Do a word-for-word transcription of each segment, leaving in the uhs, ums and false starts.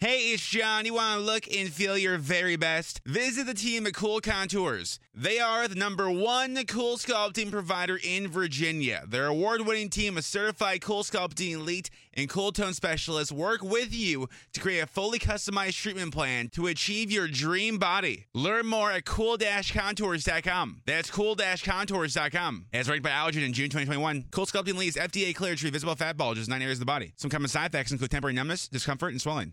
Hey, it's John. You want to look and feel your very best? Visit the team at Cool Contours. They are the number one cool sculpting provider in Virginia. Their award-winning team of certified cool sculpting elite and cool tone specialists work with you to create a fully customized treatment plan to achieve your dream body. Learn more at cool dash contours dot com. That's cool dash contours dot com. As ranked by Allergen in June twenty twenty-one, Cool Sculpting Elite is F D A cleared to treat visible fat bulges in nine areas of the body. Some common side effects include temporary numbness, discomfort, and swelling.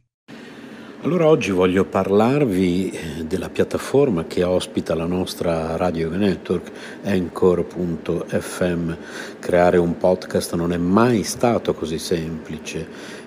Allora oggi voglio parlarvi della piattaforma che ospita la nostra Radio Yoga Network, Anchor punto effe emme. Creare un podcast non è mai stato così semplice,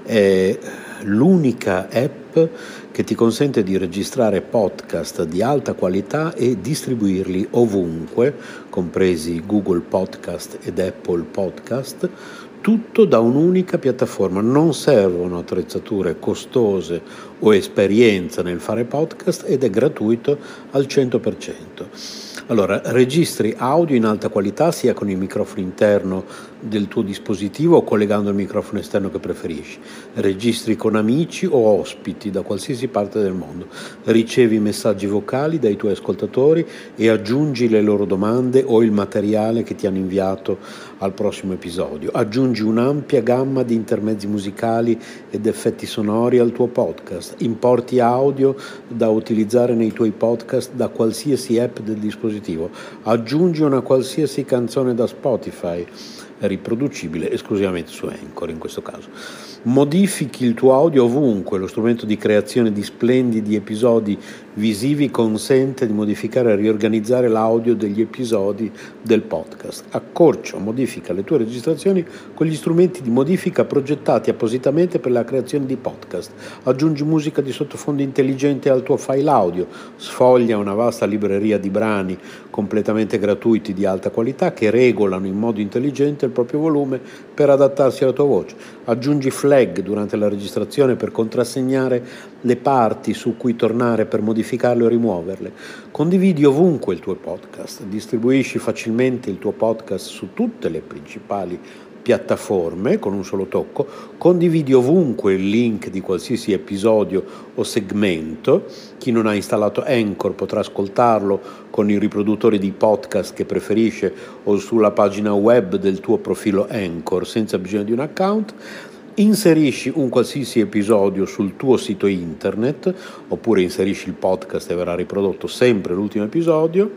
è l'unica app che ti consente di registrare podcast di alta qualità e distribuirli ovunque, compresi Google Podcast ed Apple Podcast, tutto da un'unica piattaforma. Non servono attrezzature costose o esperienza nel fare podcast ed è gratuito al cento per cento. Allora, registri audio in alta qualità sia con il microfono interno del tuo dispositivo o collegando il microfono esterno che preferisci. Registri con amici o ospiti da qualsiasi parte del mondo. Ricevi messaggi vocali dai tuoi ascoltatori e aggiungi le loro domande o il materiale che ti hanno inviato al prossimo episodio. Aggiungi un'ampia gamma di intermezzi musicali ed effetti sonori al tuo podcast. Importi audio da utilizzare nei tuoi podcast da qualsiasi app del dispositivo. Aggiungi una qualsiasi canzone da Spotify, riproducibile esclusivamente su Anchor in questo caso. Modifichi il tuo audio ovunque. Lo strumento di creazione di splendidi episodi visivi consente di modificare e riorganizzare l'audio degli episodi del podcast. Accorcia o modifica le tue registrazioni con gli strumenti di modifica progettati appositamente per la creazione di podcast. Aggiungi musica di sottofondo intelligente al tuo file audio. Sfoglia una vasta libreria di brani completamente gratuiti di alta qualità che regolano in modo intelligente il proprio volume per adattarsi alla tua voce. Aggiungi flag durante la registrazione per contrassegnare le parti su cui tornare per modificarle o rimuoverle. Condividi ovunque il tuo podcast. Distribuisci facilmente il tuo podcast su tutte le principali piattaforme con un solo tocco. Condividi ovunque il link di qualsiasi episodio o segmento. Chi non ha installato Anchor potrà ascoltarlo con i riproduttori di podcast che preferisce o sulla pagina web del tuo profilo Anchor senza bisogno di un account. Inserisci un qualsiasi episodio sul tuo sito internet oppure inserisci il podcast e verrà riprodotto sempre l'ultimo episodio.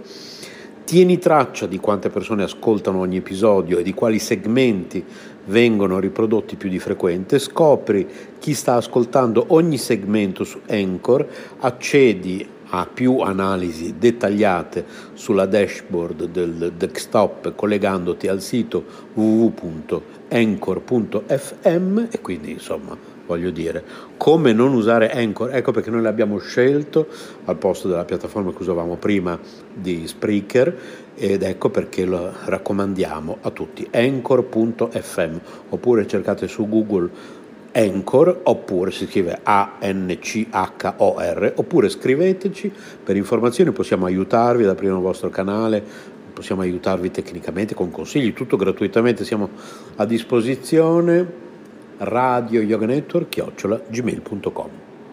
Tieni traccia di quante persone ascoltano ogni episodio e di quali segmenti vengono riprodotti più di frequente. Scopri chi sta ascoltando ogni segmento su Anchor, accedi a più analisi dettagliate sulla dashboard del desktop collegandoti al sito w w w punto anchor punto effe emme e quindi insomma voglio dire come non usare Anchor. Ecco perché noi l'abbiamo scelto al posto della piattaforma che usavamo prima di Spreaker ed ecco perché lo raccomandiamo a tutti. Anchor punto effe emme oppure cercate su Google Anchor oppure si scrive A N C H O R oppure scriveteci per informazioni, possiamo aiutarvi ad aprire il vostro canale, possiamo aiutarvi tecnicamente con consigli, tutto gratuitamente, siamo a disposizione. Radio Yoga Network chiocciola gmail punto com.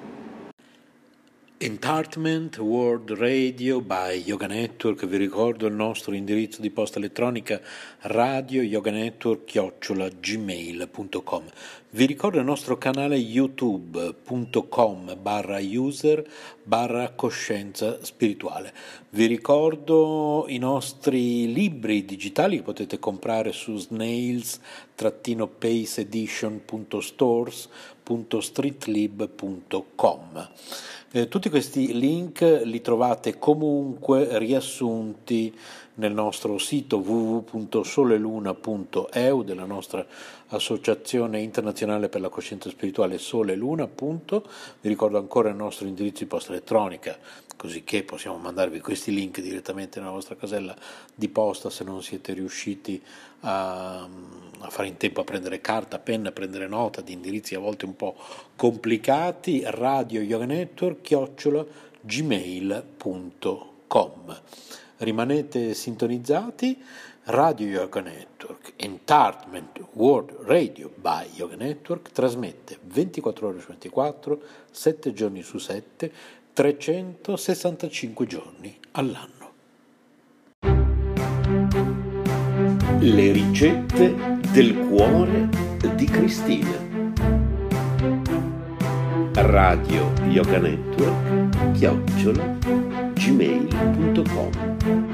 Entertainment World Radio by Yoga Network. Vi ricordo il nostro indirizzo di posta elettronica radio yoga network chiocciola gmail punto com. Vi ricordo il nostro canale youtube punto com barra user barra coscienza spirituale. Vi ricordo i nostri libri digitali che potete comprare su snails pace edition punto stores punto streetlib punto com. Eh, tutti questi link li trovate comunque riassunti nel nostro sito w w w punto soleluna punto e u della nostra associazione internazionale per la coscienza spirituale Sole Luna. Punto. Vi ricordo ancora il nostro indirizzo di posta elettronica, così che possiamo mandarvi questi link direttamente nella vostra casella di posta se non siete riusciti a, a fare in tempo a prendere carta, penna, a prendere nota di indirizzi a volte un po' complicati. Radio Yoga Network chiocciola gmail punto com. Rimanete sintonizzati, Radio Yoga Network, Entertainment World Radio by Yoga Network, trasmette ventiquattro ore su ventiquattro, sette giorni su sette, trecentosessantacinque giorni all'anno. Le ricette del cuore di Cristina. Radio Yoga Network chiocciola gmail punto com.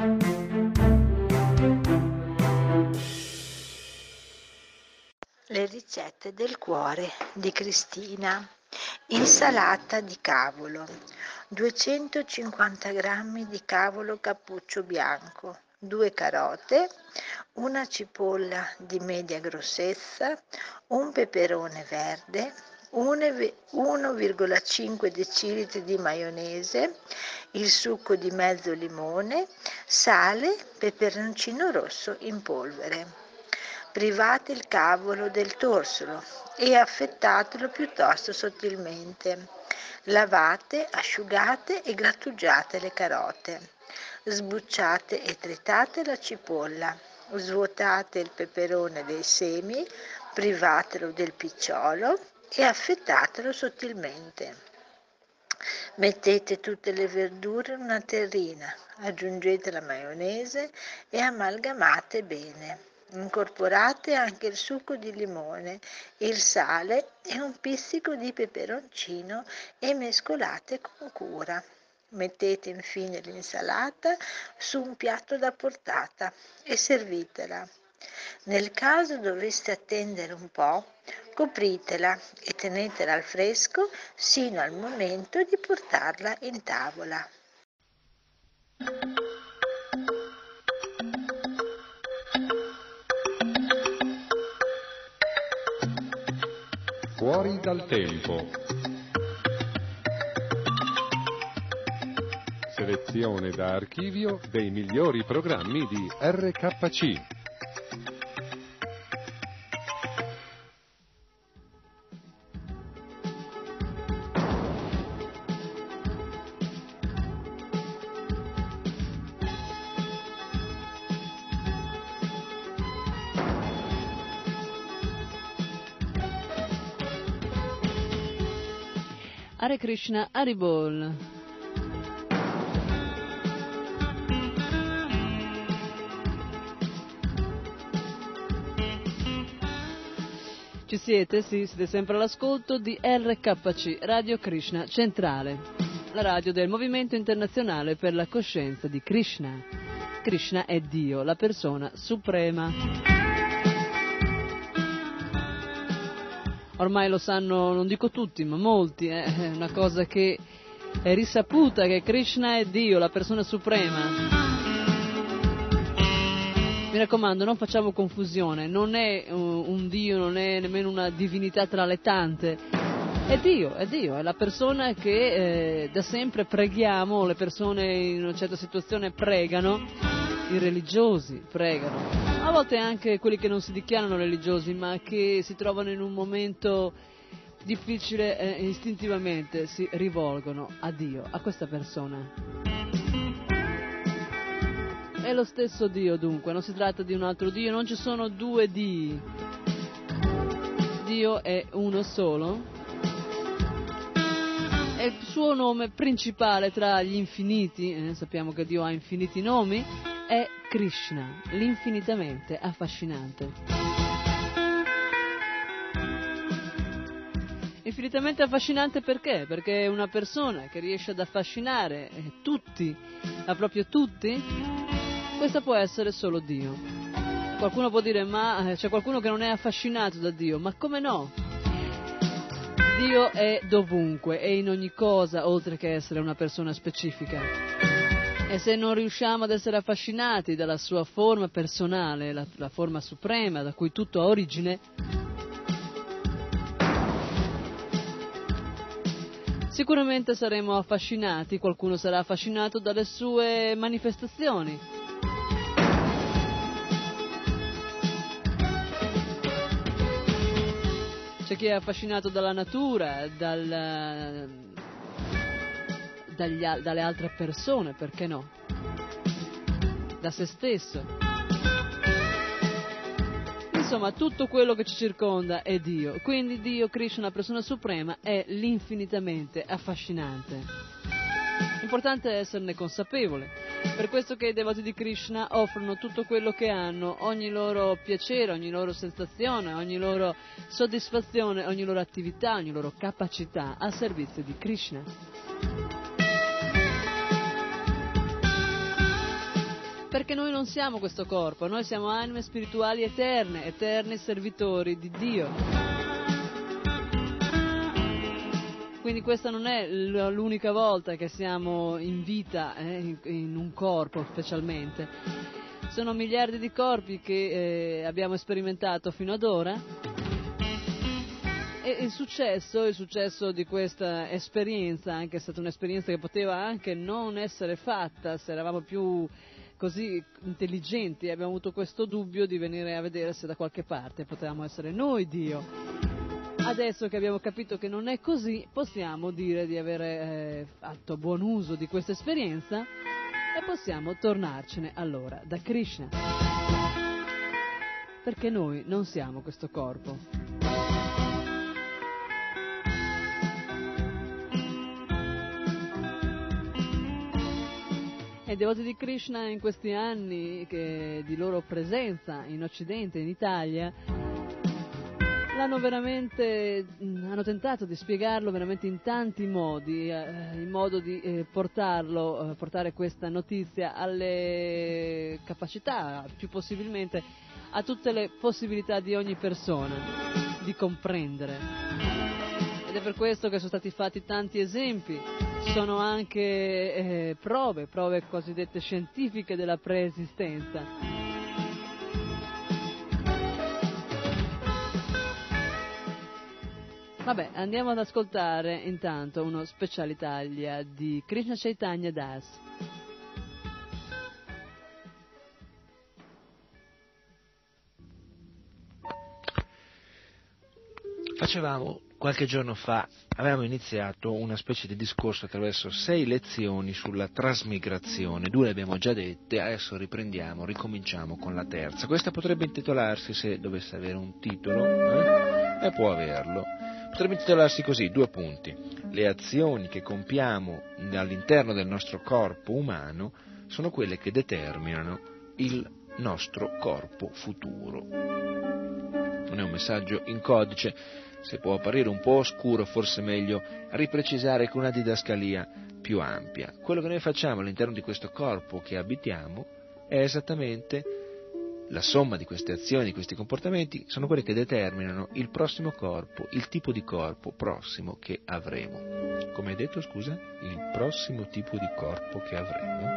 Le ricette del cuore di Cristina. Insalata di cavolo, duecentocinquanta grammi di cavolo cappuccio bianco, due carote, una cipolla di media grossezza, un peperone verde, uno virgola cinque decilitri di maionese, il succo di mezzo limone, sale, peperoncino rosso in polvere. Private il cavolo del torsolo e affettatelo piuttosto sottilmente. Lavate, asciugate e grattugiate le carote. Sbucciate e tritate la cipolla. Svuotate il peperone dei semi, privatelo del picciolo e affettatelo sottilmente. Mettete tutte le verdure in una terrina, aggiungete la maionese e amalgamate bene. Incorporate anche il succo di limone, il sale e un pizzico di peperoncino e mescolate con cura. Mettete infine l'insalata su un piatto da portata e servitela. Nel caso doveste attendere un po', copritela e tenetela al fresco sino al momento di portarla in tavola. Fuori dal tempo. Selezione da archivio dei migliori programmi di R K C. Hare Krishna, Haribol. Ci siete? Sì, siete sempre all'ascolto di R K C, Radio Krishna Centrale, la radio del Movimento Internazionale per la Coscienza di Krishna. Krishna è Dio, la persona suprema. Ormai lo sanno, non dico tutti, ma molti, eh? È una cosa che è risaputa, che Krishna è Dio, la persona suprema. Mi raccomando, non facciamo confusione, non è un, un Dio, non è nemmeno una divinità tra le tante, è Dio, è Dio, è la persona che eh, da sempre preghiamo, le persone in una certa situazione pregano, i religiosi pregano. A volte anche quelli che non si dichiarano religiosi, ma che si trovano in un momento difficile e eh, istintivamente si rivolgono a Dio, a questa persona. È lo stesso Dio dunque, non si tratta di un altro Dio, non ci sono due Dii. Dio è uno solo e il suo nome principale tra gli infiniti, eh, sappiamo che Dio ha infiniti nomi, è Krishna, l'infinitamente affascinante. Infinitamente affascinante perché? Perché è una persona che riesce ad affascinare eh, tutti, ma proprio tutti, questa può essere solo Dio. Qualcuno può dire, ma c'è qualcuno che non è affascinato da Dio, ma come no? Dio è dovunque, è in ogni cosa, oltre che essere una persona specifica. E se non riusciamo ad essere affascinati dalla sua forma personale, la, la forma suprema da cui tutto ha origine, sicuramente saremo affascinati, qualcuno sarà affascinato dalle sue manifestazioni. C'è chi è affascinato dalla natura, dal, dagli, dalle altre persone, perché no? Da se stesso. Insomma, tutto quello che ci circonda è Dio. Quindi Dio, Krishna, persona suprema, è l'infinitamente affascinante. L'importante è esserne consapevole. Per questo che i devoti di Krishna offrono tutto quello che hanno, ogni loro piacere, ogni loro sensazione, ogni loro soddisfazione, ogni loro attività, ogni loro capacità a servizio di Krishna. Perché noi non siamo questo corpo, noi siamo anime spirituali eterne, eterni servitori di Dio. Quindi questa non è l'unica volta che siamo in vita, eh, in un corpo specialmente. Sono miliardi di corpi che eh, abbiamo sperimentato fino ad ora. E il successo, il successo di questa esperienza, anche se è stata un'esperienza che poteva anche non essere fatta, se eravamo più così intelligenti, abbiamo avuto questo dubbio di venire a vedere se da qualche parte potevamo essere noi Dio. Adesso che abbiamo capito che non è così, possiamo dire di avere eh, fatto buon uso di questa esperienza e possiamo tornarcene allora da Krishna. Perché noi non siamo questo corpo. E i devoti di Krishna in questi anni che, di loro presenza in Occidente, in Italia, l'hanno veramente, hanno tentato di spiegarlo veramente in tanti modi, eh, in modo di eh, portarlo, eh, portare questa notizia alle capacità, più possibilmente a tutte le possibilità di ogni persona di comprendere. Ed è per questo che sono stati fatti tanti esempi, sono anche eh, prove, prove cosiddette scientifiche della preesistenza. Vabbè, andiamo ad ascoltare intanto uno Special Italia di Krishna Chaitanya Das. Facevamo qualche giorno fa, avevamo iniziato una specie di discorso attraverso sei lezioni sulla trasmigrazione, due le abbiamo già dette, adesso riprendiamo, ricominciamo con la terza. Questa potrebbe intitolarsi, se dovesse avere un titolo, eh, e può averlo, potrebbe intitolarsi così, due punti: le azioni che compiamo all'interno del nostro corpo umano sono quelle che determinano il nostro corpo futuro. Non è un messaggio in codice, se può apparire un po' oscuro, forse è meglio riprecisare con una didascalia più ampia. Quello che noi facciamo all'interno di questo corpo che abitiamo è esattamente la somma di queste azioni, di questi comportamenti, sono quelli che determinano il prossimo corpo, il tipo di corpo prossimo che avremo. Come hai detto, scusa? Il prossimo tipo di corpo che avremo?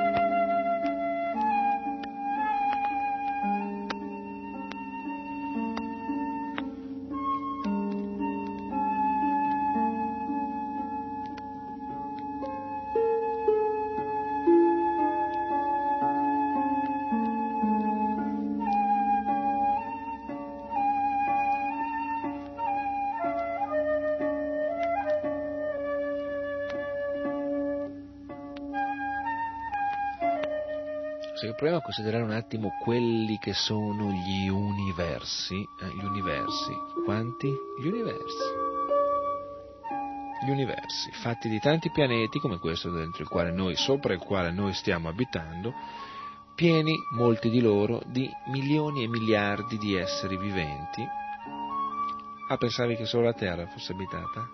Proviamo a considerare un attimo quelli che sono gli universi. Eh, gli universi. Quanti? Gli universi. Gli universi, fatti di tanti pianeti come questo dentro il quale noi, sopra il quale noi stiamo abitando, pieni, molti di loro, di milioni e miliardi di esseri viventi. Ah, pensavi che solo la Terra fosse abitata?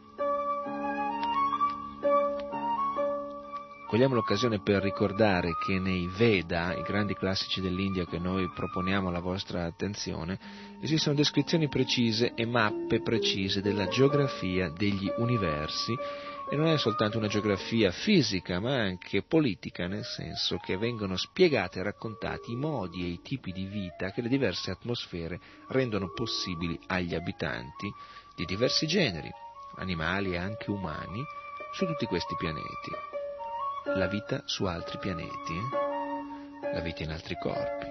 Cogliamo l'occasione per ricordare che nei Veda, i grandi classici dell'India che noi proponiamo alla vostra attenzione, esistono descrizioni precise e mappe precise della geografia degli universi, e non è soltanto una geografia fisica ma anche politica, nel senso che vengono spiegati e raccontati i modi e i tipi di vita che le diverse atmosfere rendono possibili agli abitanti di diversi generi, animali e anche umani, su tutti questi pianeti. La vita su altri pianeti, eh? La vita in altri corpi.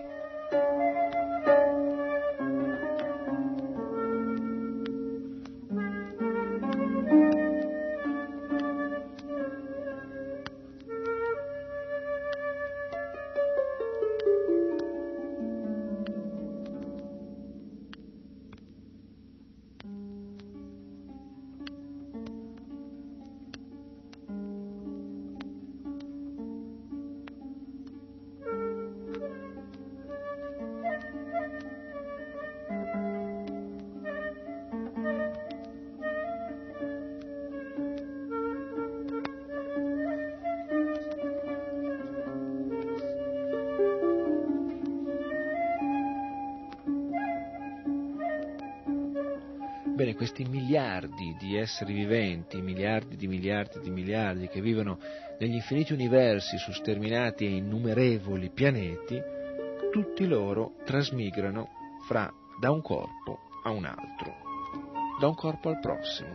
Bene, questi miliardi di esseri viventi, miliardi di miliardi di miliardi che vivono negli infiniti universi su sterminati e innumerevoli pianeti, tutti loro trasmigrano fra, da un corpo a un altro, da un corpo al prossimo.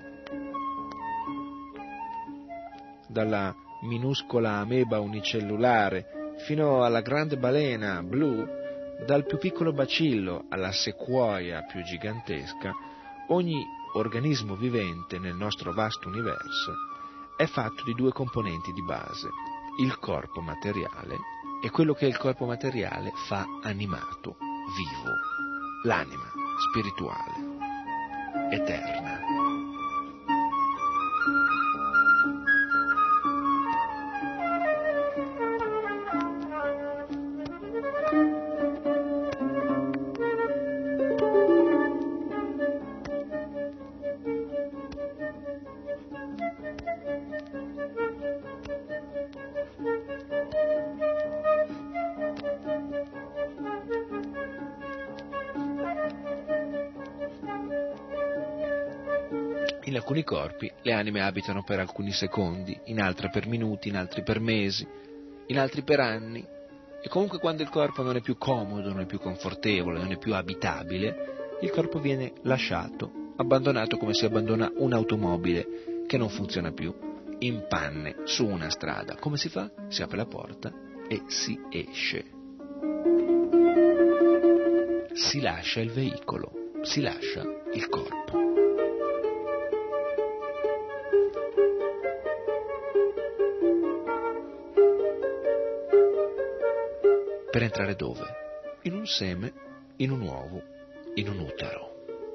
Dalla minuscola ameba unicellulare fino alla grande balena blu, dal più piccolo bacillo alla sequoia più gigantesca, ogni organismo vivente nel nostro vasto universo è fatto di due componenti di base, il corpo materiale e quello che il corpo materiale fa animato, vivo, l'anima spirituale, eterna. In alcuni corpi le anime abitano per alcuni secondi, in altri per minuti, in altri per mesi, in altri per anni, e comunque quando il corpo non è più comodo, non è più confortevole, non è più abitabile, il corpo viene lasciato, abbandonato come si abbandona un'automobile che non funziona più, in panne su una strada. Come si fa? Si apre la porta e si esce. Si lascia il veicolo, si lascia il corpo. Per entrare dove? In un seme, in un uovo, in un utero.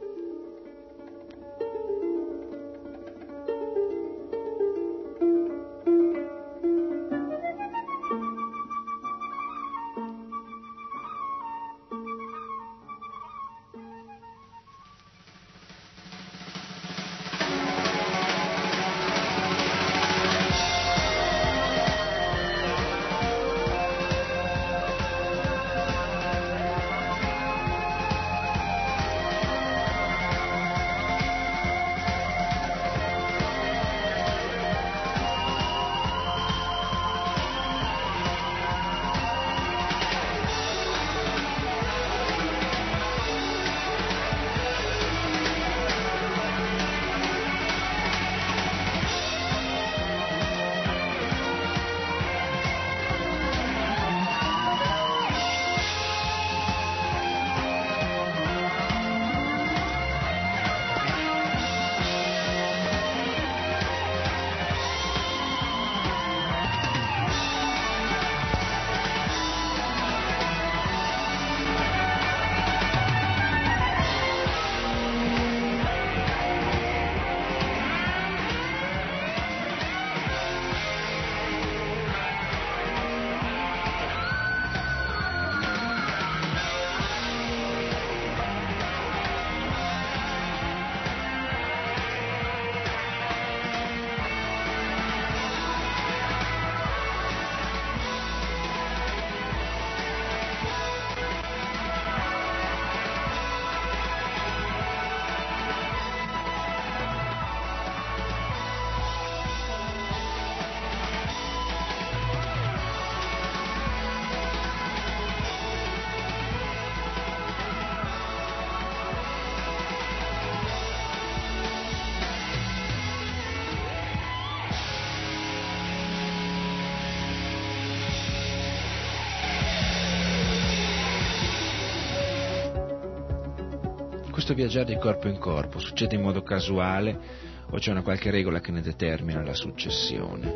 Questo viaggiare di corpo in corpo succede in modo casuale o c'è una qualche regola che ne determina la successione?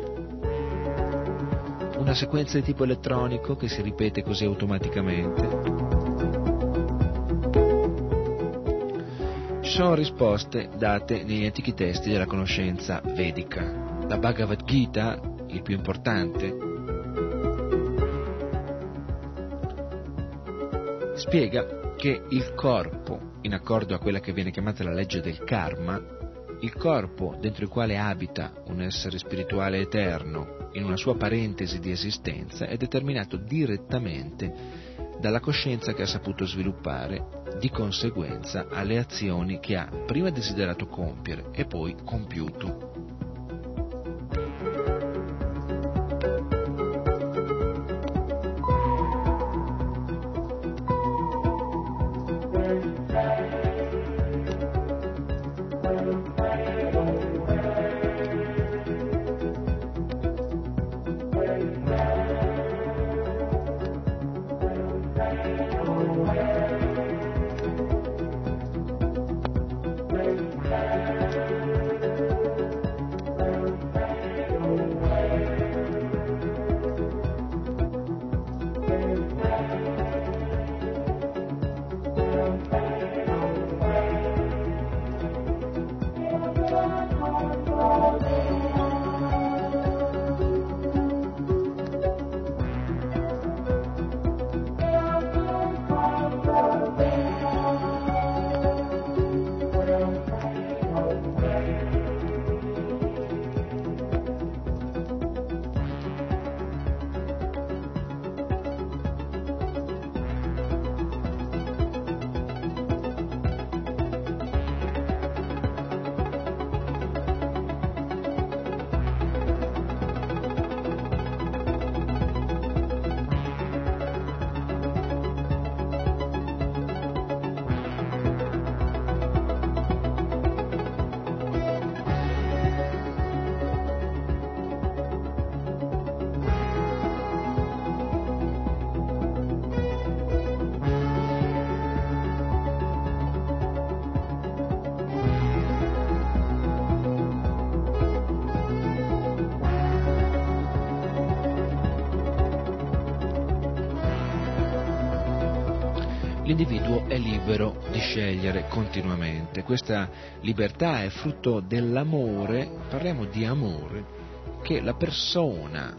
Una sequenza di tipo elettronico che si ripete così automaticamente? Ci sono risposte date negli antichi testi della conoscenza vedica. La Bhagavad Gita, il più importante, spiega che il corpo, in accordo a quella che viene chiamata la legge del karma, il corpo dentro il quale abita un essere spirituale eterno in una sua parentesi di esistenza è determinato direttamente dalla coscienza che ha saputo sviluppare di conseguenza alle azioni che ha prima desiderato compiere e poi compiuto. L'individuo è libero di scegliere continuamente. Questa libertà è frutto dell'amore, parliamo di amore, che la persona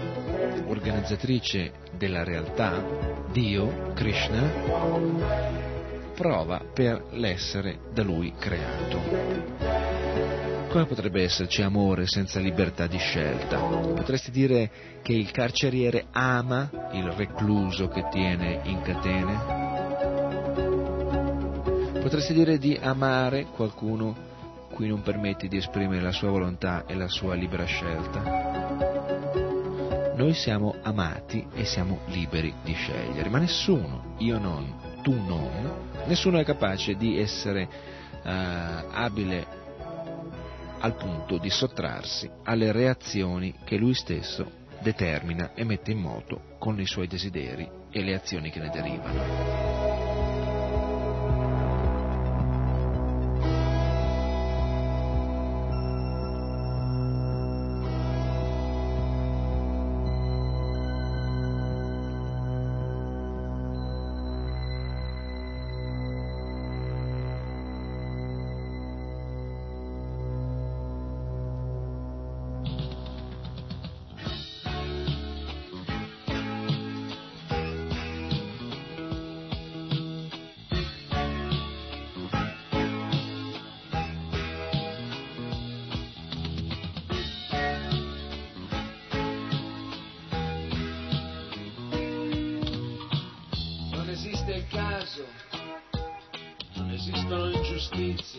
organizzatrice della realtà, Dio, Krishna, prova per l'essere da lui creato. Come potrebbe esserci amore senza libertà di scelta? Potresti dire che il carceriere ama il recluso che tiene in catene? Potresti dire di amare qualcuno cui non permetti di esprimere la sua volontà e la sua libera scelta? Noi siamo amati e siamo liberi di scegliere, ma nessuno, io non, tu non, nessuno è capace di essere uh, abile al punto di sottrarsi alle reazioni che lui stesso determina e mette in moto con i suoi desideri e le azioni che ne derivano. Non esistono ingiustizie,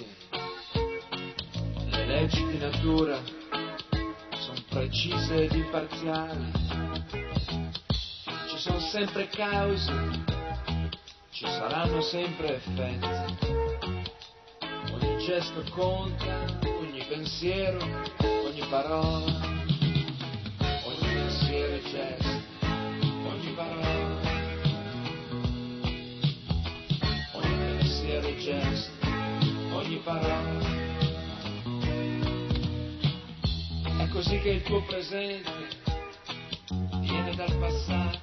le leggi di natura sono precise ed imparziali, ci sono sempre cause, ci saranno sempre effetti, ogni gesto conta, ogni pensiero, ogni parola, ogni pensiero e gesto, ogni parola. Ogni gesto, ogni parola. È così che il tuo presente viene dal passato,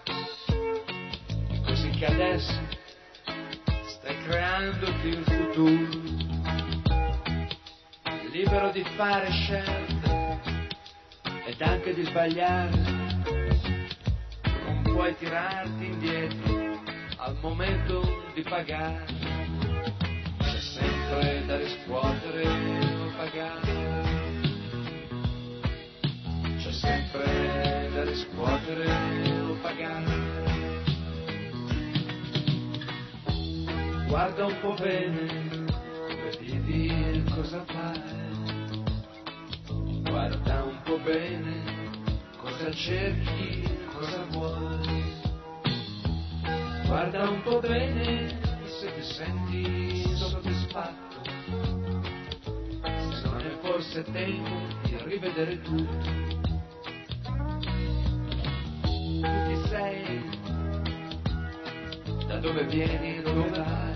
è così che adesso stai creandoti un futuro, libero di fare scelte ed anche di sbagliare, non puoi tirarti indietro al momento di pagare. Sempre da riscuotere o pagare, c'è sempre da riscuotere o pagare. Guarda un po' bene dove vivi e cosa fai. Guarda un po' bene cosa cerchi, cosa vuoi. Guarda un po' bene se ti senti soddisfatto. Se non è forse tempo di rivedere tutto. Tu chi sei? Da dove vieni, dove vai?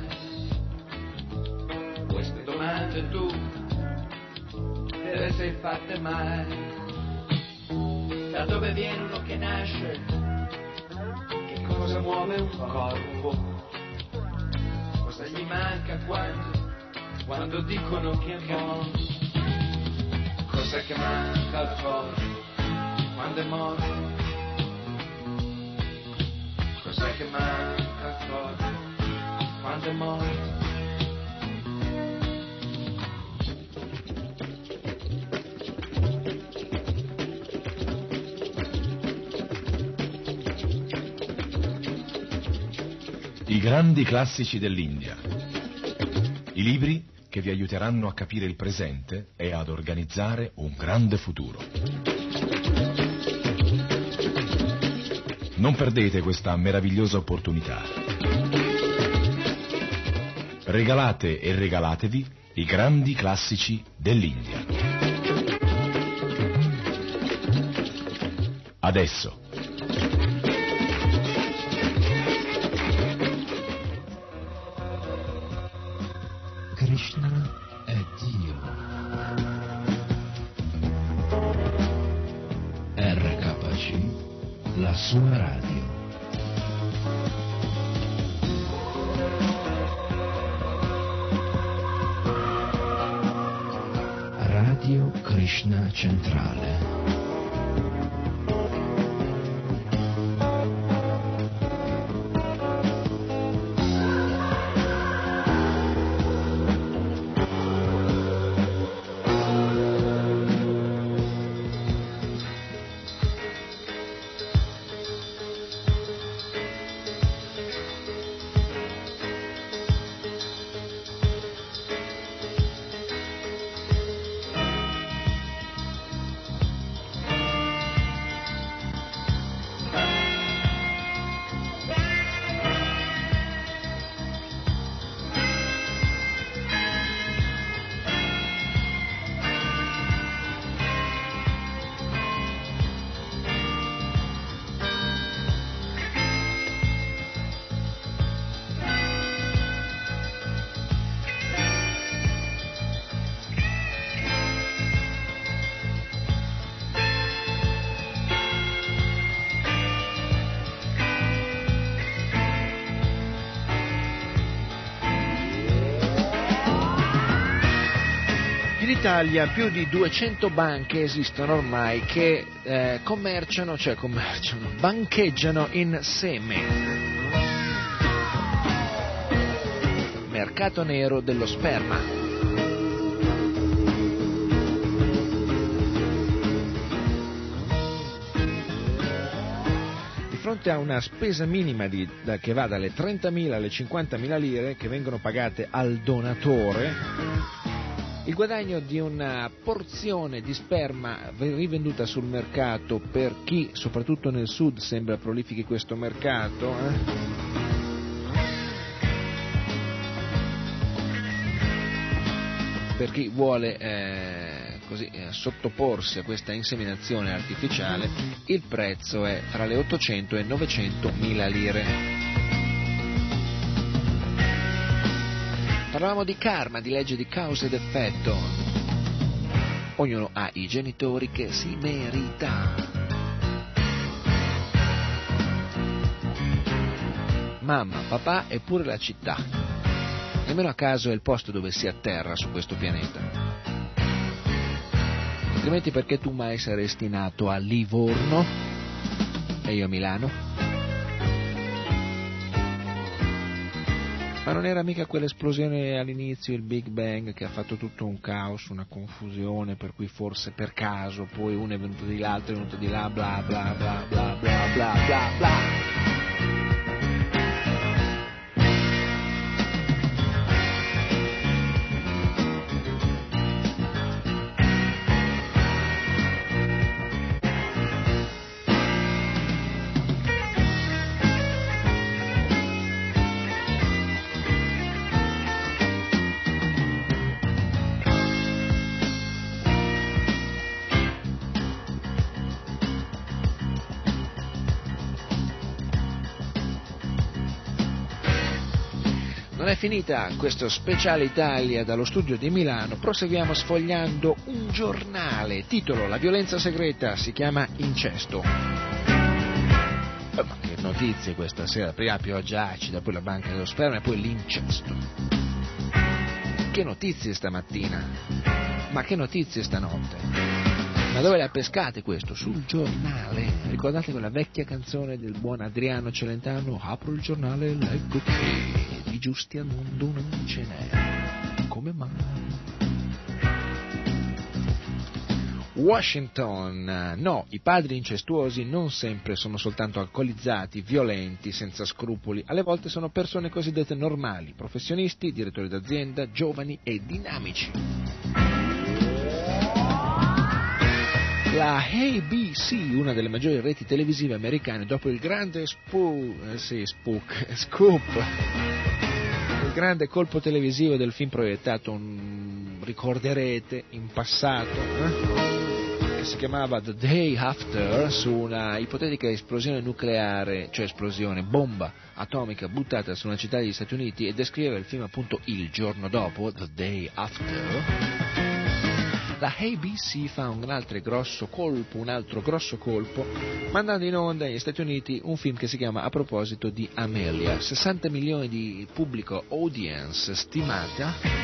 Queste domande tu te le sei fatte mai? Da dove viene uno che nasce? Che cosa muove un corpo? Cosa gli manca quando, quando dicono che è morto? Cos'è che manca al corpo quando è morto? Cos'è che manca al corpo quando è morto? I grandi classici dell'India. I libri che vi aiuteranno a capire il presente e ad organizzare un grande futuro. Non perdete questa meravigliosa opportunità. Regalate e regalatevi i grandi classici dell'India. Adesso. Krishna è Dio. R K C, la sua radio. Radio Krishna Centrale. In Italia più di duecento banche esistono ormai che eh, commerciano, cioè commerciano, bancheggiano in seme. Mercato nero dello sperma. Di fronte a una spesa minima di, da, che va dalle trentamila alle cinquantamila lire che vengono pagate al donatore, il guadagno di una porzione di sperma rivenduta sul mercato per chi, soprattutto nel sud, sembra prolifichi questo mercato, eh? per chi vuole eh, così, eh, sottoporsi a questa inseminazione artificiale, il prezzo è tra le ottocento e novecentomila lire. Parlavamo di karma, di legge di causa ed effetto. Ognuno ha i genitori che si merita. Mamma, papà e pure la città. Nemmeno a caso è il posto dove si atterra su questo pianeta. Altrimenti perché tu mai saresti nato a Livorno e io a Milano? Ma non era mica quell'esplosione all'inizio, il Big Bang, che ha fatto tutto un caos, una confusione, per cui forse per caso poi uno è venuto di là, l'altro è venuto di là, bla bla bla bla bla bla bla bla. Non è finita questo speciale Italia dallo studio di Milano, proseguiamo sfogliando un giornale, titolo La violenza segreta, si chiama Incesto. Eh, ma che notizie questa sera, prima pioggia acida, poi la banca dello sperma e poi l'incesto. Che notizie stamattina, ma che notizie stanotte. Ma dove le ha pescate questo? Sul giornale. Ricordate quella vecchia canzone del buon Adriano Celentano? Apro il giornale e leggo che di giusti al mondo non ce n'è. Come mai? Washington. No, i padri incestuosi non sempre sono soltanto alcolizzati, violenti, senza scrupoli. Alle volte sono persone cosiddette normali, professionisti, direttori d'azienda, giovani e dinamici. La A B C, una delle maggiori reti televisive americane, dopo il grande spo, eh, sì, spook, scoop, il grande colpo televisivo del film proiettato, un, ricorderete, in passato, eh, che si chiamava The Day After, su una ipotetica esplosione nucleare, cioè esplosione, bomba atomica buttata su una città degli Stati Uniti, e descriveva il film appunto Il giorno dopo, The Day After. La A B C fa un altro grosso colpo, un altro grosso colpo, mandando in onda negli Stati Uniti un film che si chiama A proposito di Amelia. sessanta milioni di pubblico audience stimata.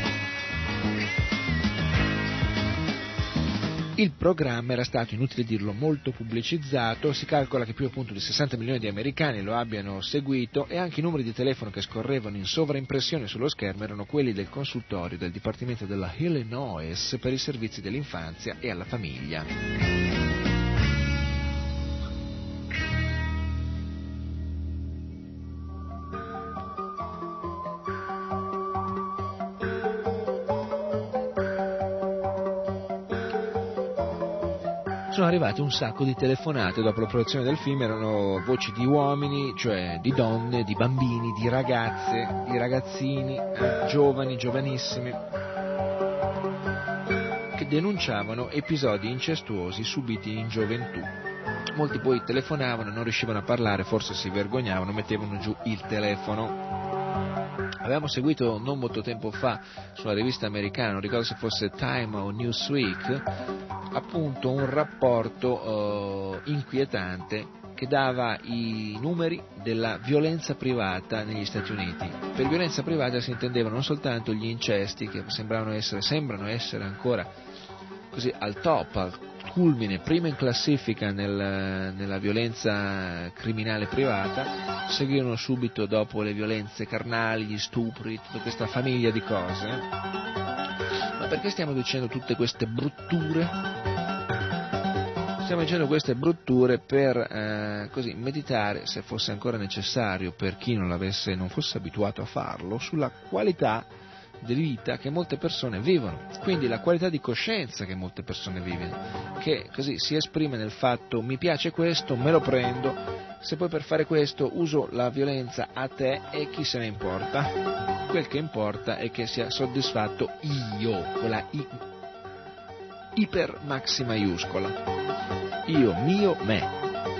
Il programma era stato, inutile dirlo, molto pubblicizzato, si calcola che più appunto di sessanta milioni di americani lo abbiano seguito, e anche i numeri di telefono che scorrevano in sovraimpressione sullo schermo erano quelli del consultorio del Dipartimento della Illinois per i servizi dell'infanzia e alla famiglia. Sono arrivate un sacco di telefonate dopo la produzione del film, erano voci di uomini, cioè di donne, di bambini, di ragazze, di ragazzini, eh, giovani, giovanissimi, che denunciavano episodi incestuosi subiti in gioventù. Molti poi telefonavano, non riuscivano a parlare, forse si vergognavano, mettevano giù il telefono. Avevamo seguito non molto tempo fa sulla rivista americana, non ricordo se fosse Time o Newsweek, appunto un rapporto eh, inquietante che dava i numeri della violenza privata negli Stati Uniti. Per violenza privata si intendevano non soltanto gli incesti, che sembravano essere, sembrano essere ancora così al top, al culmine, prima in classifica nel, nella violenza criminale privata, seguirono subito dopo le violenze carnali, gli stupri, tutta questa famiglia di cose. Ma perché stiamo dicendo tutte queste brutture? Stiamo dicendo queste brutture per eh, così meditare, se fosse ancora necessario per chi non l'avesse, non fosse abituato a farlo, sulla qualità di vita che molte persone vivono, quindi la qualità di coscienza che molte persone vivono, che così si esprime nel fatto: mi piace questo, me lo prendo, se poi per fare questo uso la violenza a te, e chi se ne importa? Quel che importa è che sia soddisfatto io, con la I, iper maxi maiuscola, io, mio, me.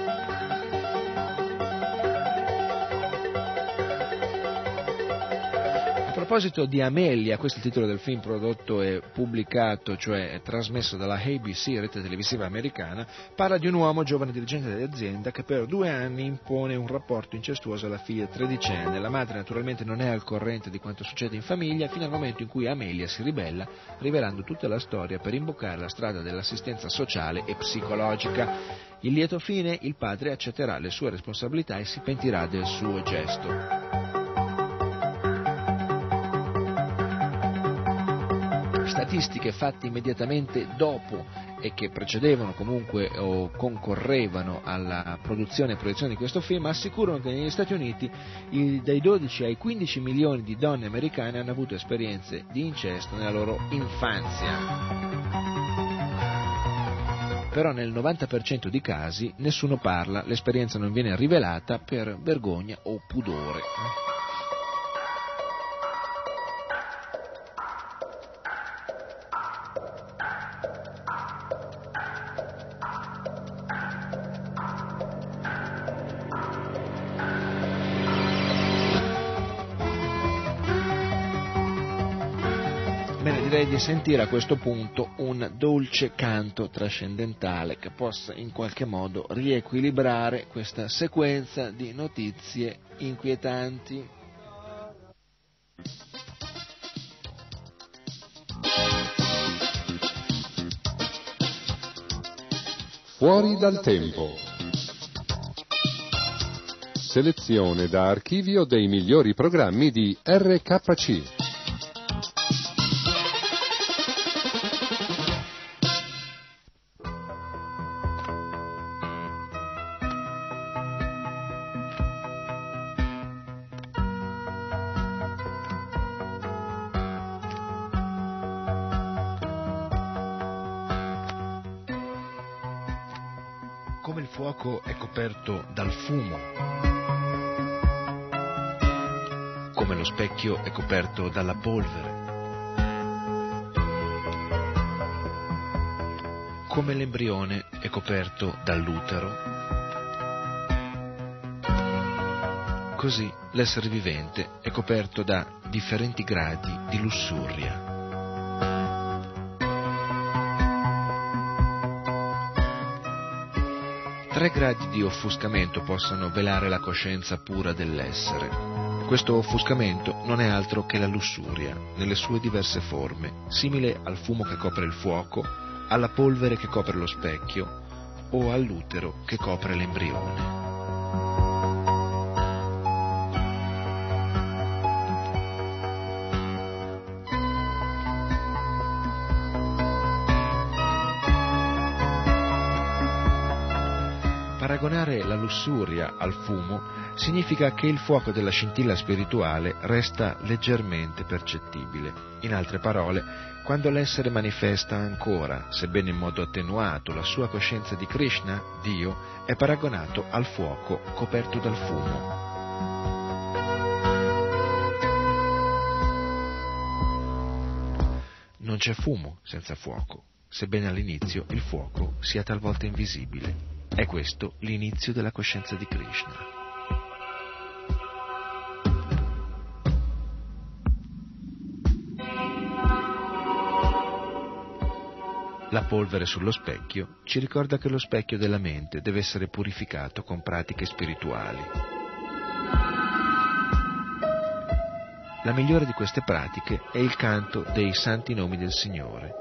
A proposito di Amelia, questo è il titolo del film prodotto e pubblicato, cioè trasmesso dalla A B C, rete televisiva americana, parla di un uomo giovane dirigente dell'azienda che per due anni impone un rapporto incestuoso alla figlia tredicenne. La madre naturalmente non è al corrente di quanto succede in famiglia, fino al momento in cui Amelia si ribella, rivelando tutta la storia per imboccare la strada dell'assistenza sociale e psicologica. Il lieto fine: il padre accetterà le sue responsabilità e si pentirà del suo gesto. Statistiche fatte immediatamente dopo e che precedevano comunque o concorrevano alla produzione e proiezione di questo film assicurano che negli Stati Uniti il, dai dodici ai quindici milioni di donne americane hanno avuto esperienze di incesto nella loro infanzia. Però nel novanta per cento di casi nessuno parla, l'esperienza non viene rivelata per vergogna o pudore. direi di sentire a questo punto un dolce canto trascendentale che possa in qualche modo riequilibrare questa sequenza di notizie inquietanti. Fuori dal tempo. Selezione da archivio dei migliori programmi di R K C. Come il fuoco è coperto dal fumo, come lo specchio è coperto dalla polvere, come l'embrione è coperto dall'utero, così l'essere vivente è coperto da differenti gradi di lussuria. Tre gradi di offuscamento possono velare la coscienza pura dell'essere. Questo offuscamento non è altro che la lussuria, nelle sue diverse forme, simile al fumo che copre il fuoco, alla polvere che copre lo specchio o all'utero che copre l'embrione. Paragonare la lussuria al fumo significa che il fuoco della scintilla spirituale resta leggermente percettibile. In altre parole, quando l'essere manifesta ancora, sebbene in modo attenuato, la sua coscienza di Krishna, Dio, è paragonato al fuoco coperto dal fumo. Non c'è fumo senza fuoco, sebbene all'inizio il fuoco sia talvolta invisibile. È questo l'inizio della coscienza di Krishna. La polvere sullo specchio ci ricorda che lo specchio della mente deve essere purificato con pratiche spirituali. La migliore di queste pratiche è il canto dei santi nomi del Signore.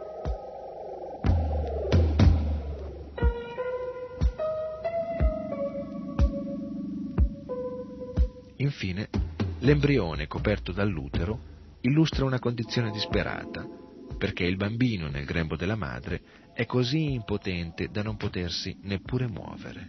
Infine, l'embrione coperto dall'utero illustra una condizione disperata, perché il bambino nel grembo della madre è così impotente da non potersi neppure muovere.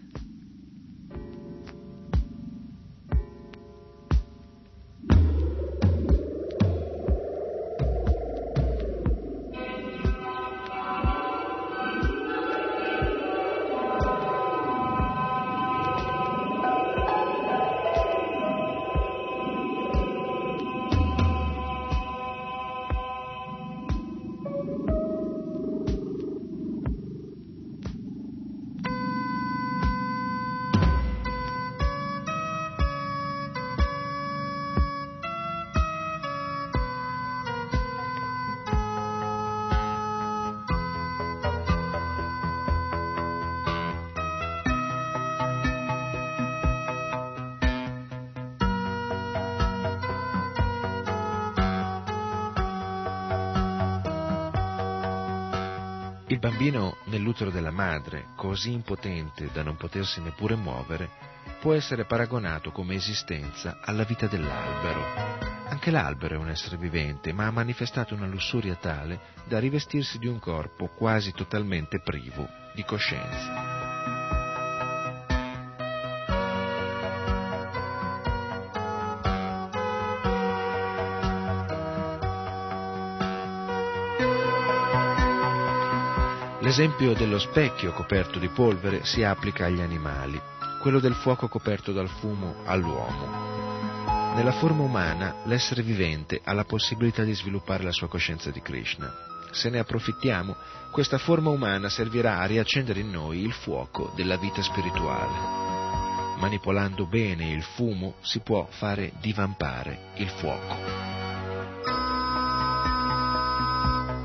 Il bambino nell'utero della madre, così impotente da non potersi neppure muovere, può essere paragonato come esistenza alla vita dell'albero. Anche l'albero è un essere vivente, ma ha manifestato una lussuria tale da rivestirsi di un corpo quasi totalmente privo di coscienza. L'esempio dello specchio coperto di polvere si applica agli animali, quello del fuoco coperto dal fumo all'uomo. Nella forma umana, l'essere vivente ha la possibilità di sviluppare la sua coscienza di Krishna. Se ne approfittiamo, questa forma umana servirà a riaccendere in noi il fuoco della vita spirituale. Manipolando bene il fumo si può fare divampare il fuoco.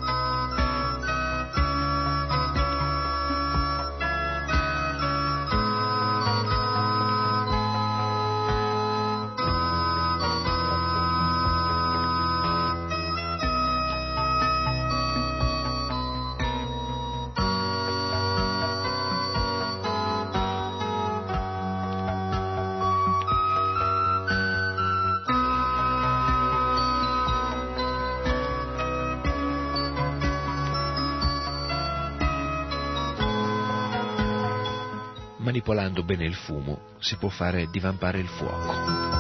manipolando bene il fumo si può fare divampare il fuoco.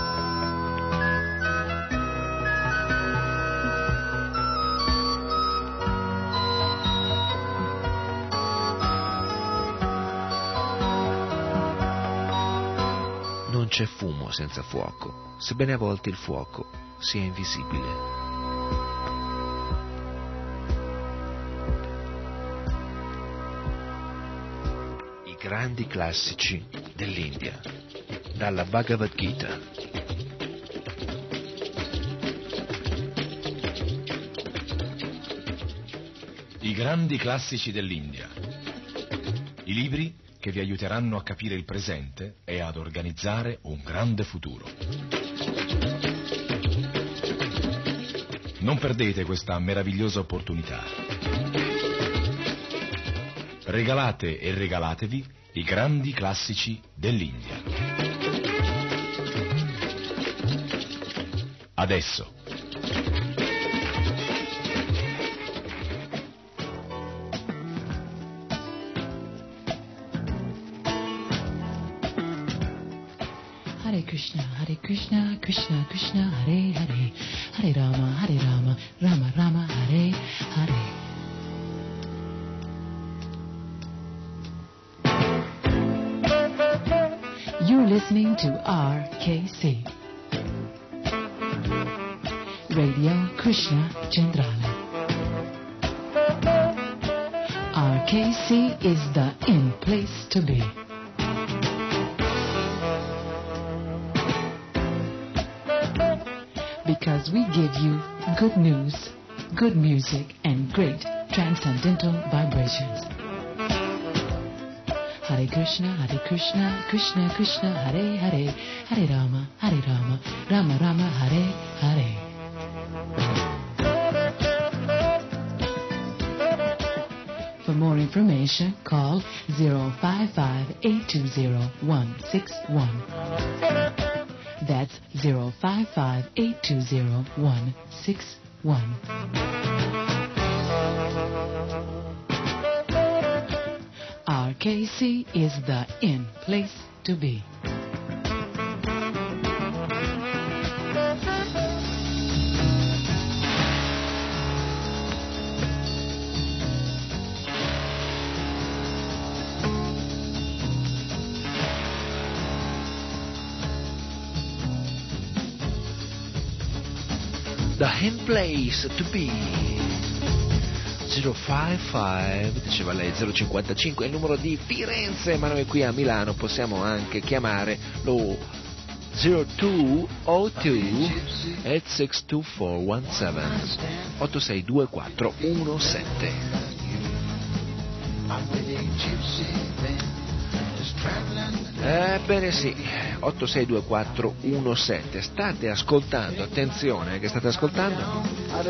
Non c'è fumo senza fuoco, sebbene a volte il fuoco sia invisibile. I grandi classici dell'India, dalla Bhagavad Gita. I grandi classici dell'India. I libri che vi aiuteranno a capire il presente e ad organizzare un grande futuro. Non perdete questa meravigliosa opportunità. Regalate e regalatevi i grandi classici dell'India. Adesso. Hare Krishna, Hare Krishna, Krishna Krishna, Hare Hare, Hare Rama, Hare Rama, Rama Rama, Hare Hare. You're listening to R K C, Radio Krishna Centrale. R K C is the in place to be. Because we give you good news, good music, and great transcendental vibrations. Hare Krishna, Hare Krishna, Krishna Krishna, Hare Hare, Hare Rama, Hare Rama, Rama Rama, Hare Hare. For more information, call zero five five, eight two zero, one six one. That's zero five five, eight two zero, one six one. R K C is the in place to be. The in place to be. zero cinquantacinque, diceva lei, zero cinquantacinque è il numero di Firenze, ma noi qui a Milano possiamo anche chiamare lo zero due otto due otto sei due quattro uno sette otto sei due quattro uno sette. Ebbene sì, otto sei due quattro uno sette. State ascoltando, attenzione che state ascoltando.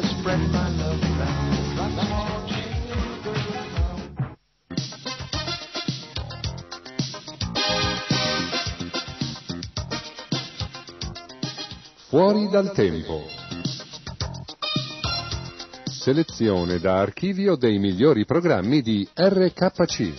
Fuori dal tempo. Selezione da archivio dei migliori programmi di R K C.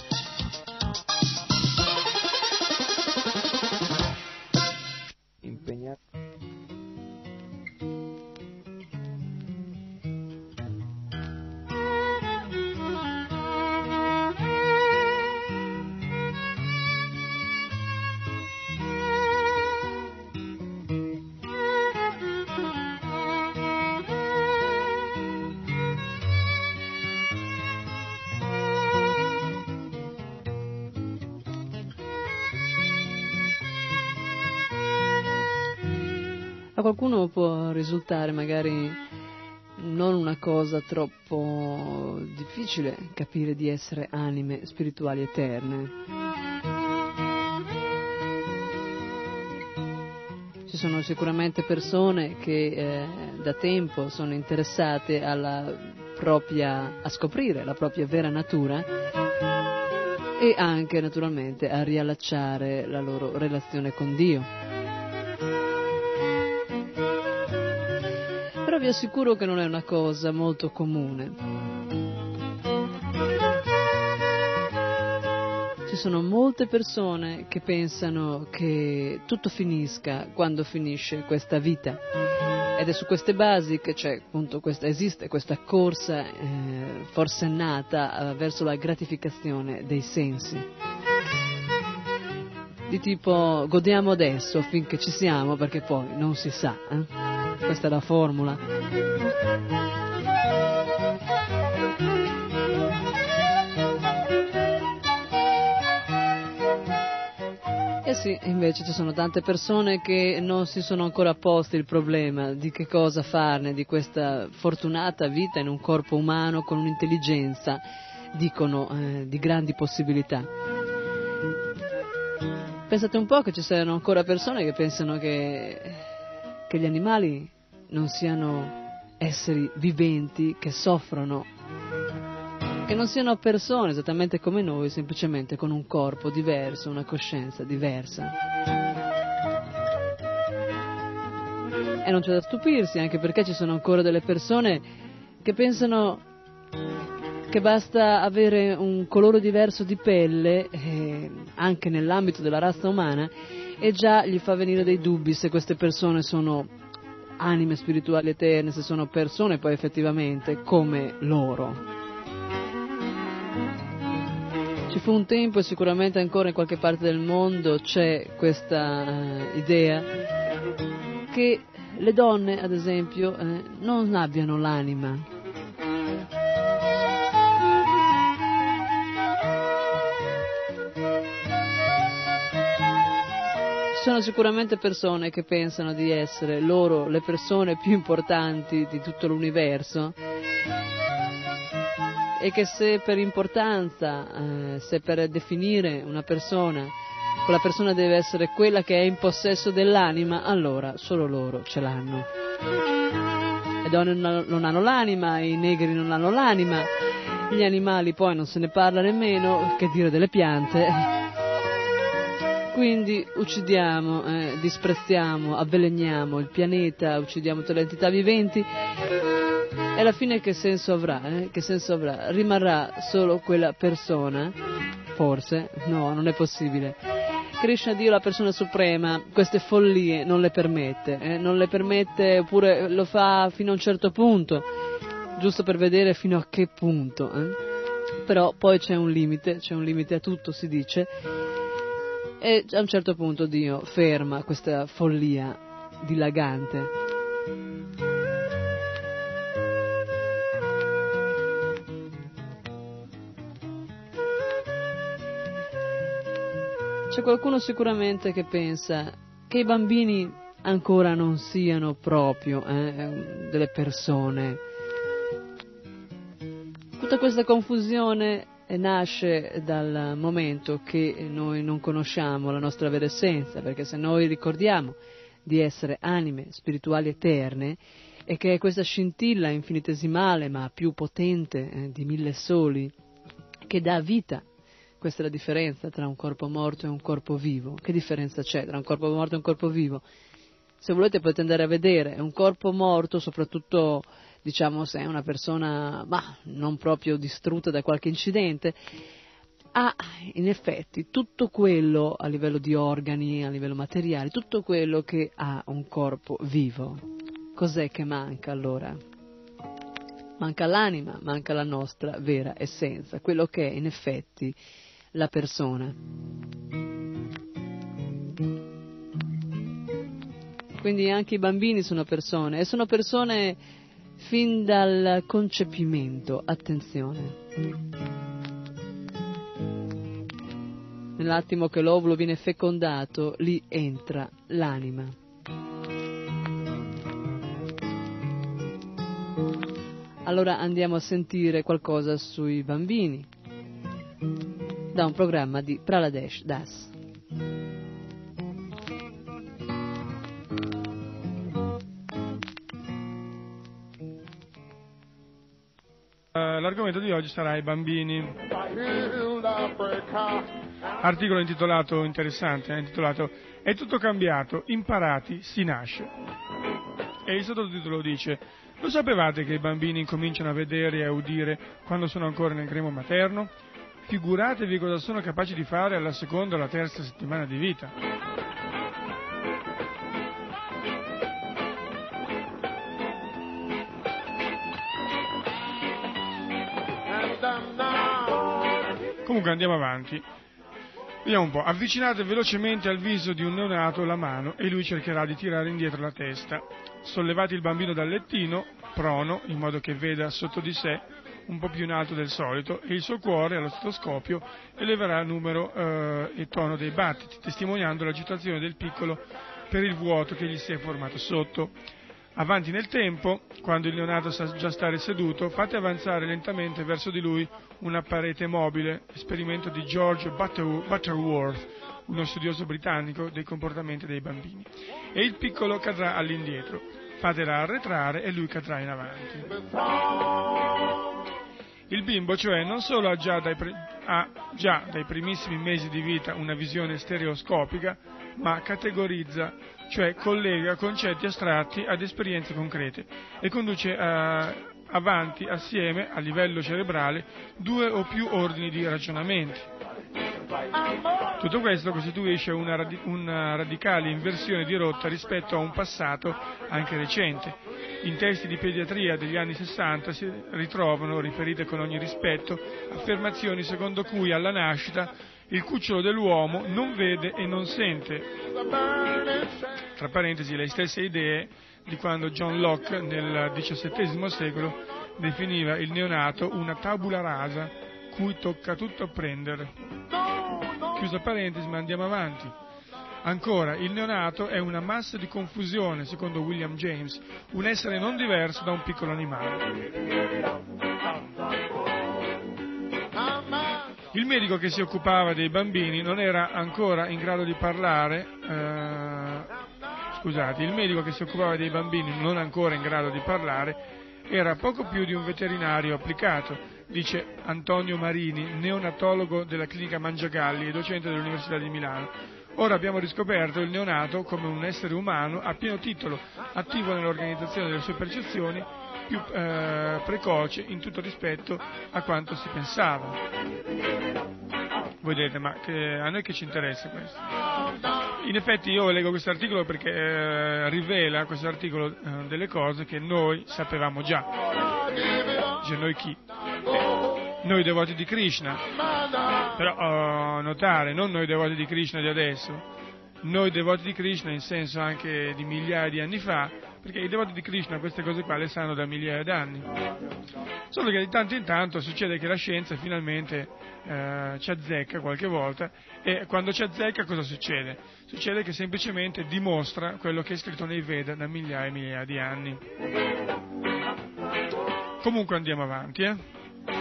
A qualcuno può risultare magari non una cosa troppo difficile capire di essere anime spirituali eterne. Ci sono sicuramente persone che eh, da tempo sono interessate alla propria, a scoprire la propria vera natura e anche naturalmente a riallacciare la loro relazione con Dio. Però vi assicuro che non è una cosa molto comune. Ci sono molte persone che pensano che tutto finisca quando finisce questa vita, ed è su queste basi che c'è appunto questa, esiste questa corsa eh, forsennata eh, verso la gratificazione dei sensi, di tipo godiamo adesso finché ci siamo, perché poi non si sa, eh? Questa è la formula. Eh sì, invece ci sono tante persone che non si sono ancora posti il problema di che cosa farne di questa fortunata vita in un corpo umano con un'intelligenza, dicono, eh, di grandi possibilità. Pensate un po' che ci siano ancora persone che pensano che, che gli animali non siano esseri viventi, che soffrono, che non siano persone esattamente come noi, semplicemente con un corpo diverso, una coscienza diversa. E non c'è da stupirsi, anche perché ci sono ancora delle persone che pensano che basta avere un colore diverso di pelle, eh, anche nell'ambito della razza umana, e già gli fa venire dei dubbi se queste persone sono anime spirituali eterne, se sono persone poi effettivamente come loro. Ci fu un tempo, e sicuramente ancora in qualche parte del mondo c'è questa uh, idea che le donne, ad esempio, eh, non abbiano l'anima. Ci sono sicuramente persone che pensano di essere loro le persone più importanti di tutto l'universo, e che se per importanza, eh, se per definire una persona, quella persona deve essere quella che è in possesso dell'anima, allora solo loro ce l'hanno. Le donne non hanno l'anima, i negri non hanno l'anima, gli animali poi non se ne parla nemmeno, che dire delle piante. Quindi uccidiamo, eh, disprezziamo, avveleniamo il pianeta, uccidiamo tutte le entità viventi. E alla fine che senso avrà? Eh? Che senso avrà? Rimarrà solo quella persona? Forse? No, non è possibile. Krishna, Dio, la persona suprema, queste follie non le permette, eh? non le permette, oppure lo fa fino a un certo punto, giusto per vedere fino a che punto. Eh? Però poi c'è un limite, c'è un limite a tutto, si dice, e a un certo punto Dio ferma questa follia dilagante. C'è qualcuno sicuramente che pensa che i bambini ancora non siano proprio eh, delle persone. Tutta questa confusione nasce dal momento che noi non conosciamo la nostra vera essenza, perché se noi ricordiamo di essere anime spirituali eterne e che è questa scintilla infinitesimale ma più potente eh, di mille soli che dà vita. Questa è la differenza tra un corpo morto e un corpo vivo. Che differenza c'è tra un corpo morto e un corpo vivo? Se volete potete andare a vedere un corpo morto, soprattutto diciamo se è una persona bah, non proprio distrutta da qualche incidente, ha in effetti tutto quello a livello di organi, a livello materiale, tutto quello che ha un corpo vivo. Cos'è che manca allora? Manca l'anima, manca la nostra vera essenza, quello che è in effetti la persona. Quindi anche i bambini sono persone, e sono persone fin dal concepimento, attenzione. Nell'attimo che l'ovulo viene fecondato, lì entra l'anima. Allora andiamo a sentire qualcosa sui bambini da un programma di Praladesh Das. L'argomento di oggi sarà i bambini. Articolo intitolato, interessante, intitolato "È tutto cambiato, imparati, si nasce". E il sottotitolo dice: lo sapevate che i bambini incominciano a vedere e a udire quando sono ancora nel grembo materno? figuratevi cosa sono capaci di fare alla seconda o alla terza settimana di vita. Comunque andiamo avanti. Vediamo un po'. Avvicinate velocemente al viso di un neonato la mano e lui cercherà di tirare indietro la testa. Sollevate il bambino dal lettino, prono, in modo che veda sotto di sé, un po' più in alto del solito, e il suo cuore allo stetoscopio eleverà numero eh, e tono dei battiti, testimoniando l'agitazione del piccolo per il vuoto che gli si è formato sotto. Avanti nel tempo, quando il neonato sa già stare seduto, fate avanzare lentamente verso di lui una parete mobile, esperimento di George Butterworth, uno studioso britannico dei comportamenti dei bambini, e il piccolo cadrà all'indietro. Fatela arretrare e lui cadrà in avanti. Il bimbo, cioè, non solo ha già, dai pre- ha già dai primissimi mesi di vita una visione stereoscopica, ma categorizza, cioè collega concetti astratti ad esperienze concrete e conduce a, avanti assieme, a livello cerebrale, due o più ordini di ragionamenti. Tutto questo costituisce una, radi- una radicale inversione di rotta rispetto a un passato anche recente. In testi di pediatria degli anni sessanta si ritrovano, riferite con ogni rispetto, affermazioni secondo cui alla nascita il cucciolo dell'uomo non vede e non sente. Tra parentesi, le stesse idee di quando John Locke nel diciassettesimo secolo definiva il neonato una tabula rasa cui tocca tutto apprendere. Chiusa parentesi, ma andiamo avanti. Ancora, il neonato è una massa di confusione, secondo William James, un essere non diverso da un piccolo animale. Il medico che si occupava dei bambini non era ancora in grado di parlare, eh, scusate, il medico che si occupava dei bambini non ancora in grado di parlare era poco più di un veterinario applicato, dice Antonio Marini, neonatologo della clinica Mangiagalli e docente dell'Università di Milano. Ora abbiamo riscoperto il neonato come un essere umano a pieno titolo, attivo nell'organizzazione delle sue percezioni, più eh, precoce in tutto rispetto a quanto si pensava. Voi direte, ma che, a noi che ci interessa questo? In effetti io leggo questo articolo perché eh, rivela questo articolo eh, delle cose che noi sapevamo già. Dice noi chi? Eh, noi devoti di Krishna. Però oh, notare, non noi devoti di Krishna di adesso, noi devoti di Krishna in senso anche di migliaia di anni fa, perché i devoti di Krishna queste cose qua le sanno da migliaia d'anni. Solo che di tanto in tanto succede che la scienza finalmente eh, ci azzecca qualche volta, e quando ci azzecca cosa succede? Succede che semplicemente dimostra quello che è scritto nei Veda da migliaia e migliaia di anni. Comunque andiamo avanti, eh.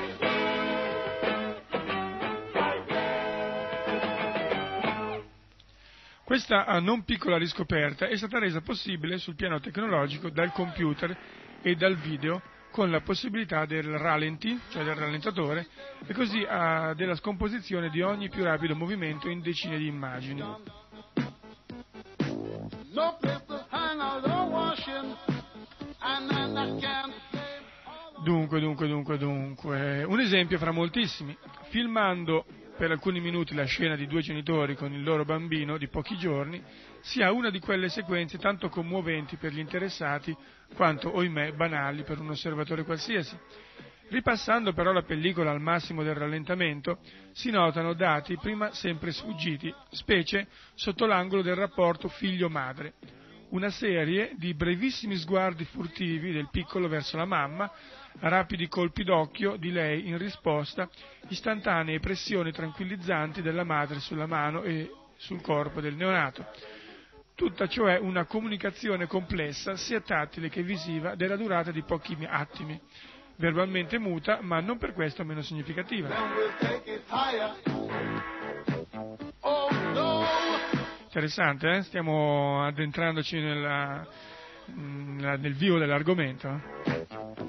Questa non piccola riscoperta è stata resa possibile sul piano tecnologico dal computer e dal video, con la possibilità del ralenti, cioè del rallentatore, e così uh, della scomposizione di ogni più rapido movimento in decine di immagini. Dunque, dunque, dunque, dunque, un esempio fra moltissimi. Filmando per alcuni minuti la scena di due genitori con il loro bambino di pochi giorni, si ha una di quelle sequenze tanto commoventi per gli interessati quanto, ohimè, banali per un osservatore qualsiasi. Ripassando però la pellicola al massimo del rallentamento, si notano dati prima sempre sfuggiti, specie sotto l'angolo del rapporto figlio-madre. Una serie di brevissimi sguardi furtivi del piccolo verso la mamma, rapidi colpi d'occhio di lei in risposta, istantanee pressioni tranquillizzanti della madre sulla mano e sul corpo del neonato. Tutta cioè una comunicazione complessa, sia tattile che visiva, della durata di pochi attimi, verbalmente muta, ma non per questo meno significativa. Interessante, eh? Stiamo addentrandoci nella, nel vivo dell'argomento. Eh?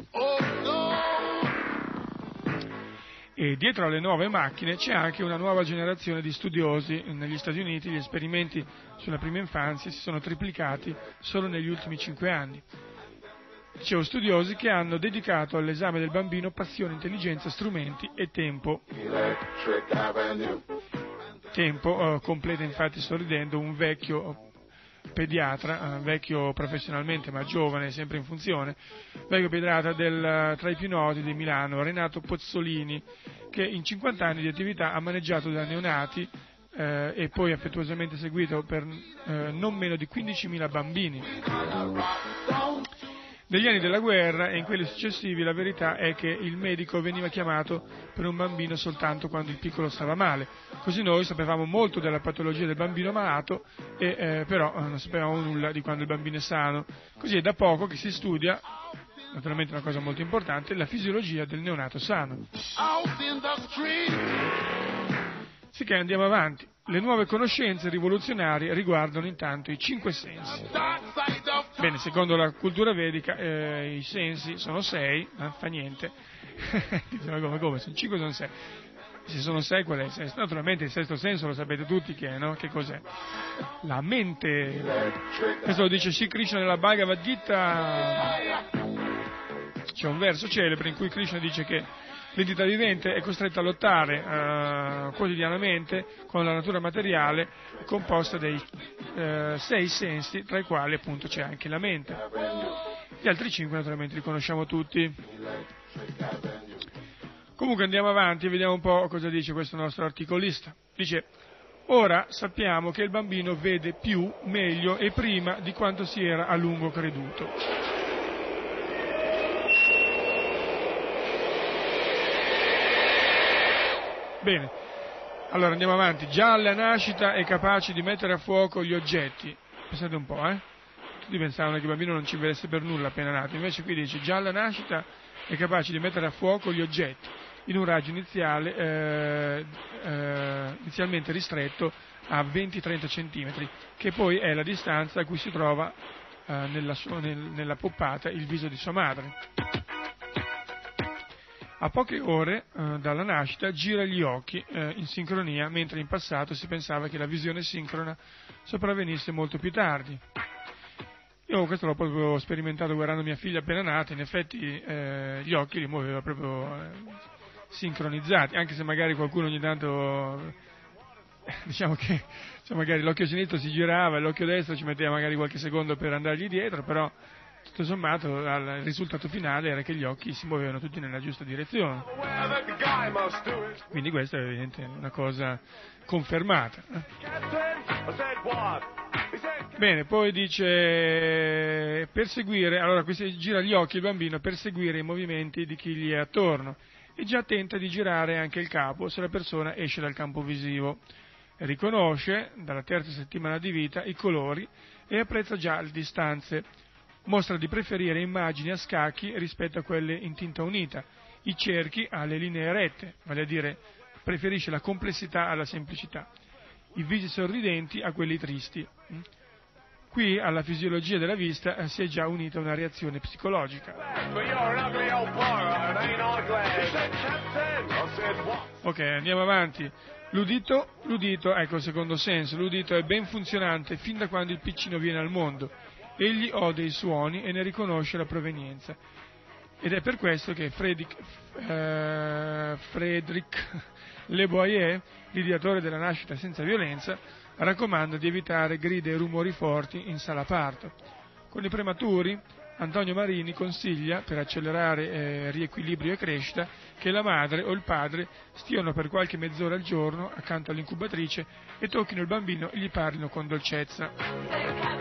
E dietro alle nuove macchine c'è anche una nuova generazione di studiosi. Negli Stati Uniti gli esperimenti sulla prima infanzia si sono triplicati solo negli ultimi cinque anni. dicevo, studiosi che hanno dedicato all'esame del bambino passione, intelligenza, strumenti e tempo. Tempo eh, completa infatti sorridendo un vecchio pediatra, eh, vecchio professionalmente ma giovane, sempre in funzione, vecchio pediatra del, tra i più noti di Milano, Renato Pozzolini, che in cinquanta anni di attività ha maneggiato da neonati eh, e poi affettuosamente seguito per eh, non meno di quindicimila bambini. Negli anni della guerra e in quelli successivi la verità è che il medico veniva chiamato per un bambino soltanto quando il piccolo stava male, così noi sapevamo molto della patologia del bambino malato e eh, però non sapevamo nulla di quando il bambino è sano, così è da poco che si studia, naturalmente una cosa molto importante, la fisiologia del neonato sano. Sicché andiamo avanti. Le nuove conoscenze rivoluzionarie riguardano intanto i cinque sensi. Bene, secondo la cultura vedica eh, i sensi sono sei, non fa niente. come, come, sono cinque o sono sei? Se sono sei, qual è il sesto? Naturalmente il sesto senso lo sapete tutti che è, no? Che cos'è? La mente. Questo lo dice Sri Krishna nella Bhagavad Gita. C'è un verso celebre in cui Krishna dice che l'entità vivente è costretta a lottare uh, quotidianamente con la natura materiale composta dei uh, sei sensi, tra i quali appunto c'è anche la mente. Gli altri cinque naturalmente li conosciamo tutti. Comunque andiamo avanti e vediamo un po' cosa dice questo nostro articolista. Dice: ora sappiamo che il bambino vede più, meglio e prima di quanto si era a lungo creduto. Bene, allora andiamo avanti. Già alla nascita è capace di mettere a fuoco gli oggetti. Pensate un po', eh? Tutti pensavano che il bambino non ci vedesse per nulla appena nato, invece qui dice già alla nascita è capace di mettere a fuoco gli oggetti in un raggio iniziale, eh, eh, inizialmente ristretto a venti trenta centimetri, che poi è la distanza a cui si trova eh, nella, sua, nel, nella poppata il viso di sua madre. A poche ore eh, dalla nascita gira gli occhi eh, in sincronia, mentre in passato si pensava che la visione sincrona sopravvenisse molto più tardi. Io questo l'ho proprio sperimentato guardando mia figlia appena nata, in effetti eh, gli occhi li muoveva proprio eh, sincronizzati, anche se magari qualcuno ogni tanto, eh, diciamo che cioè magari l'occhio sinistro si girava e l'occhio destro ci metteva magari qualche secondo per andargli dietro, però tutto sommato il risultato finale era che gli occhi si muovevano tutti nella giusta direzione. Quindi questa è evidente una cosa confermata. Bene, poi dice perseguire, allora qui si gira gli occhi il bambino per seguire i movimenti di chi gli è attorno e già tenta di girare anche il capo se la persona esce dal campo visivo. Riconosce dalla terza settimana di vita i colori e apprezza già le distanze. Mostra di preferire immagini a scacchi rispetto a quelle in tinta unita, i cerchi alle linee rette, vale a dire preferisce la complessità alla semplicità, i visi sorridenti a quelli tristi. Qui alla fisiologia della vista si è già unita una reazione psicologica. Ok, andiamo avanti. L'udito, l'udito, ecco il secondo senso, l'udito è ben funzionante fin da quando il piccino viene al mondo. Egli ode i suoni e ne riconosce la provenienza. Ed è per questo che Frédéric, eh, Frédéric Le Boyer, l'ideatore della nascita senza violenza, raccomanda di evitare grida e rumori forti in sala parto. Con i prematuri, Antonio Marini consiglia, per accelerare eh, riequilibrio e crescita, che la madre o il padre stiano per qualche mezz'ora al giorno accanto all'incubatrice e tocchino il bambino e gli parlino con dolcezza.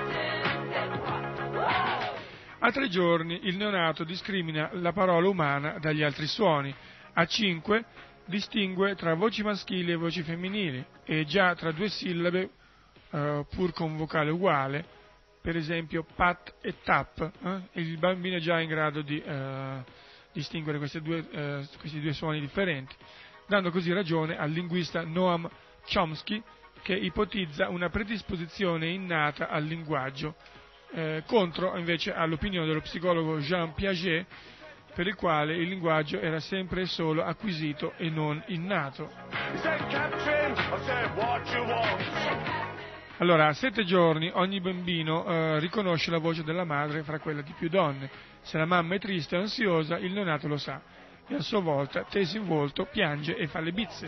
A tre giorni il neonato discrimina la parola umana dagli altri suoni. A cinque distingue tra voci maschili e voci femminili e già tra due sillabe, eh, pur con vocale uguale, per esempio pat e tap, eh, il bambino è già in grado di eh, distinguere questi due, eh, questi due suoni differenti, dando così ragione al linguista Noam Chomsky, che ipotizza una predisposizione innata al linguaggio, Eh, contro invece all'opinione dello psicologo Jean Piaget, per il quale il linguaggio era sempre e solo acquisito e non innato. Allora, a sette giorni ogni bambino eh, riconosce la voce della madre fra quella di più donne. Se la mamma è triste o ansiosa, il neonato lo sa. E a sua volta, teso in volto, piange e fa le bizze.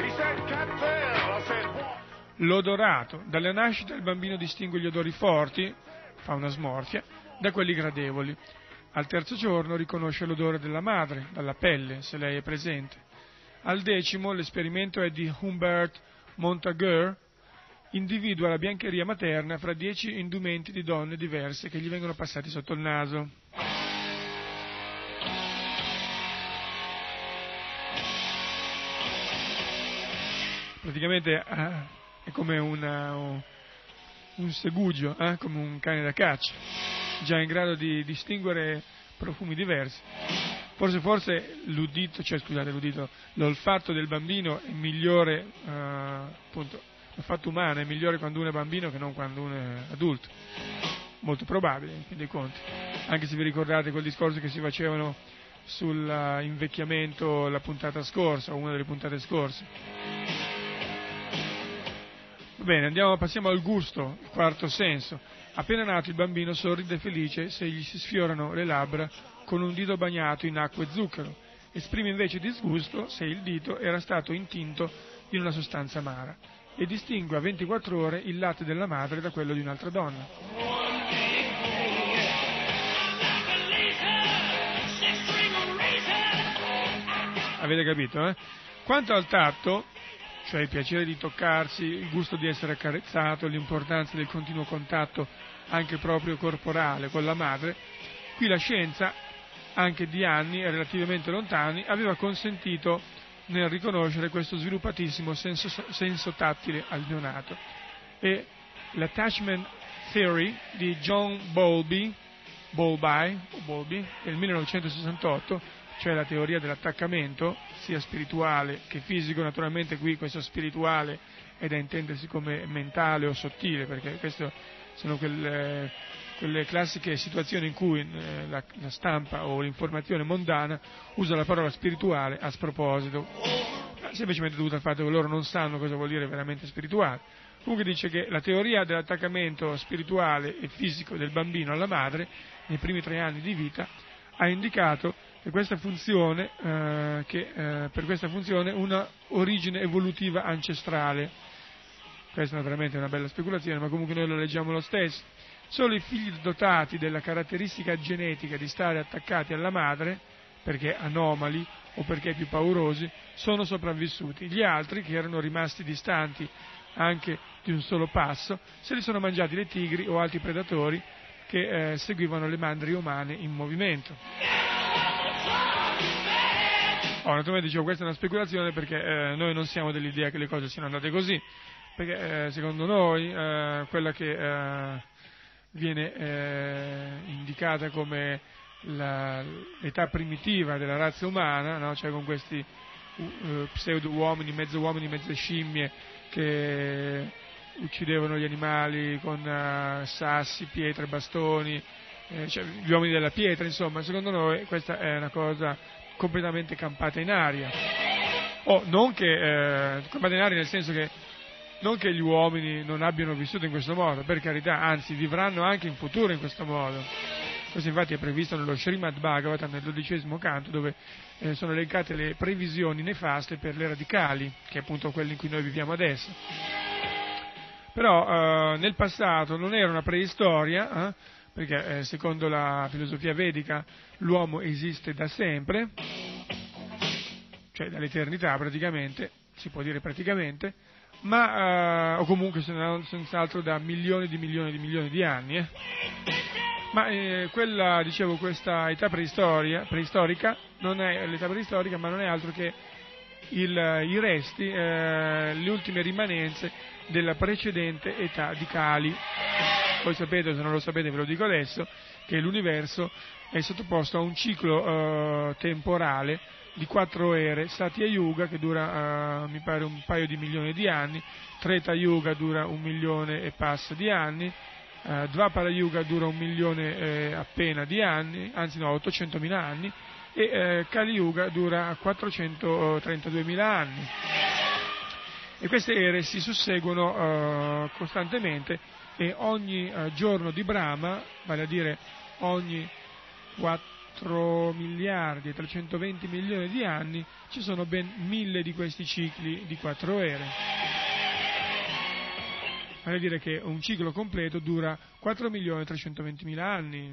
L'odorato. Dalla nascita il bambino distingue gli odori forti, fa una smorfia, da quelli gradevoli. Al terzo giorno riconosce l'odore della madre, dalla pelle, se lei è presente. Al decimo l'esperimento è di Humbert Montague, individua la biancheria materna fra dieci indumenti di donne diverse che gli vengono passati sotto il naso. Praticamente eh, è come una, un, un segugio, eh, come un cane da caccia, già in grado di distinguere profumi diversi. Forse, forse l'udito, cioè scusate, l'udito, l'olfatto del bambino è migliore, eh, appunto, l'olfatto umano è migliore quando uno è bambino che non quando uno è adulto. Molto probabile, in fin dei conti. Anche se vi ricordate quel discorso che si facevano sull'invecchiamento la puntata scorsa, o una delle puntate scorse. Bene, andiamo, passiamo al gusto, il quarto senso. Appena nato il bambino sorride felice se gli si sfiorano le labbra con un dito bagnato in acqua e zucchero. Esprime invece disgusto se il dito era stato intinto in una sostanza amara e distingue a ventiquattro ore il latte della madre da quello di un'altra donna. Avete capito, eh? Quanto al tatto, cioè il piacere di toccarsi, il gusto di essere accarezzato, l'importanza del continuo contatto anche proprio corporale con la madre, qui la scienza, anche di anni relativamente lontani, aveva consentito nel riconoscere questo sviluppatissimo senso, senso tattile al neonato. E l'attachment theory di John Bowlby, Bowlby, o Bowlby del millenovecentosessantotto, cioè la teoria dell'attaccamento, sia spirituale che fisico. Naturalmente qui questo spirituale è da intendersi come mentale o sottile, perché queste sono quelle, quelle classiche situazioni in cui eh, la, la stampa o l'informazione mondana usa la parola spirituale a sproposito, semplicemente dovuta al fatto che loro non sanno cosa vuol dire veramente spirituale. Comunque dice che la teoria dell'attaccamento spirituale e fisico del bambino alla madre nei primi tre anni di vita ha indicato che questa funzione, eh, che eh, per questa funzione una origine evolutiva ancestrale. Questa naturalmente è una bella speculazione, ma comunque noi lo leggiamo lo stesso. Solo i figli dotati della caratteristica genetica di stare attaccati alla madre, perché anomali o perché più paurosi, sono sopravvissuti. Gli altri, che erano rimasti distanti anche di un solo passo, se li sono mangiati le tigri o altri predatori che eh, seguivano le mandrie umane in movimento. Oh, naturalmente dicevo, questa è una speculazione perché eh, noi non siamo dell'idea che le cose siano andate così, perché eh, secondo noi eh, quella che eh, viene eh, indicata come la, l'età primitiva della razza umana, no? Cioè con questi uh, pseudo uomini, mezzo uomini, mezze scimmie che uccidevano gli animali con uh, sassi, pietre, bastoni, eh, cioè gli uomini della pietra, insomma, secondo noi questa è una cosa completamente campata in aria. O non che eh, campata in aria nel senso che non che gli uomini non abbiano vissuto in questo modo, per carità, anzi vivranno anche in futuro in questo modo. Questo infatti è previsto nello Srimad Bhagavatam, nel dodicesimo canto, dove eh, sono elencate le previsioni nefaste per le radicali, che è appunto quelle in cui noi viviamo adesso. Però eh, nel passato non era una preistoria, eh, perché eh, secondo la filosofia vedica l'uomo esiste da sempre, cioè dall'eternità praticamente, si può dire praticamente, ma eh, o comunque senz'altro da milioni di milioni di milioni di anni. Eh. Ma eh, quella, dicevo, questa età preistoria, preistorica non è l'età preistorica, ma non è altro che il, i resti, eh, le ultime rimanenze della precedente età di Kali. Voi sapete, se non lo sapete ve lo dico adesso, che l'universo è sottoposto a un ciclo eh, temporale di quattro ere: Satya Yuga, che dura eh, mi pare un paio di milioni di anni, Treta Yuga dura un milione e passa di anni, eh, Dvapara Yuga dura un milione eh, appena di anni, anzi no, ottocentomila anni, e eh, Kali Yuga dura quattrocentotrentaduemila anni. e queste ere si susseguono uh, costantemente e ogni uh, giorno di Brahma, vale a dire ogni quattro miliardi e trecentoventi milioni di anni, ci sono ben mille di questi cicli di quattro ere. Vale a dire che un ciclo completo dura quattro milioni e trecentoventimila anni.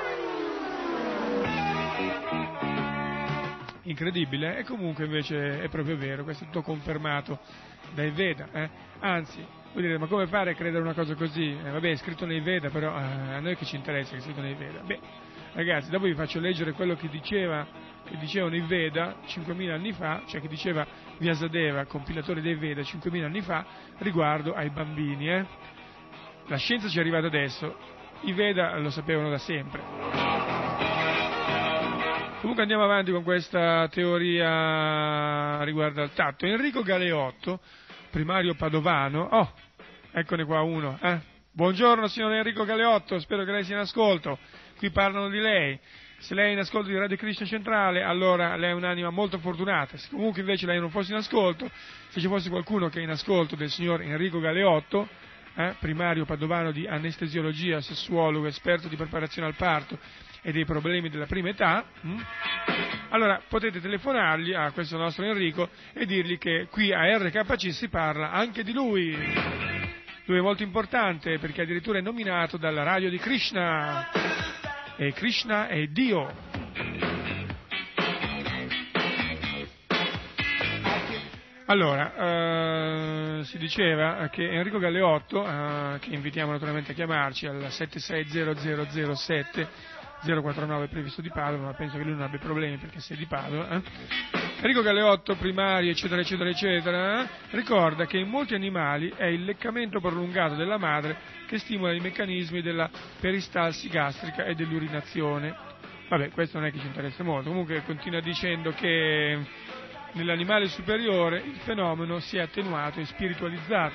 Incredibile, e comunque invece è proprio vero, questo è tutto confermato dai Veda, eh? Anzi, vuol dire, ma come fare a credere una cosa così? Eh, vabbè, è scritto nei Veda, però eh, a noi che ci interessa che è scritto nei Veda? Beh, ragazzi, dopo vi faccio leggere quello che diceva, che dicevano i Veda cinquemila anni fa, cioè che diceva Vyasadeva, compilatore dei Veda, cinquemila anni fa, riguardo ai bambini, eh? La scienza ci è arrivata adesso, i Veda lo sapevano da sempre. Comunque andiamo avanti con questa teoria riguardo al tatto. Enrico Galeotto, primario padovano, oh, eccone qua uno, eh? Buongiorno signor Enrico Galeotto, spero che lei sia in ascolto, qui parlano di lei. Se lei è in ascolto di Radio Krishna Centrale, allora lei è un'anima molto fortunata. Se comunque invece lei non fosse in ascolto, se ci fosse qualcuno che è in ascolto del signor Enrico Galeotto, eh, primario padovano di anestesiologia, sessuologo, esperto di preparazione al parto e dei problemi della prima età, hm? Allora potete telefonargli a questo nostro Enrico e dirgli che qui a R K C si parla anche di lui. Lui è molto importante perché addirittura è nominato dalla radio di Krishna, e Krishna è Dio. Allora, eh, si diceva che Enrico Galeotto, eh, che invitiamo naturalmente a chiamarci al sette sei zero zero zero sette zero quattro nove previsto di Padova, ma penso che lui non abbia problemi perché sei di Padova, eh? Enrico Galeotto, primario, eccetera, eccetera, eccetera, eh? ricorda che in molti animali è il leccamento prolungato della madre che stimola i meccanismi della peristalsi gastrica e dell'urinazione. Vabbè, questo non è che ci interessa molto, comunque continua dicendo che nell'animale superiore il fenomeno si è attenuato e spiritualizzato.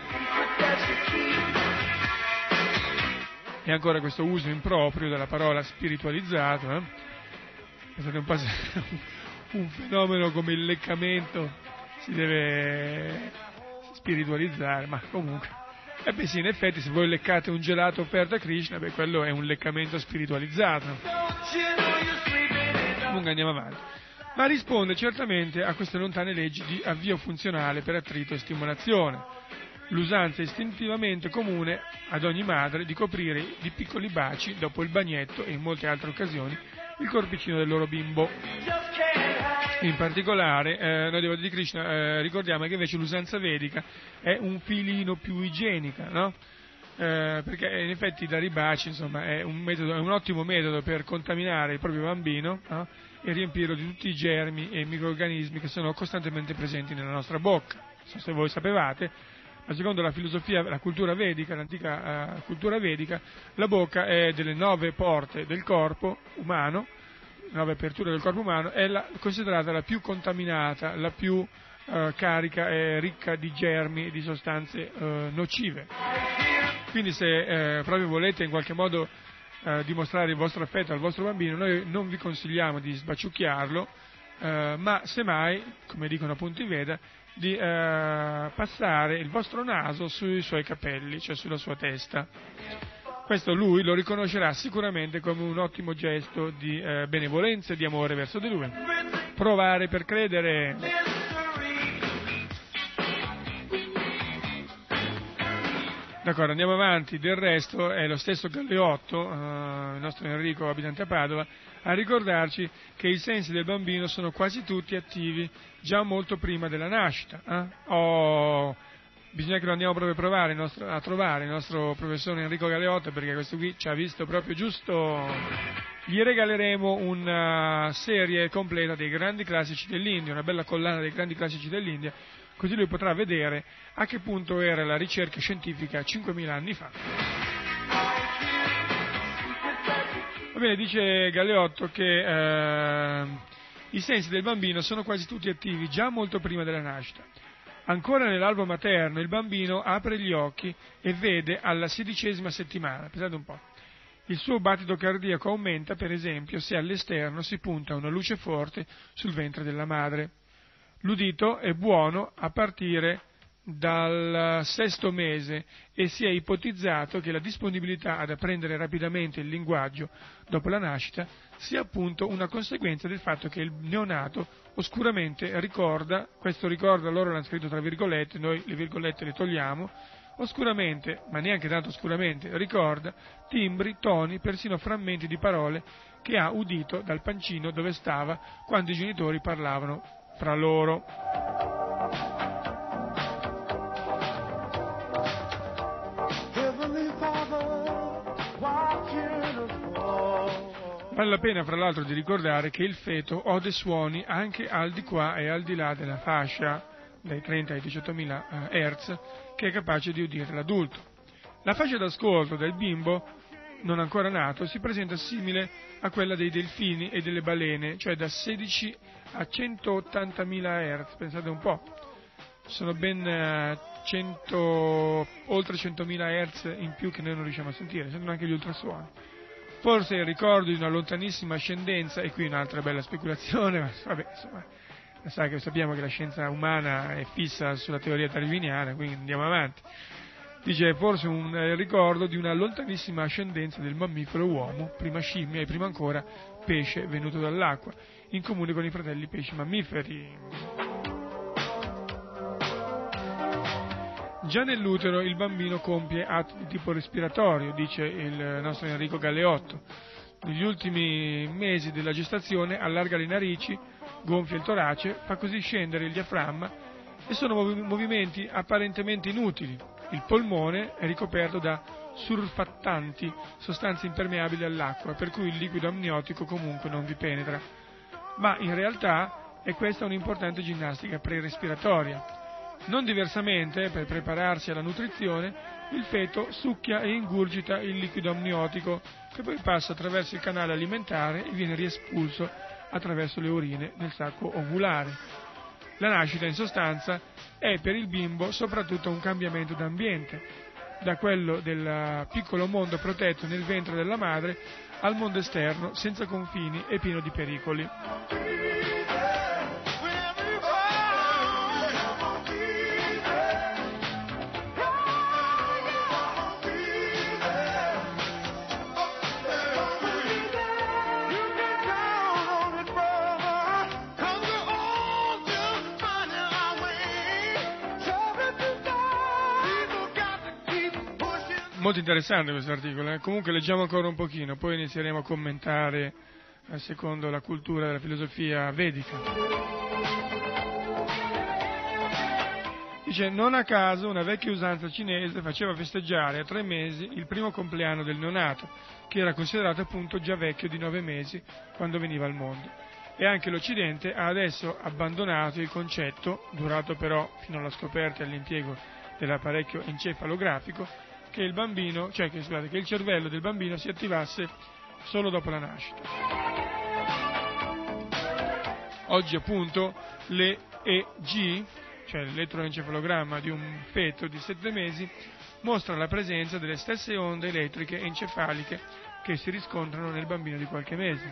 E ancora questo uso improprio della parola spiritualizzato, eh? Pensate un po' se un fenomeno come il leccamento si deve spiritualizzare, ma comunque. E beh sì, in effetti se voi leccate un gelato offerto a Krishna, beh quello è un leccamento spiritualizzato. Comunque andiamo avanti. Ma risponde certamente a queste lontane leggi di avvio funzionale per attrito e stimolazione. L'usanza istintivamente comune ad ogni madre di coprire di piccoli baci, dopo il bagnetto e in molte altre occasioni, il corpicino del loro bimbo. In particolare, eh, noi devoti di Krishna eh, ricordiamo che invece l'usanza vedica è un filino più igienica, no? Eh, perché in effetti dare i baci, insomma, è un, metodo, è un ottimo metodo per contaminare il proprio bambino, no? E riempirlo di tutti i germi e microrganismi che sono costantemente presenti nella nostra bocca. Non so se voi sapevate, ma secondo la filosofia, la cultura vedica, l'antica uh, cultura vedica, la bocca è delle nove porte del corpo umano, nove aperture del corpo umano, è la, considerata la più contaminata, la più uh, carica e ricca di germi e di sostanze uh, nocive. Quindi se uh, proprio volete in qualche modo uh, dimostrare il vostro affetto al vostro bambino, noi non vi consigliamo di sbaciucchiarlo, uh, ma semmai, come dicono appunto i Veda, di eh, passare il vostro naso sui suoi capelli, cioè sulla sua testa. Questo lui lo riconoscerà sicuramente come un ottimo gesto di eh, benevolenza e di amore verso di lui. Provare per credere. D'accordo, andiamo avanti. Del resto è lo stesso Galeotto, eh, il nostro Enrico abitante a Padova, a ricordarci che i sensi del bambino sono quasi tutti attivi già molto prima della nascita. Eh? Oh, bisogna che lo andiamo proprio a, provare, il nostro, a trovare il nostro professore Enrico Galeotto, perché questo qui ci ha visto proprio giusto. Gli regaleremo una serie completa dei grandi classici dell'India, una bella collana dei grandi classici dell'India, così lui potrà vedere a che punto era la ricerca scientifica cinquemila anni fa. Va bene, dice Galeotto che eh, i sensi del bambino sono quasi tutti attivi già molto prima della nascita. Ancora nell'albo materno il bambino apre gli occhi e vede alla sedicesima settimana, pensate un po'. Il suo battito cardiaco aumenta, per esempio, se all'esterno si punta una luce forte sul ventre della madre. L'udito è buono a partire dal sesto mese e si è ipotizzato che la disponibilità ad apprendere rapidamente il linguaggio dopo la nascita sia appunto una conseguenza del fatto che il neonato oscuramente ricorda, questo ricorda loro l'hanno scritto tra virgolette, noi le virgolette le togliamo, oscuramente, ma neanche tanto oscuramente, ricorda timbri, toni, persino frammenti di parole che ha udito dal pancino dove stava quando i genitori parlavano fra loro. Vale la pena, fra l'altro, di ricordare che il feto ode suoni anche al di qua e al di là della fascia dai trenta ai diciottomila hertz che è capace di udire l'adulto. La fascia d'ascolto del bimbo non ancora nato si presenta simile a quella dei delfini e delle balene, cioè da sedici a centottantamila hertz, pensate un po', sono ben cento, oltre centomila hertz in più che noi non riusciamo a sentire, sentono anche gli ultrasuoni. Forse il ricordo di una lontanissima ascendenza, e qui un'altra bella speculazione, ma vabbè, insomma, sa che sappiamo che la scienza umana è fissa sulla teoria darwiniana, quindi andiamo avanti. Dice forse un eh, ricordo di una lontanissima ascendenza del mammifero uomo, prima scimmia e prima ancora pesce venuto dall'acqua, in comune con i fratelli pesci mammiferi. Già nell'utero il bambino compie atti di tipo respiratorio, dice il nostro Enrico Galeotto. Negli ultimi mesi della gestazione allarga le narici, gonfia il torace, fa così scendere il diaframma e sono movi- movimenti apparentemente inutili. Il polmone è ricoperto da surfattanti, sostanze impermeabili all'acqua, per cui il liquido amniotico comunque non vi penetra. Ma in realtà è questa un'importante ginnastica pre-respiratoria. Non diversamente, per prepararsi alla nutrizione, il feto succhia e ingurgita il liquido amniotico, che poi passa attraverso il canale alimentare e viene riespulso attraverso le urine nel sacco ovulare. La nascita, in sostanza, è per il bimbo soprattutto un cambiamento d'ambiente, da quello del piccolo mondo protetto nel ventre della madre al mondo esterno, senza confini e pieno di pericoli. Molto interessante questo articolo, eh? Comunque leggiamo ancora un pochino, poi inizieremo a commentare eh, secondo la cultura della filosofia vedica. Dice, non a caso una vecchia usanza cinese faceva festeggiare a tre mesi il primo compleanno del neonato, che era considerato appunto già vecchio di nove mesi quando veniva al mondo. E anche l'Occidente ha adesso abbandonato il concetto, durato però fino alla scoperta e all'impiego dell'apparecchio encefalografico, che il bambino, cioè che, scusate, che il cervello del bambino si attivasse solo dopo la nascita. Oggi appunto l'E E G, cioè l'elettroencefalogramma di un feto di sette mesi, mostra la presenza delle stesse onde elettriche encefaliche che si riscontrano nel bambino di qualche mese.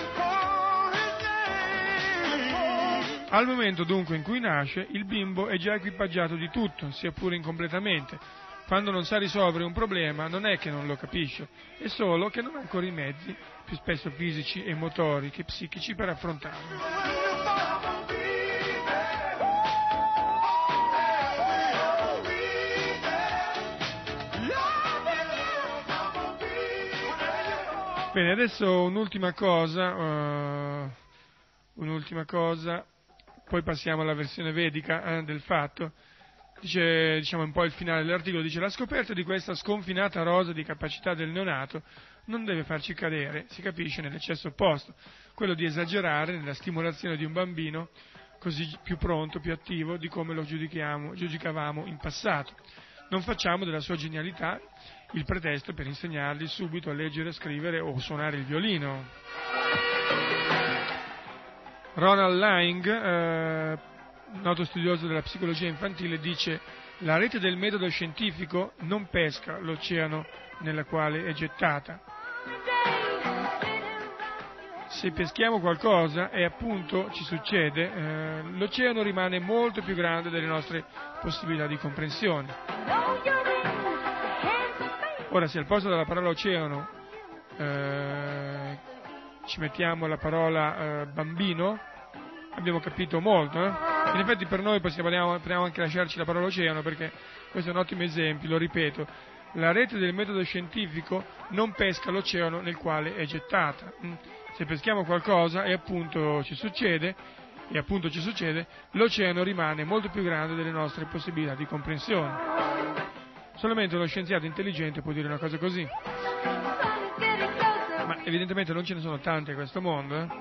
Al momento dunque in cui nasce, il bimbo è già equipaggiato di tutto, sia pure incompletamente. Quando non sa risolvere un problema non è che non lo capisce, è solo che non ha ancora i mezzi, più spesso fisici e motori che psichici, per affrontarlo. Bene, adesso un'ultima cosa, uh, un'ultima cosa, poi passiamo alla versione vedica eh, del fatto. Dice, diciamo un po' il finale dell'articolo, dice la scoperta di questa sconfinata rosa di capacità del neonato non deve farci cadere, si capisce, nell'eccesso opposto, quello di esagerare nella stimolazione di un bambino così più pronto, più attivo di come lo giudichiamo, giudicavamo in passato. Non facciamo della sua genialità il pretesto per insegnargli subito a leggere, scrivere o suonare il violino. Ronald Lang, eh, noto studioso della psicologia infantile, dice: la rete del metodo scientifico non pesca l'oceano nella quale è gettata. se peschiamo qualcosa, e appunto ci succede, eh, l'oceano rimane molto più grande delle nostre possibilità di comprensione. Ora, se al posto della parola oceano eh, ci mettiamo la parola eh, bambino, abbiamo capito molto. Eh? In effetti per noi possiamo, possiamo anche lasciarci la parola oceano, perché questo è un ottimo esempio, lo ripeto. La rete del metodo scientifico non pesca l'oceano nel quale è gettata. Se peschiamo qualcosa e appunto ci succede, e appunto ci succede, l'oceano rimane molto più grande delle nostre possibilità di comprensione. Solamente uno scienziato intelligente può dire una cosa così. Ma evidentemente non ce ne sono tanti a questo mondo. Eh?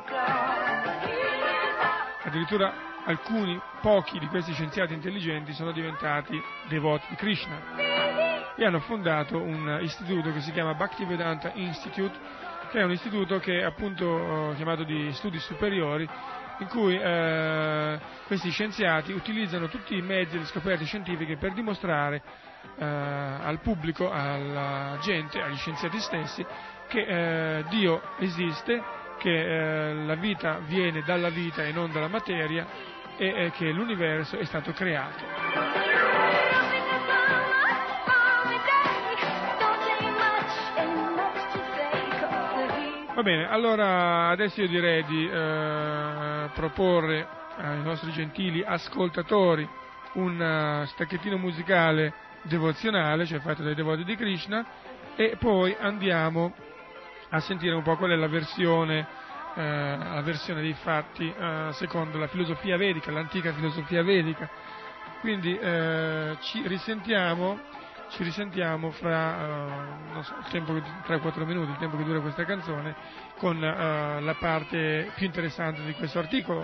Addirittura alcuni, pochi di questi scienziati intelligenti sono diventati devoti di Krishna e hanno fondato un istituto che si chiama Bhaktivedanta Institute, che è un istituto che è appunto chiamato di studi superiori, in cui eh, questi scienziati utilizzano tutti i mezzi e le scoperte scientifiche per dimostrare eh, al pubblico, alla gente, agli scienziati stessi, che eh, Dio esiste, che eh, la vita viene dalla vita e non dalla materia, e eh, che l'universo è stato creato. Va bene, allora adesso io direi di eh, proporre ai nostri gentili ascoltatori un stacchettino musicale devozionale, cioè fatto dai devoti di Krishna, e poi andiamo a sentire un po' qual è la versione, eh, la versione dei fatti eh, secondo la filosofia vedica, l'antica filosofia vedica. Quindi eh, ci risentiamo. Ci risentiamo fra uh, non so, il tempo che, tre quattro minuti, il tempo che dura questa canzone, con uh, la parte più interessante di questo articolo.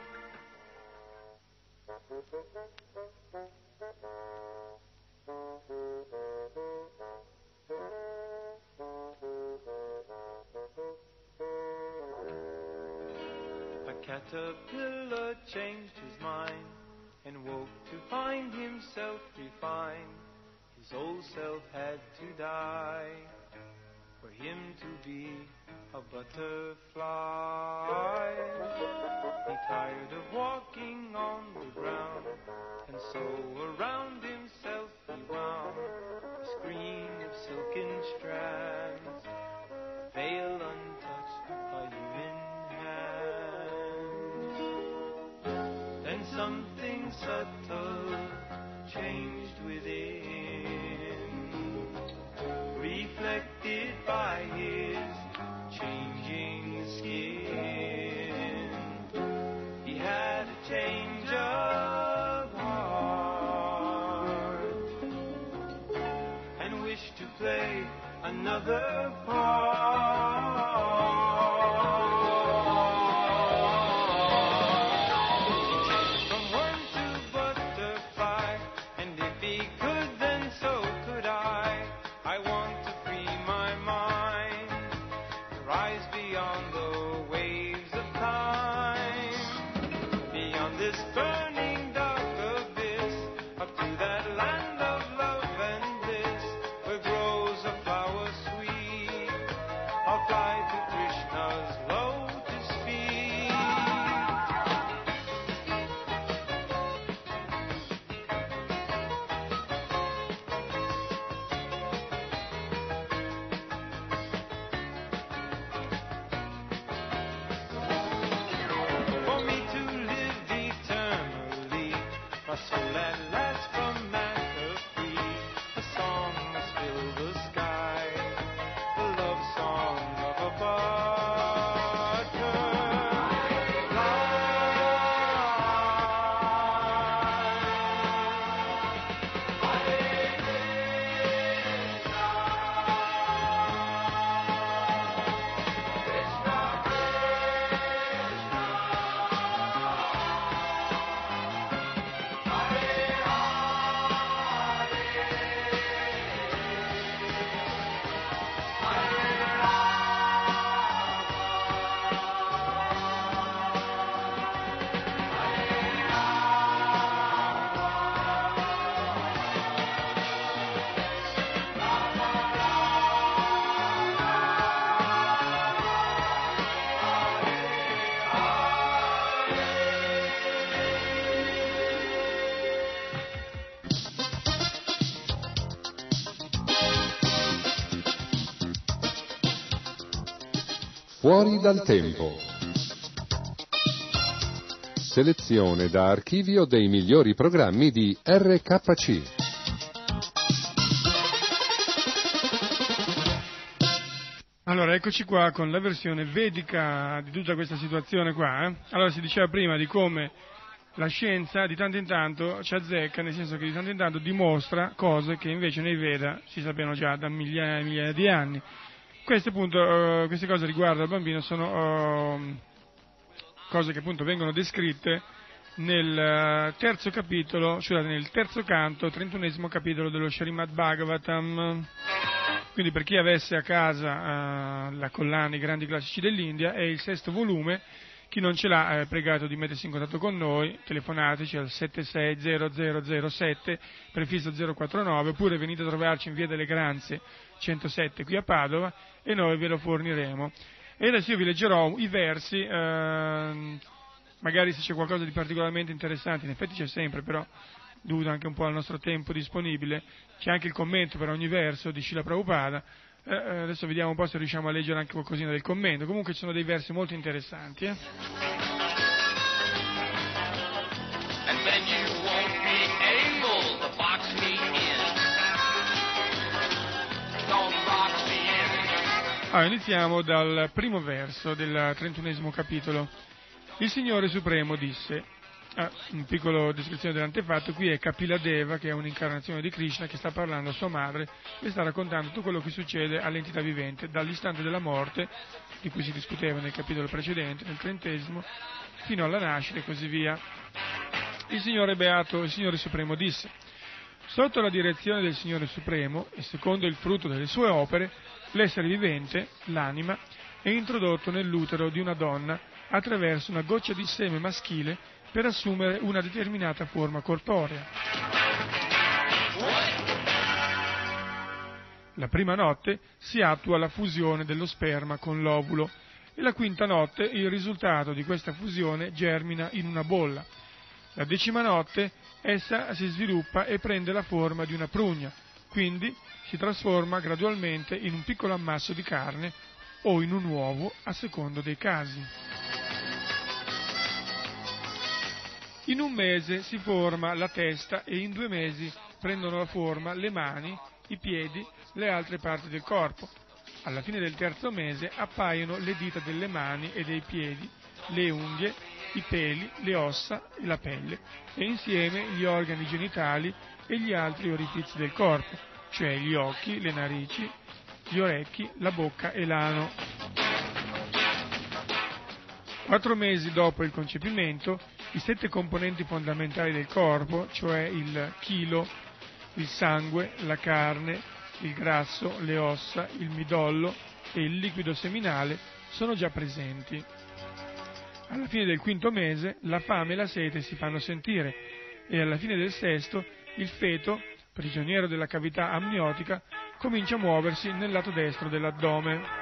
A caterpillar changed his mind and woke to find himself refined. His old self had to die for him to be a butterfly. He tired of walking on the ground, and so around himself he wound a screen of silken strands, a veil untouched by human hands. Then something subtle changed within, reflected by his changing skin. He had a change of heart and wished to play another part. Fly to Krishna. Fuori dal tempo. Selezione da archivio dei migliori programmi di R K C. Allora, eccoci qua con la versione vedica di tutta questa situazione qua. Eh? Allora, si diceva prima di come la scienza di tanto in tanto ci azzecca, nel senso che di tanto in tanto dimostra cose che invece nei Veda si sapevano già da migliaia e migliaia di anni. Queste, appunto, uh, queste cose riguardo al bambino sono uh, cose che appunto vengono descritte nel uh, terzo capitolo, scusate, nel terzo canto, trentunesimo capitolo dello Srimad Bhagavatam. Quindi per chi avesse a casa uh, la collana I grandi classici dell'India, è il sesto volume. Chi non ce l'ha è pregato di mettersi in contatto con noi, telefonateci al sette sei zero zero zero sette, prefisso zero quattro nove, oppure venite a trovarci in via delle Granze centosette qui a Padova e noi ve lo forniremo. E adesso io vi leggerò i versi, eh, magari se c'è qualcosa di particolarmente interessante, in effetti c'è sempre, però dovuto anche un po' al nostro tempo disponibile, c'è anche il commento per ogni verso di Srila Prabhupada. Eh, adesso vediamo un po' se riusciamo a leggere anche qualcosina del commento. Comunque ci sono dei versi molto interessanti. Eh? Allora, iniziamo dal primo verso del trentunesimo capitolo. Il Signore Supremo disse... Ah, un piccolo descrizione dell'antefatto, qui è Kapila Deva, che è un'incarnazione di Krishna, che sta parlando a sua madre e sta raccontando tutto quello che succede all'entità vivente dall'istante della morte, di cui si discuteva nel capitolo precedente, nel trentesimo, fino alla nascita e così via. Il Signore Beato, il Signore Supremo disse: sotto la direzione del Signore Supremo e secondo il frutto delle sue opere, l'essere vivente, l'anima, è introdotto nell'utero di una donna attraverso una goccia di seme maschile per assumere una determinata forma corporea. La prima notte si attua la fusione dello sperma con l'ovulo e la quinta notte il risultato di questa fusione germina in una bolla. La decima notte essa si sviluppa e prende la forma di una prugna, quindi si trasforma gradualmente in un piccolo ammasso di carne o in un uovo a secondo dei casi. In un mese si forma la testa e in due mesi prendono la forma le mani, i piedi, le altre parti del corpo. Alla fine del terzo mese appaiono le dita delle mani e dei piedi, le unghie, i peli, le ossa e la pelle, e insieme gli organi genitali e gli altri orifizi del corpo, cioè gli occhi, le narici, gli orecchi, la bocca e l'ano. Quattro mesi dopo il concepimento, i sette componenti fondamentali del corpo, cioè il chilo, il sangue, la carne, il grasso, le ossa, il midollo e il liquido seminale, sono già presenti. Alla fine del quinto mese, la fame e la sete si fanno sentire e alla fine del sesto, il feto, prigioniero della cavità amniotica, comincia a muoversi nel lato destro dell'addome.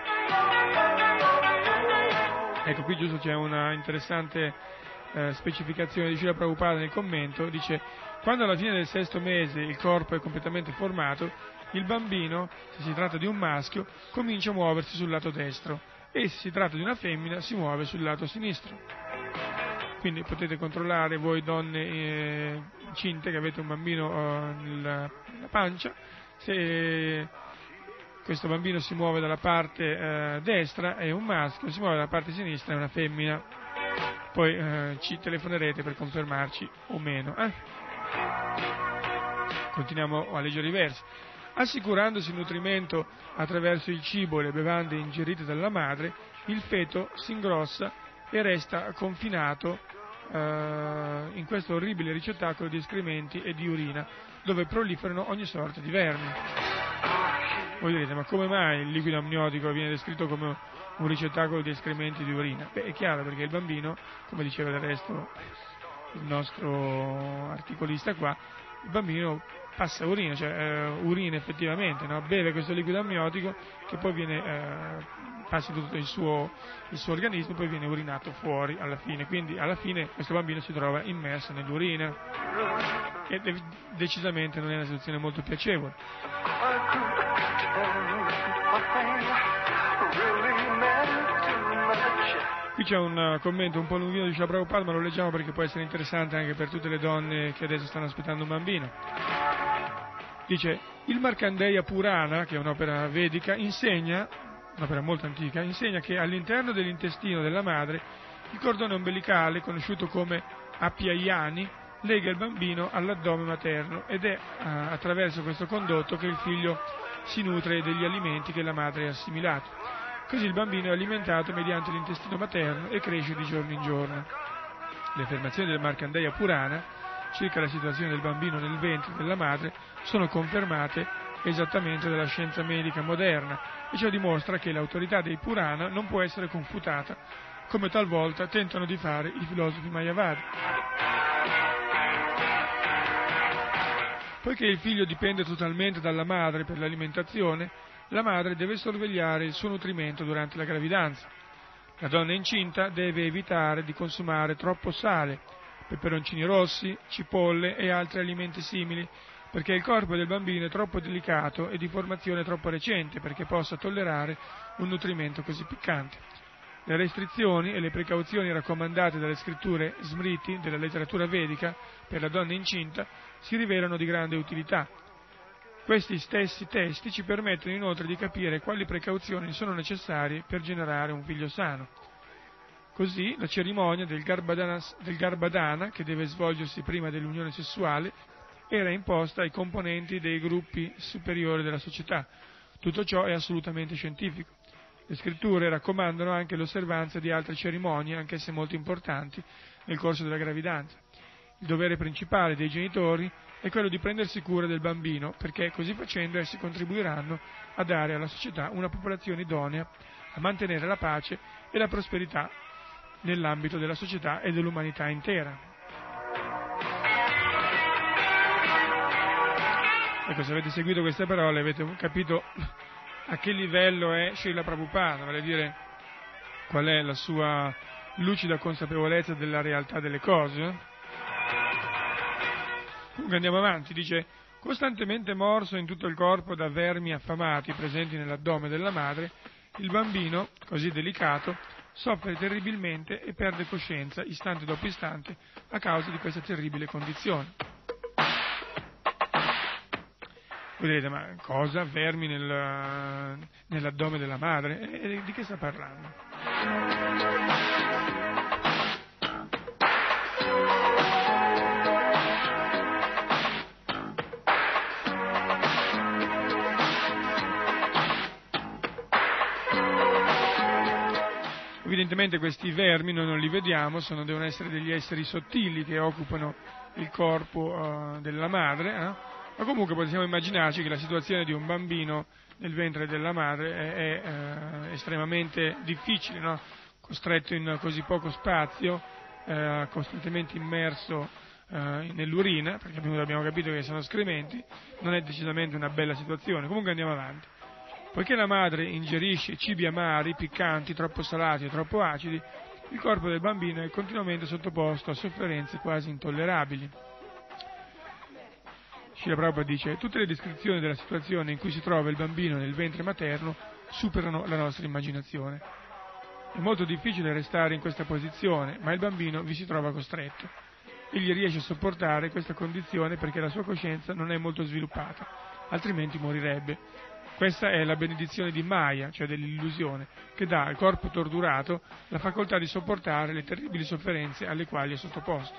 Ecco, qui giusto c'è una interessante eh, specificazione di Srila Prabhupada nel commento, dice: quando alla fine del sesto mese il corpo è completamente formato, il bambino, se si tratta di un maschio, comincia a muoversi sul lato destro e se si tratta di una femmina si muove sul lato sinistro. Quindi potete controllare voi donne eh, incinte che avete un bambino eh, nella, nella pancia, se questo bambino si muove dalla parte eh, destra è un maschio, si muove dalla parte sinistra è una femmina. Poi eh, ci telefonerete per confermarci o meno. Eh? Continuiamo a leggere i versi. Assicurandosi il nutrimento attraverso il cibo e le bevande ingerite dalla madre, il feto si ingrossa e resta confinato eh, in questo orribile ricettacolo di escrementi e di urina, dove proliferano ogni sorta di vermi. Voi direte, ma come mai il liquido amniotico viene descritto come un ricettacolo di escrementi e di urina? Beh, è chiaro, perché il bambino, come diceva del resto il nostro articolista qua, il bambino passa urina, cioè eh, urina effettivamente, no? Beve questo liquido amniotico che poi viene, eh, passa tutto il suo, il suo organismo e poi viene urinato fuori alla fine, quindi alla fine questo bambino si trova immerso nell'urina, che de- decisamente non è una situazione molto piacevole. Qui c'è un uh, commento un po' lunghino di Srila Prabhupada, ma lo leggiamo perché può essere interessante anche per tutte le donne che adesso stanno aspettando un bambino. Dice: il Markandeya Purana, che è un'opera vedica, insegna, un'opera molto antica, insegna che all'interno dell'intestino della madre il cordone ombelicale, conosciuto come Apyayani, lega il bambino all'addome materno ed è uh, attraverso questo condotto che il figlio si nutre degli alimenti che la madre ha assimilato. Così il bambino è alimentato mediante l'intestino materno e cresce di giorno in giorno. Le affermazioni del Markandeya Purana circa la situazione del bambino nel ventre della madre sono confermate esattamente dalla scienza medica moderna, e ciò dimostra che l'autorità dei Purana non può essere confutata, come talvolta tentano di fare i filosofi mayavadi. Poiché il figlio dipende totalmente dalla madre per l'alimentazione, la madre deve sorvegliare il suo nutrimento durante la gravidanza. La donna incinta deve evitare di consumare troppo sale, peperoncini rossi, cipolle e altri alimenti simili, perché il corpo del bambino è troppo delicato e di formazione troppo recente perché possa tollerare un nutrimento così piccante. Le restrizioni e le precauzioni raccomandate dalle scritture smriti della letteratura vedica per la donna incinta si rivelano di grande utilità. Questi stessi testi ci permettono inoltre di capire quali precauzioni sono necessarie per generare un figlio sano. Così la cerimonia del Garbhadana, del Garbhadana, che deve svolgersi prima dell'unione sessuale, era imposta ai componenti dei gruppi superiori della società. Tutto ciò è assolutamente scientifico. Le scritture raccomandano anche l'osservanza di altre cerimonie, anch'esse molto importanti, nel corso della gravidanza. Il dovere principale dei genitori è quello di prendersi cura del bambino, perché così facendo essi contribuiranno a dare alla società una popolazione idonea a mantenere la pace e la prosperità nell'ambito della società e dell'umanità intera. Ecco, se avete seguito queste parole avete capito a che livello è Srila Prabhupada, vale a dire qual è la sua lucida consapevolezza della realtà delle cose. Comunque andiamo avanti, dice: costantemente morso in tutto il corpo da vermi affamati presenti nell'addome della madre, il bambino, così delicato, soffre terribilmente e perde coscienza istante dopo istante a causa di questa terribile condizione. Voi direte: ma cosa? Vermi nel, nell'addome della madre? E di che sta parlando? Evidentemente questi vermi noi non li vediamo, sono, devono essere degli esseri sottili che occupano il corpo uh, della madre, eh? Ma comunque possiamo immaginarci che la situazione di un bambino nel ventre della madre è, è uh, estremamente difficile, no? Costretto in così poco spazio, uh, costantemente immerso uh, nell'urina, perché abbiamo, abbiamo capito che sono escrementi, non è decisamente una bella situazione. Comunque andiamo avanti. Poiché la madre ingerisce cibi amari, piccanti, troppo salati o troppo acidi, il corpo del bambino è continuamente sottoposto a sofferenze quasi intollerabili. Srila Prabhupada dice: tutte le descrizioni della situazione in cui si trova il bambino nel ventre materno superano la nostra immaginazione. È molto difficile restare in questa posizione, ma il bambino vi si trova costretto. Egli riesce a sopportare questa condizione perché la sua coscienza non è molto sviluppata, altrimenti morirebbe. Questa è la benedizione di Maya, cioè dell'illusione, che dà al corpo torturato la facoltà di sopportare le terribili sofferenze alle quali è sottoposto.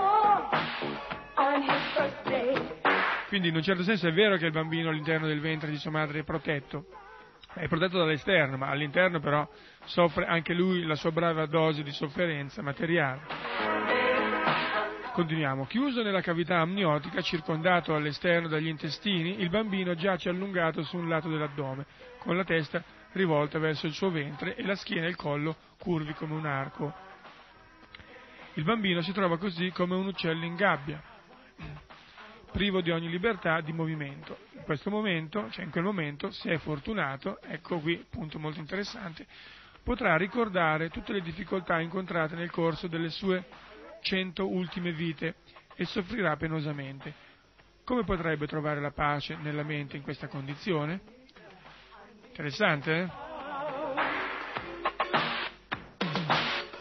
Quindi in un certo senso è vero che il bambino all'interno del ventre di sua madre è protetto, è protetto dall'esterno, ma all'interno però soffre anche lui la sua brava dose di sofferenza materiale. Continuiamo. Chiuso nella cavità amniotica, circondato all'esterno dagli intestini, il bambino giace allungato su un lato dell'addome, con la testa rivolta verso il suo ventre e la schiena e il collo curvi come un arco. Il bambino si trova così come un uccello in gabbia, privo di ogni libertà di movimento. In questo momento, cioè in quel momento, se è fortunato, ecco qui, punto molto interessante, potrà ricordare tutte le difficoltà incontrate nel corso delle sue cento ultime vite e soffrirà penosamente. Come potrebbe trovare la pace nella mente in questa condizione? Interessante, eh?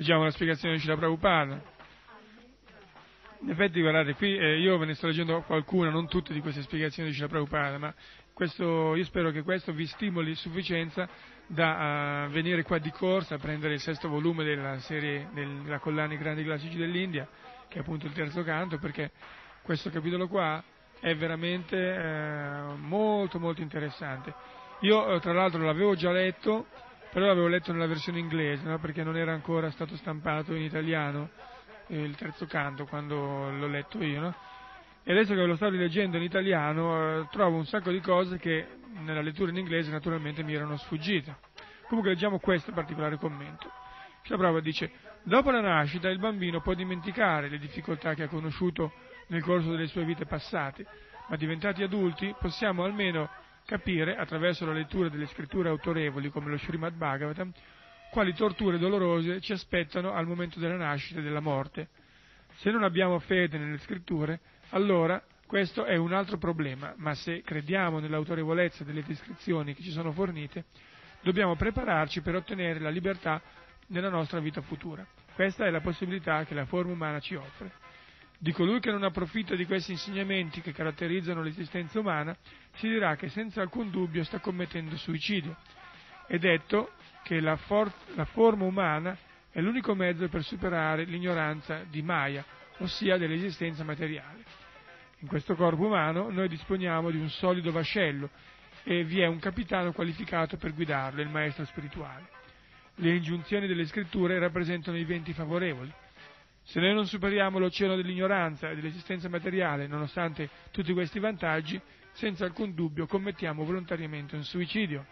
leggiamo la spiegazione di Srila Prabhupada. In effetti, guardate, qui eh, io ve ne sto leggendo qualcuna, non tutte di queste spiegazioni di Srila Prabhupada, ma questo, io spero che questo vi stimoli a sufficienza da uh, venire qua di corsa a prendere il sesto volume della serie della collana I grandi classici dell'India, che è appunto il terzo canto, perché questo capitolo qua è veramente eh, molto molto interessante. Io eh, tra l'altro l'avevo già letto, però l'avevo letto nella versione inglese, no? Perché non era ancora stato stampato in italiano il terzo canto quando l'ho letto io, no? E adesso che lo sto rileggendo in italiano eh, trovo un sacco di cose che nella lettura in inglese naturalmente mi erano sfuggite. Comunque leggiamo questo particolare commento. Srila Prabhupada dice: dopo la nascita il bambino può dimenticare le difficoltà che ha conosciuto nel corso delle sue vite passate, ma diventati adulti possiamo almeno capire, attraverso la lettura delle scritture autorevoli come lo Srimad Bhagavatam, quali torture dolorose ci aspettano al momento della nascita e della morte. Se non abbiamo fede nelle scritture, allora questo è un altro problema, ma se crediamo nell'autorevolezza delle descrizioni che ci sono fornite, dobbiamo prepararci per ottenere la libertà nella nostra vita futura. Questa è la possibilità che la forma umana ci offre. Di colui che non approfitta di questi insegnamenti che caratterizzano l'esistenza umana, si dirà che senza alcun dubbio sta commettendo suicidio. È detto che la, for- la forma umana è l'unico mezzo per superare l'ignoranza di Maya, ossia dell'esistenza materiale. In questo corpo umano noi disponiamo di un solido vascello e vi è un capitano qualificato per guidarlo, il maestro spirituale. Le ingiunzioni delle scritture rappresentano i venti favorevoli. Se noi non superiamo l'oceano dell'ignoranza e dell'esistenza materiale, nonostante tutti questi vantaggi, senza alcun dubbio commettiamo volontariamente un suicidio.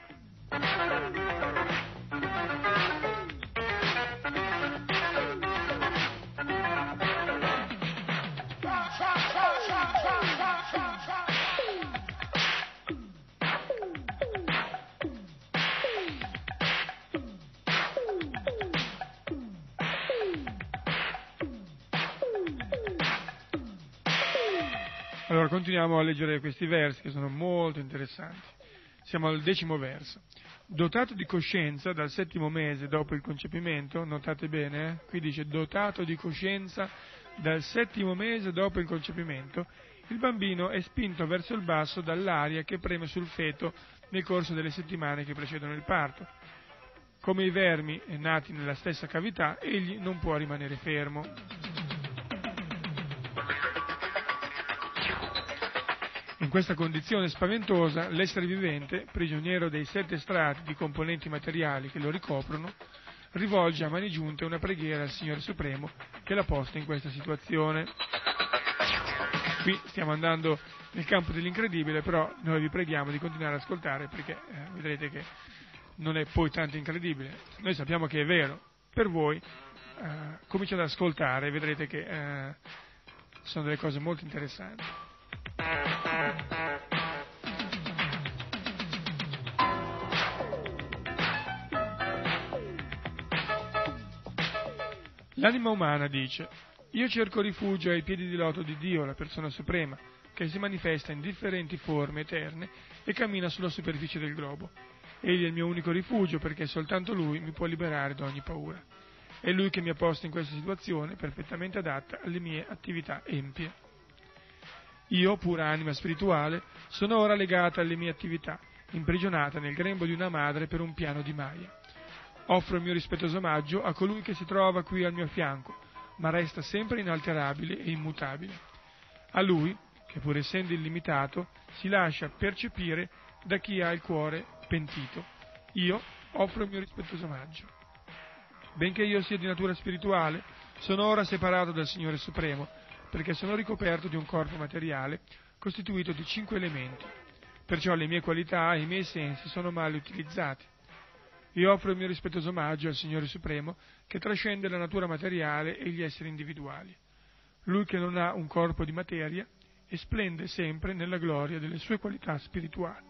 Allora continuiamo a leggere questi versi che sono molto interessanti. Siamo al decimo verso. Dotato di coscienza dal settimo mese dopo il concepimento, notate bene, eh? Qui dice dotato di coscienza dal settimo mese dopo il concepimento, il bambino è spinto verso il basso dall'aria che preme sul feto nel corso delle settimane che precedono il parto. Come i vermi nati nella stessa cavità, egli non può rimanere fermo. In questa condizione spaventosa, l'essere vivente, prigioniero dei sette strati di componenti materiali che lo ricoprono, rivolge a mani giunte una preghiera al Signore Supremo che l'ha posto in questa situazione. Qui stiamo andando nel campo dell'incredibile, però noi vi preghiamo di continuare ad ascoltare perché eh, vedrete che non è poi tanto incredibile. Noi sappiamo che è vero. Per voi eh, cominciate ad ascoltare e vedrete che eh, sono delle cose molto interessanti. L'anima umana dice: io cerco rifugio ai piedi di loto di Dio, la persona suprema, che si manifesta in differenti forme eterne e cammina sulla superficie del globo. Egli è il mio unico rifugio perché soltanto Lui mi può liberare da ogni paura. È Lui che mi ha posto in questa situazione perfettamente adatta alle mie attività empie. Io, pura anima spirituale, sono ora legata alle mie attività, imprigionata nel grembo di una madre per un piano di Maya. Offro il mio rispettoso omaggio a colui che si trova qui al mio fianco, ma resta sempre inalterabile e immutabile. A lui, che pur essendo illimitato, si lascia percepire da chi ha il cuore pentito. Io offro il mio rispettoso omaggio. Benché io sia di natura spirituale, sono ora separato dal Signore Supremo, perché sono ricoperto di un corpo materiale costituito di cinque elementi, perciò le mie qualità e i miei sensi sono male utilizzati. Io offro il mio rispettoso omaggio al Signore Supremo che trascende la natura materiale e gli esseri individuali. Lui che non ha un corpo di materia e splende sempre nella gloria delle sue qualità spirituali.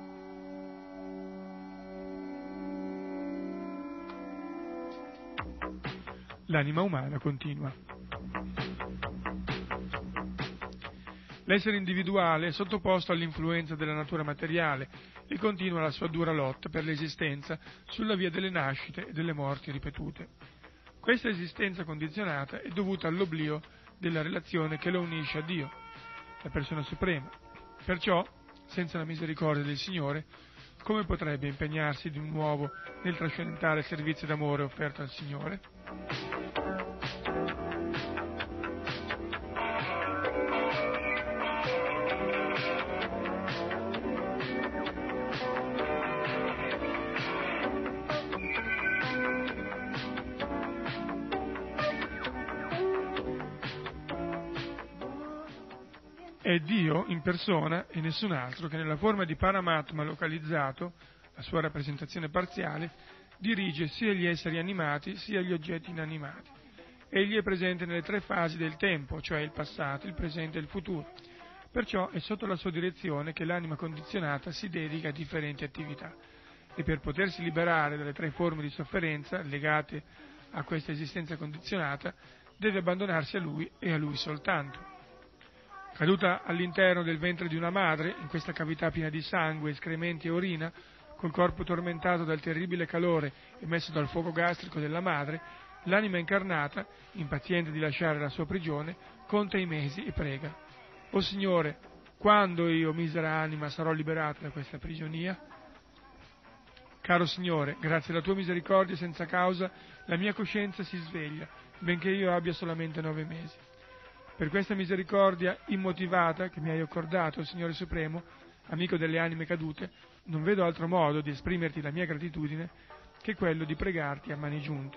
L'anima umana continua. L'essere individuale è sottoposto all'influenza della natura materiale e continua la sua dura lotta per l'esistenza sulla via delle nascite e delle morti ripetute. Questa esistenza condizionata è dovuta all'oblio della relazione che lo unisce a Dio, la persona suprema. Perciò, senza la misericordia del Signore, come potrebbe impegnarsi di nuovo nel trascendentale servizio d'amore offerto al Signore? È Dio in persona e nessun altro che nella forma di Paramatma localizzato, la sua rappresentazione parziale, dirige sia gli esseri animati sia gli oggetti inanimati. Egli è presente nelle tre fasi del tempo, cioè il passato, il presente e il futuro. Perciò è sotto la sua direzione che l'anima condizionata si dedica a differenti attività e per potersi liberare dalle tre forme di sofferenza legate a questa esistenza condizionata deve abbandonarsi a Lui e a Lui soltanto. Caduta all'interno del ventre di una madre, in questa cavità piena di sangue, escrementi e urina, col corpo tormentato dal terribile calore emesso dal fuoco gastrico della madre, l'anima incarnata, impaziente di lasciare la sua prigione, conta i mesi e prega: «O Signore, quando io, misera anima, sarò liberata da questa prigionia?» Caro Signore, grazie alla tua misericordia senza causa, la mia coscienza si sveglia, benché io abbia solamente nove mesi. Per questa misericordia immotivata che mi hai accordato, Signore Supremo, amico delle anime cadute, non vedo altro modo di esprimerti la mia gratitudine che quello di pregarti a mani giunte.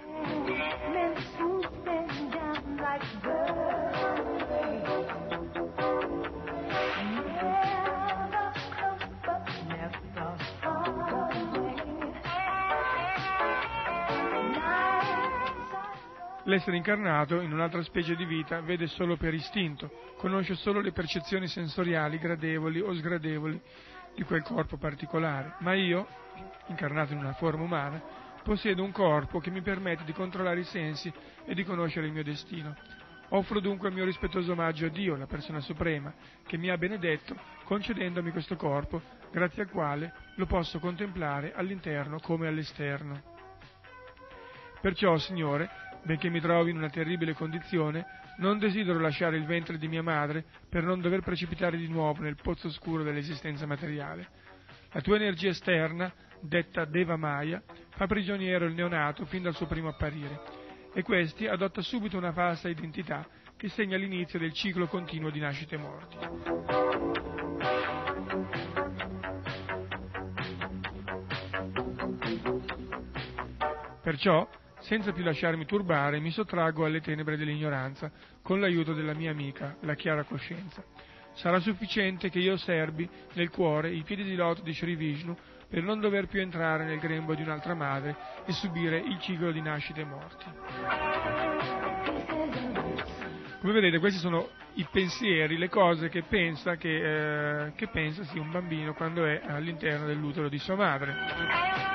L'essere incarnato in un'altra specie di vita vede solo per istinto, conosce solo le percezioni sensoriali gradevoli o sgradevoli di quel corpo particolare, ma io, incarnato in una forma umana, possiedo un corpo che mi permette di controllare i sensi e di conoscere il mio destino. Offro dunque il mio rispettoso omaggio a Dio, la persona suprema, che mi ha benedetto concedendomi questo corpo, grazie al quale lo posso contemplare all'interno come all'esterno. Perciò, Signore, benché mi trovi in una terribile condizione, non desidero lasciare il ventre di mia madre per non dover precipitare di nuovo nel pozzo oscuro dell'esistenza materiale. La tua energia esterna, detta Deva Maya, fa prigioniero il neonato fin dal suo primo apparire, e questi adotta subito una falsa identità che segna l'inizio del ciclo continuo di nascite e morti. Perciò, senza più lasciarmi turbare, mi sottraggo alle tenebre dell'ignoranza, con l'aiuto della mia amica, la chiara coscienza. Sarà sufficiente che io osservi nel cuore i piedi di loto di Sri Vishnu per non dover più entrare nel grembo di un'altra madre e subire il ciclo di nascite e morti. Come vedete, questi sono i pensieri, le cose che pensa, che, eh, che pensa sia un bambino quando è all'interno dell'utero di sua madre.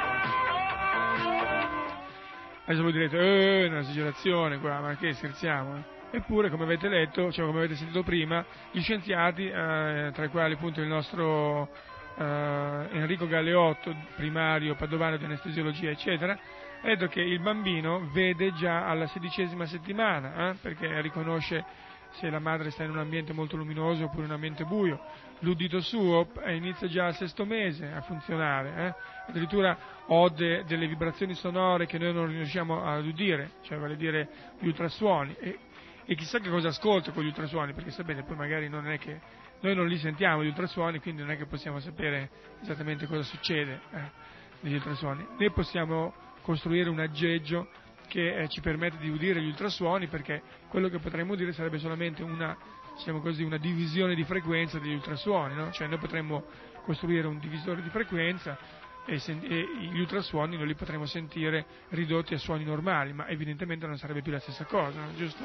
Adesso voi direte, eh, è un'esagerazione qua, ma che scherziamo? Eh? Eppure, come avete letto, cioè come avete sentito prima, gli scienziati, eh, tra i quali appunto il nostro eh, Enrico Galeotto, primario padovano di anestesiologia, eccetera, ha detto che il bambino vede già alla sedicesima settimana, eh, perché riconosce se la madre sta in un ambiente molto luminoso oppure in un ambiente buio. L'udito suo inizia già al sesto mese a funzionare, eh? Addirittura ode delle vibrazioni sonore che noi non riusciamo ad udire, cioè vale dire gli ultrasuoni, e, e chissà che cosa ascolta con gli ultrasuoni, perché sapete, poi magari non è che noi non li sentiamo gli ultrasuoni, quindi non è che possiamo sapere esattamente cosa succede eh, negli ultrasuoni, né possiamo costruire un aggeggio che eh, ci permette di udire gli ultrasuoni, perché quello che potremmo udire sarebbe solamente una, diciamo così, una divisione di frequenza degli ultrasuoni, no? Cioè noi potremmo costruire un divisore di frequenza e, sen- e gli ultrasuoni noi li potremmo sentire ridotti a suoni normali, ma evidentemente non sarebbe più la stessa cosa, no? Giusto?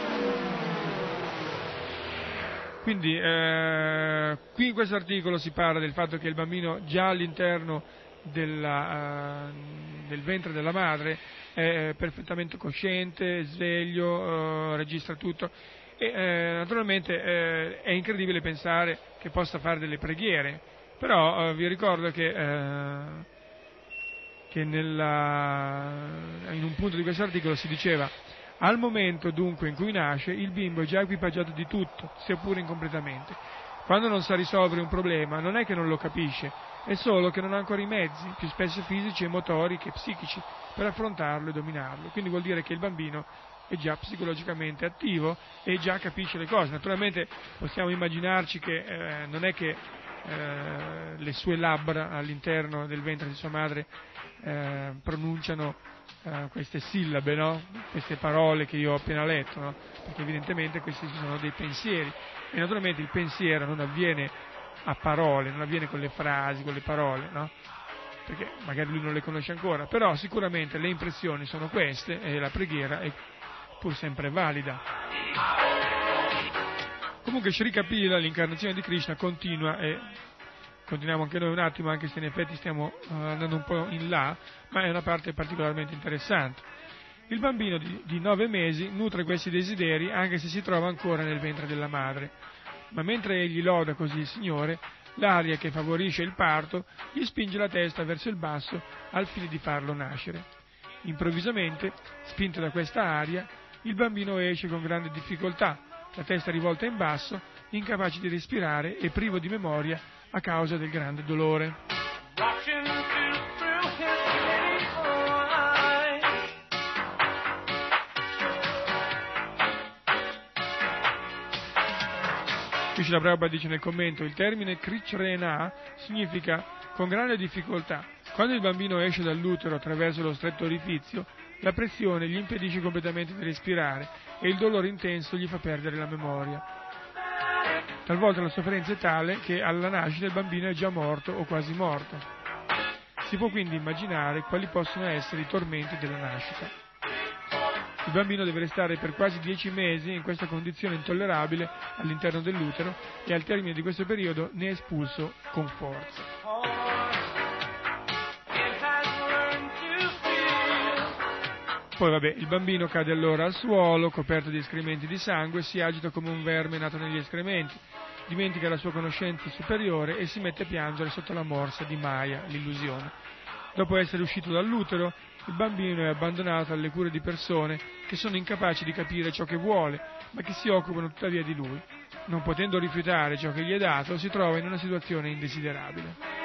Quindi eh, qui in questo articolo si parla del fatto che il bambino già all'interno della, uh, del ventre della madre è perfettamente cosciente, sveglio, uh, registra tutto e eh, naturalmente eh, è incredibile pensare che possa fare delle preghiere, però uh, vi ricordo che, uh, che nella, in un punto di questo articolo si diceva: al momento dunque in cui nasce il bimbo è già equipaggiato di tutto, sia pure incompletamente. Quando non sa risolvere un problema non è che non lo capisce, è solo che non ha ancora i mezzi, più spesso fisici e motori che psichici, per affrontarlo e dominarlo. Quindi vuol dire che il bambino è già psicologicamente attivo e già capisce le cose. Naturalmente possiamo immaginarci che eh, non è che eh, le sue labbra all'interno del ventre di sua madre eh, pronunciano eh, queste sillabe, no? Queste parole che io ho appena letto, no? Perché evidentemente questi sono dei pensieri, e naturalmente il pensiero non avviene a parole, non avviene con le frasi, con le parole, no? Perché magari lui non le conosce ancora, però sicuramente le impressioni sono queste e la preghiera è pur sempre valida. Comunque Sri Kapila, l'incarnazione di Krishna, continua, e continuiamo anche noi un attimo, anche se in effetti stiamo uh, andando un po' in là, ma è una parte particolarmente interessante. Il bambino di, di nove mesi nutre questi desideri anche se si trova ancora nel ventre della madre, ma mentre egli loda così il Signore, l'aria che favorisce il parto gli spinge la testa verso il basso al fine di farlo nascere. Improvvisamente, spinto da questa aria, il bambino esce con grande difficoltà, la testa rivolta in basso, incapace di respirare e privo di memoria a causa del grande dolore. Qui Srila Prabhupada dice nel commento: il termine Krichrena significa con grande difficoltà. Quando il bambino esce dall'utero attraverso lo stretto orifizio, la pressione gli impedisce completamente di respirare e il dolore intenso gli fa perdere la memoria. Talvolta la sofferenza è tale che alla nascita il bambino è già morto o quasi morto. Si può quindi immaginare quali possono essere i tormenti della nascita. Il bambino deve restare per quasi dieci mesi in questa condizione intollerabile all'interno dell'utero e al termine di questo periodo ne è espulso con forza. Poi vabbè, il bambino cade allora al suolo, coperto di escrementi di sangue, si agita come un verme nato negli escrementi, dimentica la sua conoscenza superiore e si mette a piangere sotto la morsa di Maya, l'illusione. Dopo essere uscito dall'utero, il bambino è abbandonato alle cure di persone che sono incapaci di capire ciò che vuole, ma che si occupano tuttavia di lui. Non potendo rifiutare ciò che gli è dato, si trova in una situazione indesiderabile.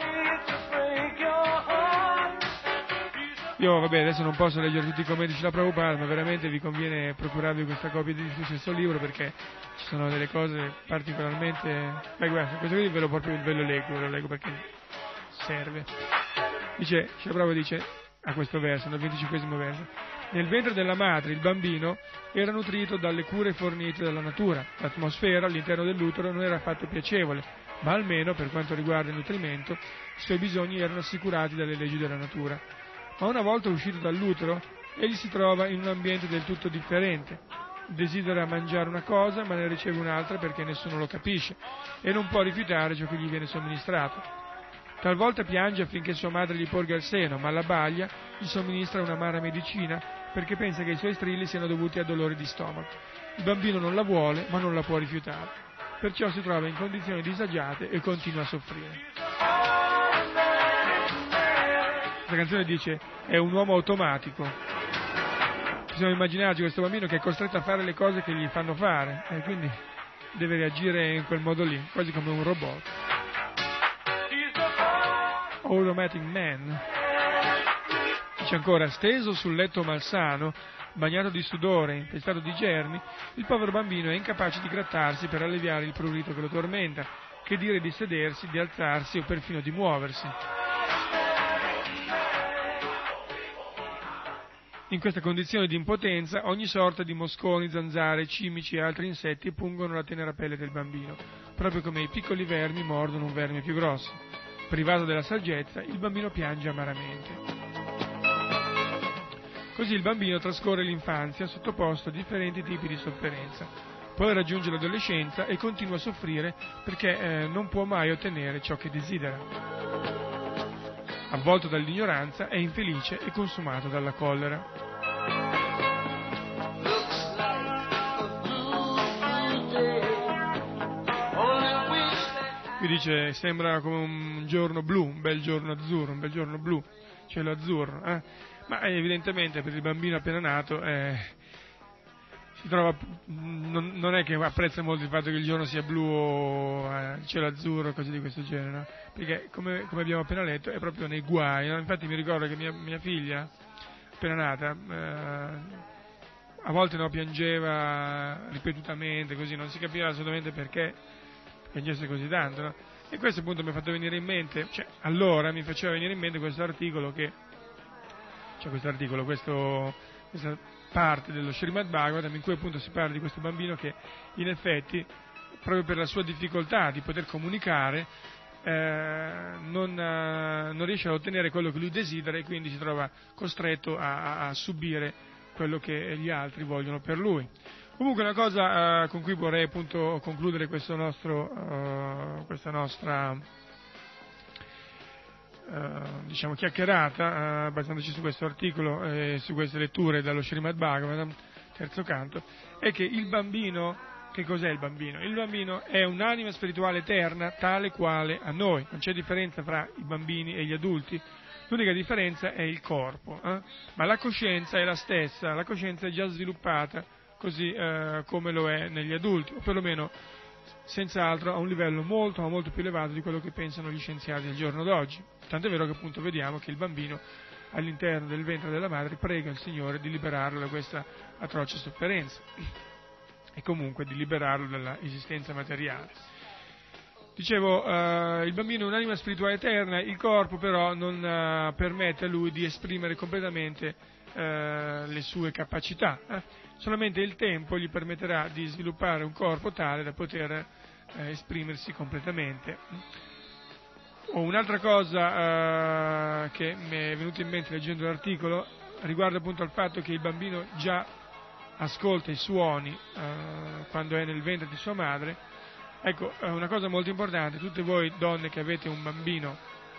Io, vabbè, adesso non posso leggere tutti i commenti sulla Prabhupada, ma veramente vi conviene procurarvi questa copia di questo libro, perché ci sono delle cose particolarmente... Beh, guarda, questo qui ve lo, proprio, ve lo leggo, ve lo leggo perché serve. Dice, Srila Prabhupada dice a questo verso, nel venticinquesimo verso: nel ventre della madre il bambino era nutrito dalle cure fornite dalla natura. L'atmosfera all'interno dell'utero non era affatto piacevole, ma almeno per quanto riguarda il nutrimento i suoi bisogni erano assicurati dalle leggi della natura. Ma una volta uscito dall'utero, egli si trova in un ambiente del tutto differente. Desidera mangiare una cosa, ma ne riceve un'altra perché nessuno lo capisce, e non può rifiutare ciò che gli viene somministrato. Talvolta piange affinché sua madre gli porga il seno, ma la baglia gli somministra un'amara medicina perché pensa che i suoi strilli siano dovuti a dolori di stomaco. Il bambino non la vuole, ma non la può rifiutare. Perciò si trova in condizioni disagiate e continua a soffrire. Questa canzone dice: è un uomo automatico. Possiamo immaginarci questo bambino che è costretto a fare le cose che gli fanno fare e quindi deve reagire in quel modo lì, quasi come un robot. Automatic Man. Dice ancora: steso sul letto malsano, bagnato di sudore, infestato di germi, il povero bambino è incapace di grattarsi per alleviare il prurito che lo tormenta, che dire di sedersi, di alzarsi o perfino di muoversi. In questa condizione di impotenza, ogni sorta di mosconi, zanzare, cimici e altri insetti pungono la tenera pelle del bambino, proprio come i piccoli vermi mordono un verme più grosso. Privato della saggezza, il bambino piange amaramente. Così il bambino trascorre l'infanzia sottoposto a differenti tipi di sofferenza. Poi raggiunge l'adolescenza e continua a soffrire perché eh, non può mai ottenere ciò che desidera. Avvolto dall'ignoranza, è infelice e consumato dalla collera. Qui dice: sembra come un giorno blu, un bel giorno azzurro, un bel giorno blu. cielo azzurro, eh? Ma evidentemente per il bambino appena nato eh, si trova, non, non è che apprezza molto il fatto che il giorno sia blu o eh, cielo azzurro, cose di questo genere, no? Perché come, come abbiamo appena letto è proprio nei guai, no? Infatti mi ricordo che mia, mia figlia appena nata eh, a volte no, piangeva ripetutamente, così non si capiva assolutamente perché piangesse così tanto, no? E questo appunto mi ha fatto venire in mente, cioè allora mi faceva venire in mente questo articolo che, cioè questo articolo, questo, questa parte dello Srimad Bhagavatam in cui appunto si parla di questo bambino che in effetti proprio per la sua difficoltà di poter comunicare eh, non, eh, non riesce a ottenere quello che lui desidera e quindi si trova costretto a, a, a subire quello che gli altri vogliono per lui. Comunque una cosa uh, con cui vorrei appunto concludere questo nostro, uh, questa nostra uh, diciamo chiacchierata, uh, basandoci su questo articolo e su queste letture dallo Srimad Bhagavatam, terzo canto, è che il bambino, che cos'è il bambino? Il bambino è un'anima spirituale eterna tale quale a noi, non c'è differenza fra i bambini e gli adulti. L'unica differenza è il corpo, eh? Ma la coscienza è la stessa, la coscienza è già sviluppata così eh, come lo è negli adulti, o perlomeno senz'altro a un livello molto, ma molto più elevato di quello che pensano gli scienziati al giorno d'oggi. Tant'è vero che appunto vediamo che il bambino all'interno del ventre della madre prega il Signore di liberarlo da questa atroce sofferenza e comunque di liberarlo dalla esistenza materiale. Dicevo, uh, il bambino è un'anima spirituale eterna, il corpo però non uh, permette a lui di esprimere completamente uh, le sue capacità, eh? Solamente il tempo gli permetterà di sviluppare un corpo tale da poter uh, esprimersi completamente. Oh, un'altra cosa uh, che mi è venuta in mente leggendo l'articolo riguarda appunto il fatto che il bambino già ascolta i suoni uh, quando è nel ventre di sua madre. Ecco, una cosa molto importante, tutte voi donne che avete un bambino,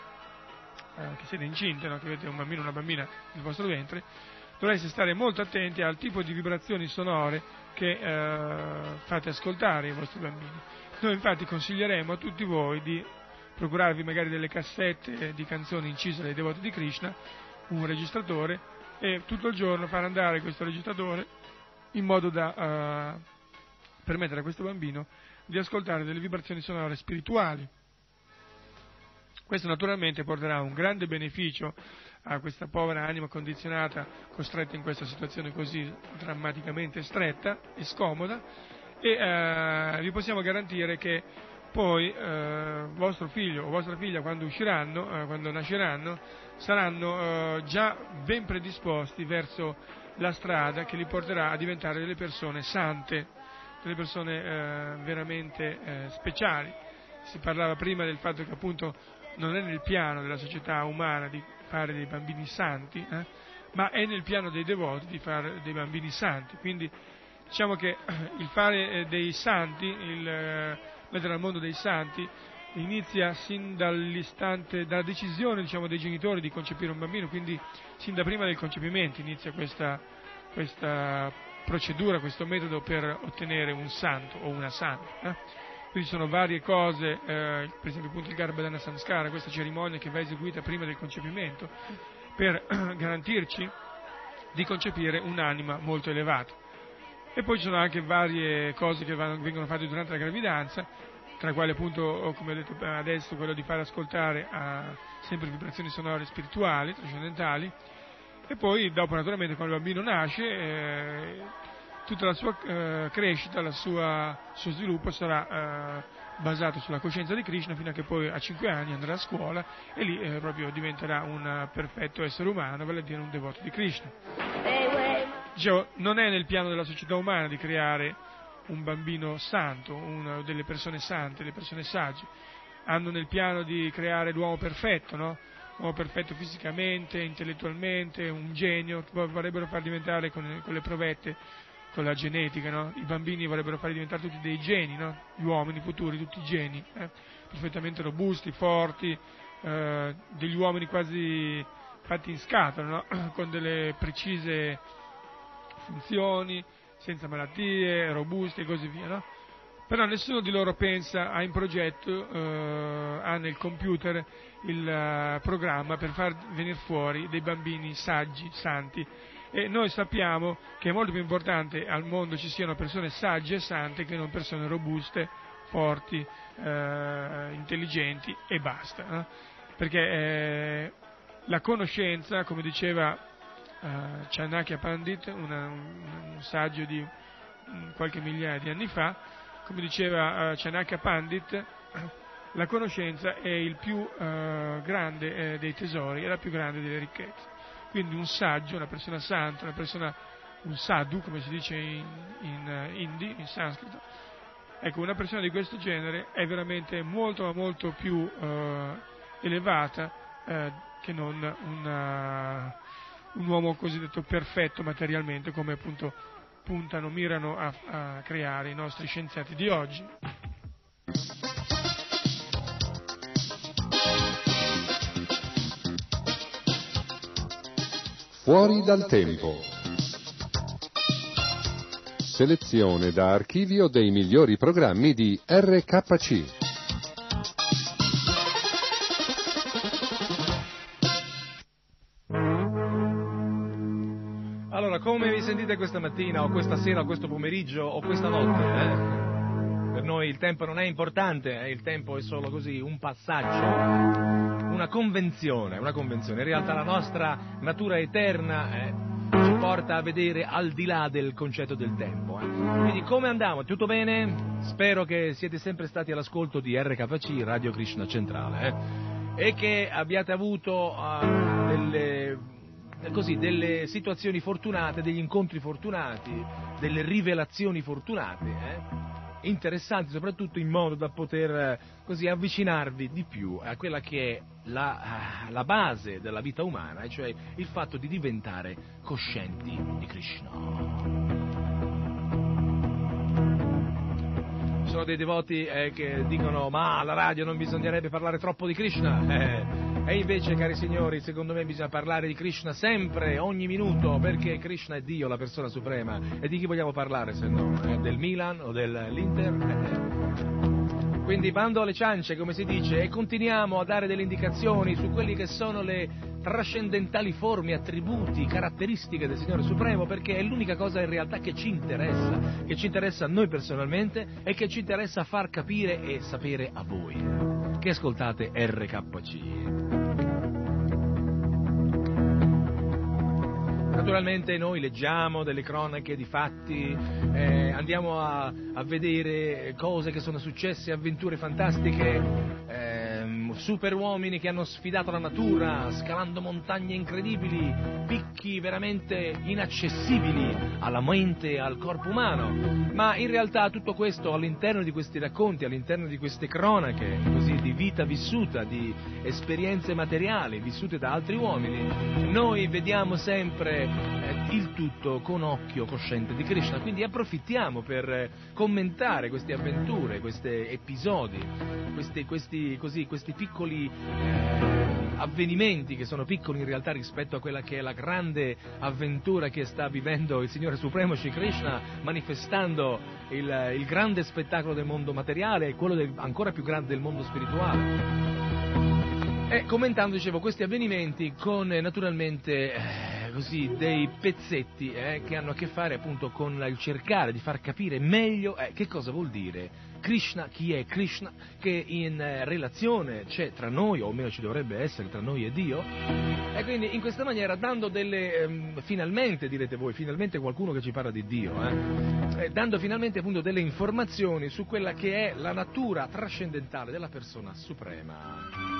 eh, che siete incinte, no? Che avete un bambino o una bambina nel vostro ventre, dovreste stare molto attenti al tipo di vibrazioni sonore che eh, fate ascoltare ai vostri bambini. Noi infatti consiglieremo a tutti voi di procurarvi magari delle cassette di canzoni incise dai devoti di Krishna, un registratore, e tutto il giorno far andare questo registratore in modo da eh, permettere a questo bambino di ascoltare delle vibrazioni sonore spirituali. Questo naturalmente porterà un grande beneficio a questa povera anima condizionata, costretta in questa situazione così drammaticamente stretta e scomoda, e eh, vi possiamo garantire che poi eh, vostro figlio o vostra figlia quando usciranno, eh, quando nasceranno, saranno eh, già ben predisposti verso la strada che li porterà a diventare delle persone sante, delle persone eh, veramente eh, speciali. Si parlava prima del fatto che appunto non è nel piano della società umana di fare dei bambini santi, eh, ma è nel piano dei devoti di fare dei bambini santi. Quindi diciamo che il fare eh, dei santi, il eh, mettere al mondo dei santi, inizia sin dall'istante, dalla decisione diciamo dei genitori di concepire un bambino, quindi sin da prima del concepimento inizia questa, questa procedura, questo metodo per ottenere un santo o una santa. Eh? Quindi ci sono varie cose, eh, per esempio appunto il Garbhadana Samskara, questa cerimonia che va eseguita prima del concepimento per garantirci di concepire un'anima molto elevata. E poi ci sono anche varie cose che vanno, vengono fatte durante la gravidanza, tra le quali appunto, come ho detto adesso, quello di far ascoltare a sempre vibrazioni sonore spirituali, trascendentali. E poi dopo naturalmente quando il bambino nasce eh, tutta la sua eh, crescita, il suo sviluppo sarà eh, basato sulla coscienza di Krishna fino a che poi a cinque anni andrà a scuola e lì eh, proprio diventerà un perfetto essere umano, vale a dire un devoto di Krishna. Dicevo, non è nel piano della società umana di creare un bambino santo, una, delle persone sante, delle persone sagge. Hanno nel piano di creare l'uomo perfetto, no? Uomo perfetto fisicamente, intellettualmente, un genio, che vorrebbero far diventare con, con le provette, con la genetica, no? I bambini vorrebbero far diventare tutti dei geni, no? Gli uomini futuri, tutti geni, eh? perfettamente robusti, forti, eh, degli uomini quasi fatti in scatola, no? Con delle precise funzioni, senza malattie, robusti e così via, no? però nessuno di loro pensa, ha in progetto, eh, ha nel computer il uh, programma per far venire fuori dei bambini saggi, santi, e noi sappiamo che è molto più importante al mondo ci siano persone sagge e sante che non persone robuste, forti, eh, intelligenti e basta, no? Perché eh, la conoscenza, come diceva uh, Chanakya Pandit, una, un, un saggio di um, qualche migliaia di anni fa, come diceva uh, Chanakya Pandit, la conoscenza è il più uh, grande eh, dei tesori, è la più grande delle ricchezze. Quindi un saggio, una persona santa, una persona, un sadhu, come si dice in, in uh, hindi, in sanscrito, ecco, una persona di questo genere è veramente molto ma molto più uh, elevata uh, che non una, un uomo cosiddetto perfetto materialmente, come appunto puntano, mirano a, a creare i nostri scienziati di oggi. Fuori dal tempo. Selezione da archivio dei migliori programmi di R K C. Allora, come vi sentite questa mattina, o questa sera, o questo pomeriggio, o questa notte? Eh? Per noi il tempo non è importante, eh? Il tempo è solo così, un passaggio, una convenzione, una convenzione. In realtà la nostra natura eterna eh, ci porta a vedere al di là del concetto del tempo. Eh? Quindi come andiamo? Tutto bene? Spero che siete sempre stati all'ascolto di R K C, Radio Krishna Centrale, eh? E che abbiate avuto uh, delle... così, delle situazioni fortunate, degli incontri fortunati, delle rivelazioni fortunate, eh? interessanti soprattutto in modo da poter così avvicinarvi di più a quella che è la, la base della vita umana, cioè il fatto di diventare coscienti di Krishna. Sono dei devoti eh, che dicono ma alla radio non bisognerebbe parlare troppo di Krishna, eh, e invece, cari signori, secondo me bisogna parlare di Krishna sempre, ogni minuto, perché Krishna è Dio, la persona suprema. E di chi vogliamo parlare se no? Eh, del Milan o dell'Inter? Eh. Quindi bando alle ciance, come si dice, e continuiamo a dare delle indicazioni su quelli che sono le trascendentali forme, attributi, caratteristiche del Signore Supremo, perché è l'unica cosa in realtà che ci interessa, che ci interessa a noi personalmente e che ci interessa far capire e sapere a voi che ascoltate R K C. Naturalmente noi leggiamo delle cronache di fatti, eh, andiamo a, a vedere cose che sono successe, avventure fantastiche, eh, super uomini che hanno sfidato la natura, scalando montagne incredibili, picchi veramente inaccessibili alla mente e al corpo umano. Ma in realtà tutto questo all'interno di questi racconti, all'interno di queste cronache, così di vita vissuta, di esperienze materiali vissute da altri uomini, noi vediamo sempre eh, il tutto con occhio cosciente di Krishna. Quindi approfittiamo per eh, commentare queste avventure, questi episodi, questi, questi, così, questi piccoli eh, avvenimenti che sono piccoli in realtà rispetto a quella che è la grande avventura che sta vivendo il Signore Supremo Shri Krishna, manifestando il, il grande spettacolo del mondo materiale e quello del, ancora più grande del mondo spirituale. E commentando, dicevo, questi avvenimenti con eh, naturalmente eh, così dei pezzetti eh, che hanno a che fare appunto con il cercare di far capire meglio eh, che cosa vuol dire Krishna, chi è Krishna, che in eh, relazione c'è tra noi, o almeno ci dovrebbe essere tra noi e Dio, e quindi in questa maniera dando delle, ehm, finalmente direte voi, finalmente qualcuno che ci parla di Dio, eh, eh, dando finalmente appunto delle informazioni su quella che è la natura trascendentale della persona suprema.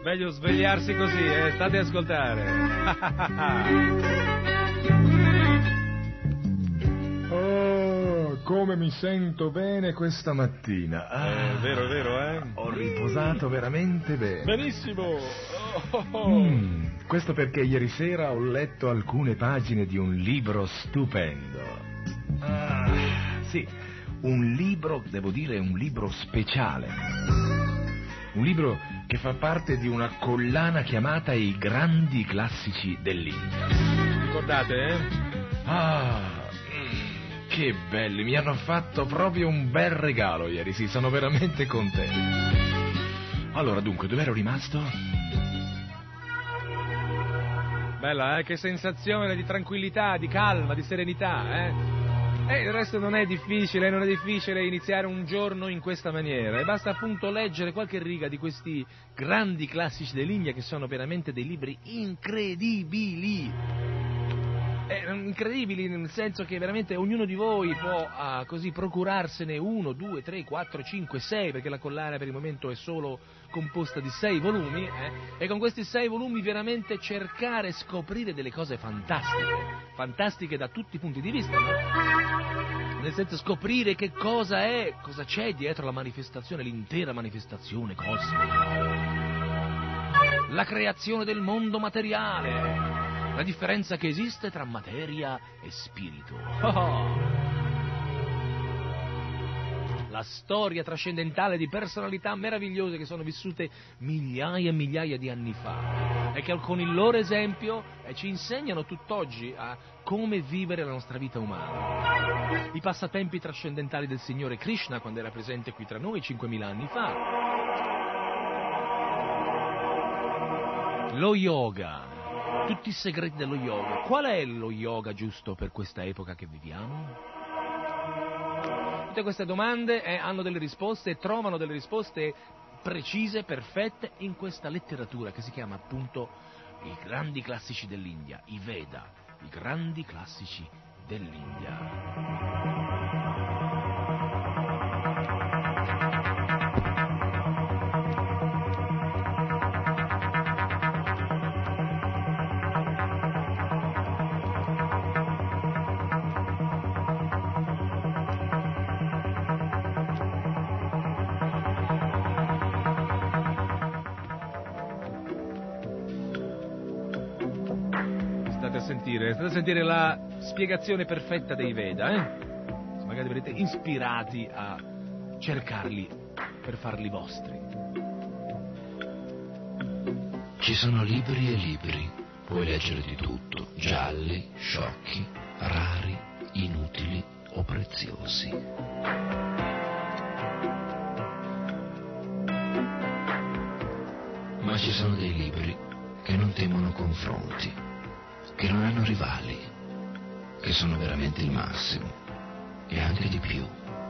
Meglio svegliarsi così, eh? State a ascoltare. Oh, come mi sento bene questa mattina. Ah, È vero, è vero, eh? Ho riposato veramente bene. Benissimo. Oh, oh. Mm, questo perché ieri sera ho letto alcune pagine di un libro stupendo. Ah, sì, un libro, devo dire, un libro speciale. Un libro che fa parte di una collana chiamata I grandi classici dell'India. Ricordate, eh? Ah, che belli, mi hanno fatto proprio un bel regalo ieri, sì, sono veramente contento. Allora, dunque, dove ero rimasto? Bella, eh? Che sensazione di tranquillità, di calma, di serenità, eh? E il resto non è difficile, non è difficile iniziare un giorno in questa maniera, e basta appunto leggere qualche riga di questi grandi classici dell'India che sono veramente dei libri incredibili. Eh, incredibili nel senso che veramente ognuno di voi può ah, così procurarsene uno, due, tre, quattro, cinque, sei, perché la collana per il momento è solo composta di sei volumi, eh, e con questi sei volumi veramente cercare e scoprire delle cose fantastiche, fantastiche da tutti i punti di vista, no? Nel senso scoprire che cosa è, cosa c'è dietro la manifestazione, l'intera manifestazione cosmica, la creazione del mondo materiale, la differenza che esiste tra materia e spirito. Oh. La storia trascendentale di personalità meravigliose che sono vissute migliaia e migliaia di anni fa e che con il loro esempio eh, ci insegnano tutt'oggi a come vivere la nostra vita umana. I passatempi trascendentali del Signore Krishna quando era presente qui tra noi cinquemila anni fa. Lo yoga. Tutti i segreti dello yoga. Qual è lo yoga giusto per questa epoca che viviamo? Tutte queste domande eh, hanno delle risposte e trovano delle risposte precise, perfette in questa letteratura che si chiama appunto I grandi classici dell'India, i Veda, i grandi classici dell'India. Sentire, state a sentire la spiegazione perfetta dei Veda, eh? Magari verrete ispirati a cercarli per farli vostri. Ci sono libri e libri, puoi leggere di tutto, gialli, sciocchi, rari, inutili o preziosi. Ma ci sono dei libri che non temono confronti, che non hanno rivali, che sono veramente il massimo e anche di più.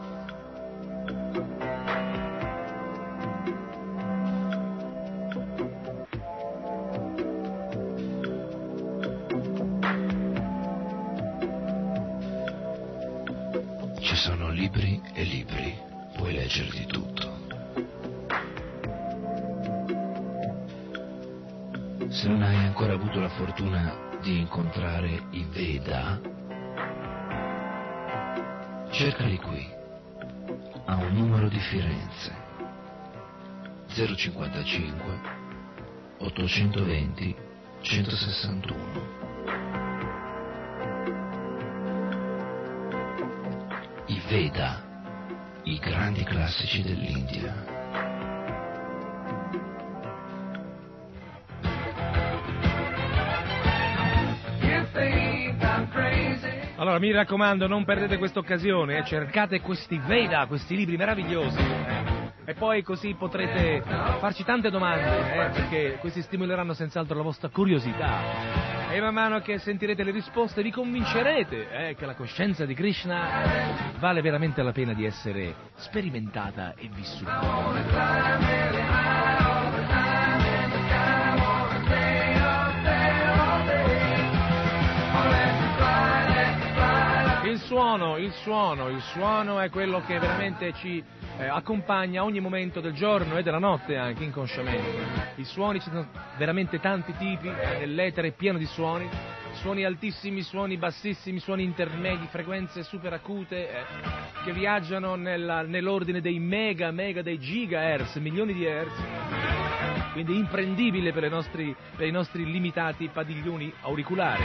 Ci sono libri e libri, puoi leggere di tutto. Se non hai ancora avuto la fortuna di incontrare i Veda, cercali qui, a un numero di Firenze, zero cinquantacinque ottocentoventi centosessantuno. I Veda, i grandi classici dell'India. Allora mi raccomando, non perdete questa occasione, eh, cercate questi Veda, questi libri meravigliosi, eh, e poi così potrete farci tante domande, eh, perché questi stimoleranno senz'altro la vostra curiosità, e man mano che sentirete le risposte vi convincerete eh, che la coscienza di Krishna vale veramente la pena di essere sperimentata e vissuta. Il suono suono, il suono, il suono è quello che veramente ci eh, accompagna a ogni momento del giorno e della notte anche, inconsciamente. I suoni, ci sono veramente tanti tipi, eh, l'etere è pieno di suoni, suoni altissimi, suoni bassissimi, suoni intermedi, frequenze super acute, eh, che viaggiano nella, nell'ordine dei mega, mega, dei gigahertz, milioni di hertz, quindi imprendibile per, le nostri, per i nostri limitati padiglioni auricolari.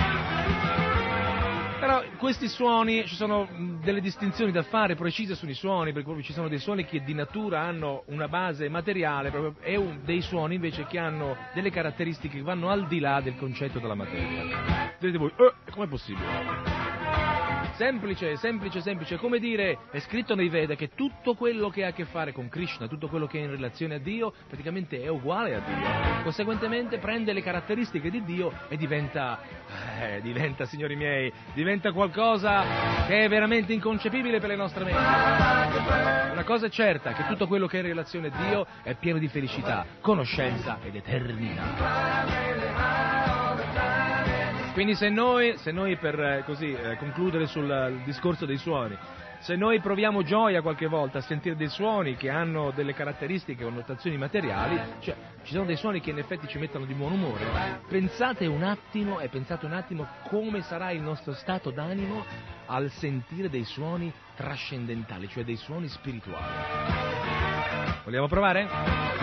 Però questi suoni, ci sono delle distinzioni da fare precise sui suoni, perché ci sono dei suoni che di natura hanno una base materiale proprio, e un, dei suoni invece che hanno delle caratteristiche che vanno al di là del concetto della materia. Direte voi, eh, com'è possibile? Semplice, semplice, semplice, come dire, è scritto nei Veda che tutto quello che ha a che fare con Krishna, tutto quello che è in relazione a Dio, praticamente è uguale a Dio. Conseguentemente prende le caratteristiche di Dio e diventa, eh, diventa, signori miei, diventa qualcosa che è veramente inconcepibile per le nostre menti. Una cosa è certa, che tutto quello che è in relazione a Dio è pieno di felicità, conoscenza ed eternità. Quindi se noi, se noi per eh, così eh, concludere sul eh, discorso dei suoni, se noi proviamo gioia qualche volta a sentire dei suoni che hanno delle caratteristiche o connotazioni materiali, cioè ci sono dei suoni che in effetti ci mettono di buon umore, pensate un attimo e pensate un attimo come sarà il nostro stato d'animo al sentire dei suoni trascendentali, cioè dei suoni spirituali. Vogliamo provare?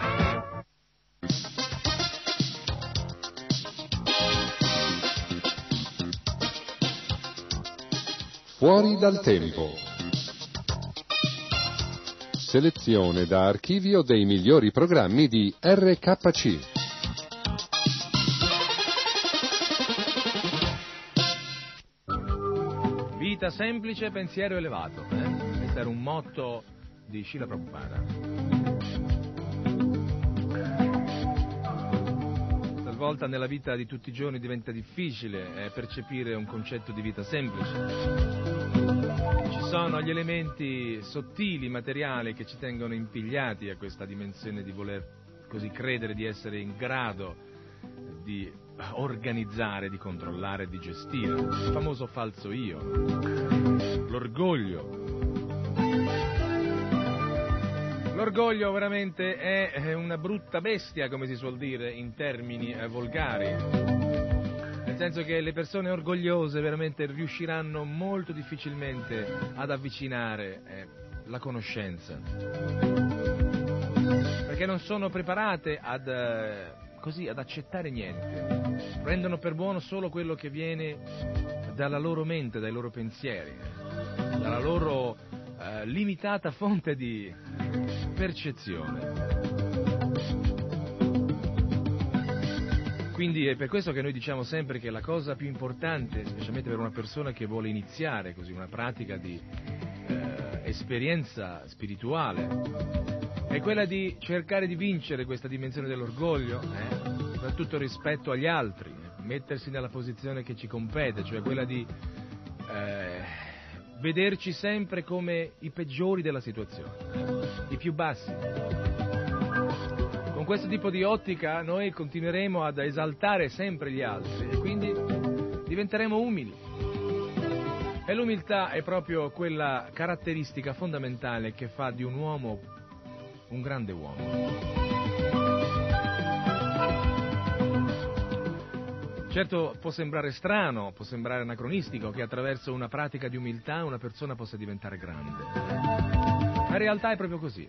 Fuori dal tempo. Selezione da archivio dei migliori programmi di R K C. Vita semplice, pensiero elevato. Eh? Questo era un motto di Srila Prabhupada. Talvolta nella vita di tutti i giorni diventa difficile eh, percepire un concetto di vita semplice. Ci sono gli elementi sottili, materiali, che ci tengono impigliati a questa dimensione di voler così credere di essere in grado di organizzare, di controllare, di gestire. Il famoso falso io, l'orgoglio. L'orgoglio veramente è una brutta bestia, come si suol dire in termini eh, volgari, nel senso che le persone orgogliose veramente riusciranno molto difficilmente ad avvicinare eh, la conoscenza, perché non sono preparate ad, eh, così, ad accettare niente, prendono per buono solo quello che viene dalla loro mente, dai loro pensieri, dalla loro eh, limitata fonte di percezione. Quindi è per questo che noi diciamo sempre che la cosa più importante, specialmente per una persona che vuole iniziare così una pratica di eh, esperienza spirituale, è quella di cercare di vincere questa dimensione dell'orgoglio, eh, soprattutto rispetto agli altri, mettersi nella posizione che ci compete, cioè quella di eh, vederci sempre come i peggiori della situazione, i più bassi. Con questo tipo di ottica noi continueremo ad esaltare sempre gli altri e quindi diventeremo umili. E l'umiltà è proprio quella caratteristica fondamentale che fa di un uomo un grande uomo. Certo, può sembrare strano, può sembrare anacronistico che attraverso una pratica di umiltà una persona possa diventare grande. Ma in realtà è proprio così.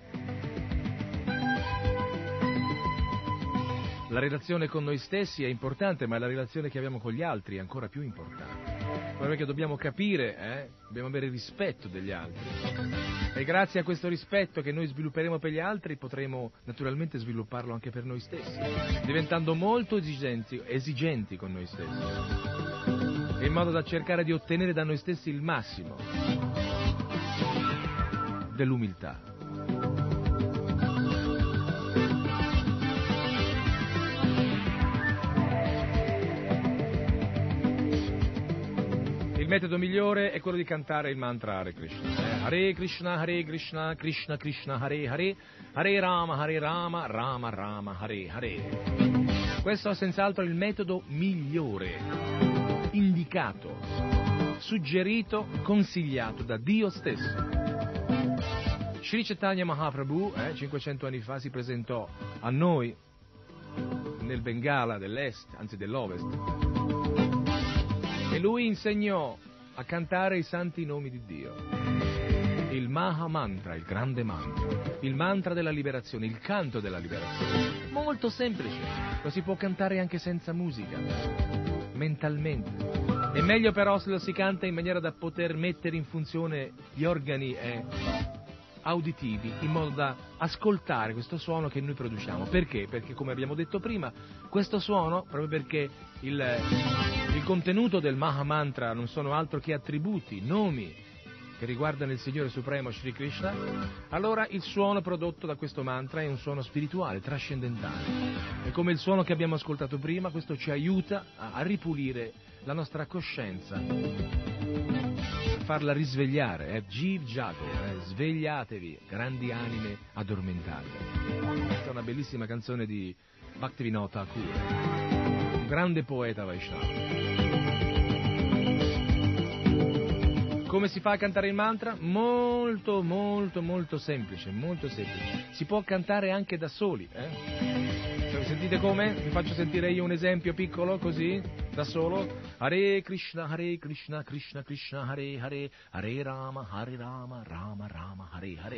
La relazione con noi stessi è importante, ma la relazione che abbiamo con gli altri è ancora più importante. Proprio perché dobbiamo capire, eh? dobbiamo avere rispetto degli altri. E grazie a questo rispetto che noi svilupperemo per gli altri potremo naturalmente svilupparlo anche per noi stessi, diventando molto esigenti, esigenti con noi stessi, in modo da cercare di ottenere da noi stessi il massimo dell'umiltà. Il metodo migliore è quello di cantare il mantra Hare Krishna. Eh? Hare Krishna, Hare Krishna, Krishna Krishna, Hare Hare, Hare Rama, Hare Rama, Rama Rama, Hare Hare. Questo è senz'altro il metodo migliore, indicato. suggerito, consigliato da Dio stesso. Sri Chaitanya Mahaprabhu, eh, cinquecento anni fa, si presentò a noi nel Bengala dell'Est, anzi dell'Ovest, e lui insegnò a cantare i santi nomi di Dio, il Maha Mantra, il grande mantra, il mantra della liberazione, il canto della liberazione, molto semplice, lo si può cantare anche senza musica, mentalmente. È meglio però se lo si canta in maniera da poter mettere in funzione gli organi eh, auditivi, in modo da ascoltare questo suono che noi produciamo. Perché? Perché, come abbiamo detto prima, questo suono, proprio perché il, il contenuto del Maha Mantra non sono altro che attributi, nomi che riguardano il Signore Supremo Shri Krishna, allora il suono prodotto da questo mantra è un suono spirituale, trascendentale. E come il suono che abbiamo ascoltato prima, questo ci aiuta a, a ripulire la nostra coscienza, a farla risvegliare, eh? Jiv Jago, eh? Svegliatevi, grandi anime addormentate. Questa è una bellissima canzone di Bhaktivinoda Thakur, un grande poeta Vaishnava. Come si fa a cantare il mantra? Molto, molto, molto semplice, molto semplice. Si può cantare anche da soli, eh? Sentite come? Vi faccio sentire io un esempio piccolo, così, da solo. Hare Krishna, Hare Krishna, Krishna Krishna, Hare Hare, Hare Rama, Hare Rama, Rama Rama, Hare Hare.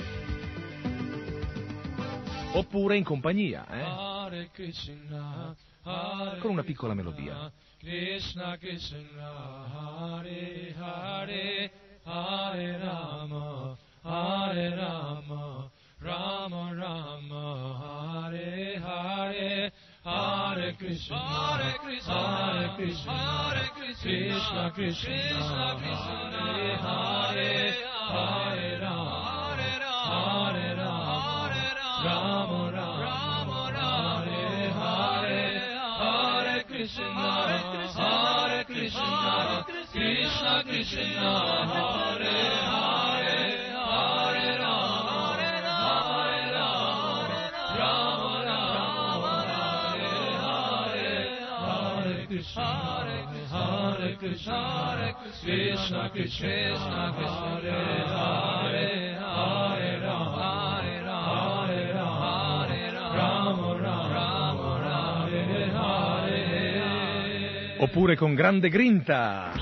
Oppure in compagnia, eh? Hare Krishna, Hare con una piccola melodia. Krishna Krishna, Hare Hare, Hare Rama, Hare Rama, Rama Rama, Hare Hare, Hare Krishna, Hare Krishna, Hare Krishna, Hare Krishna, Krishna Krishna, Hare Hare, Hare Rama, Hare Rama, Rama Rama, Hare Hare, Hare Krishna, Hare Krishna, Krishna Krishna, Hare Hare, Hare Rama, Hare Rama, Rama Rama, Hare Hare, Hare Krishna, Hare Krishna, Krishna Krishna, Hare Hare, Hare Rama, Hare Rama, Rama Rama, Hare Hare. Oppure con grande grinta.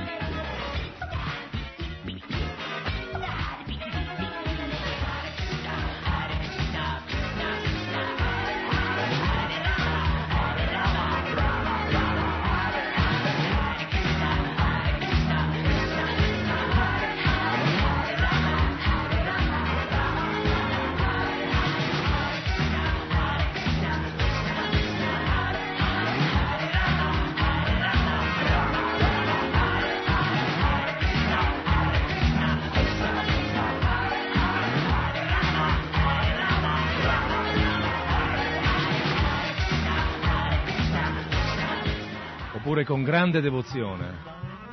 Oppure con grande devozione.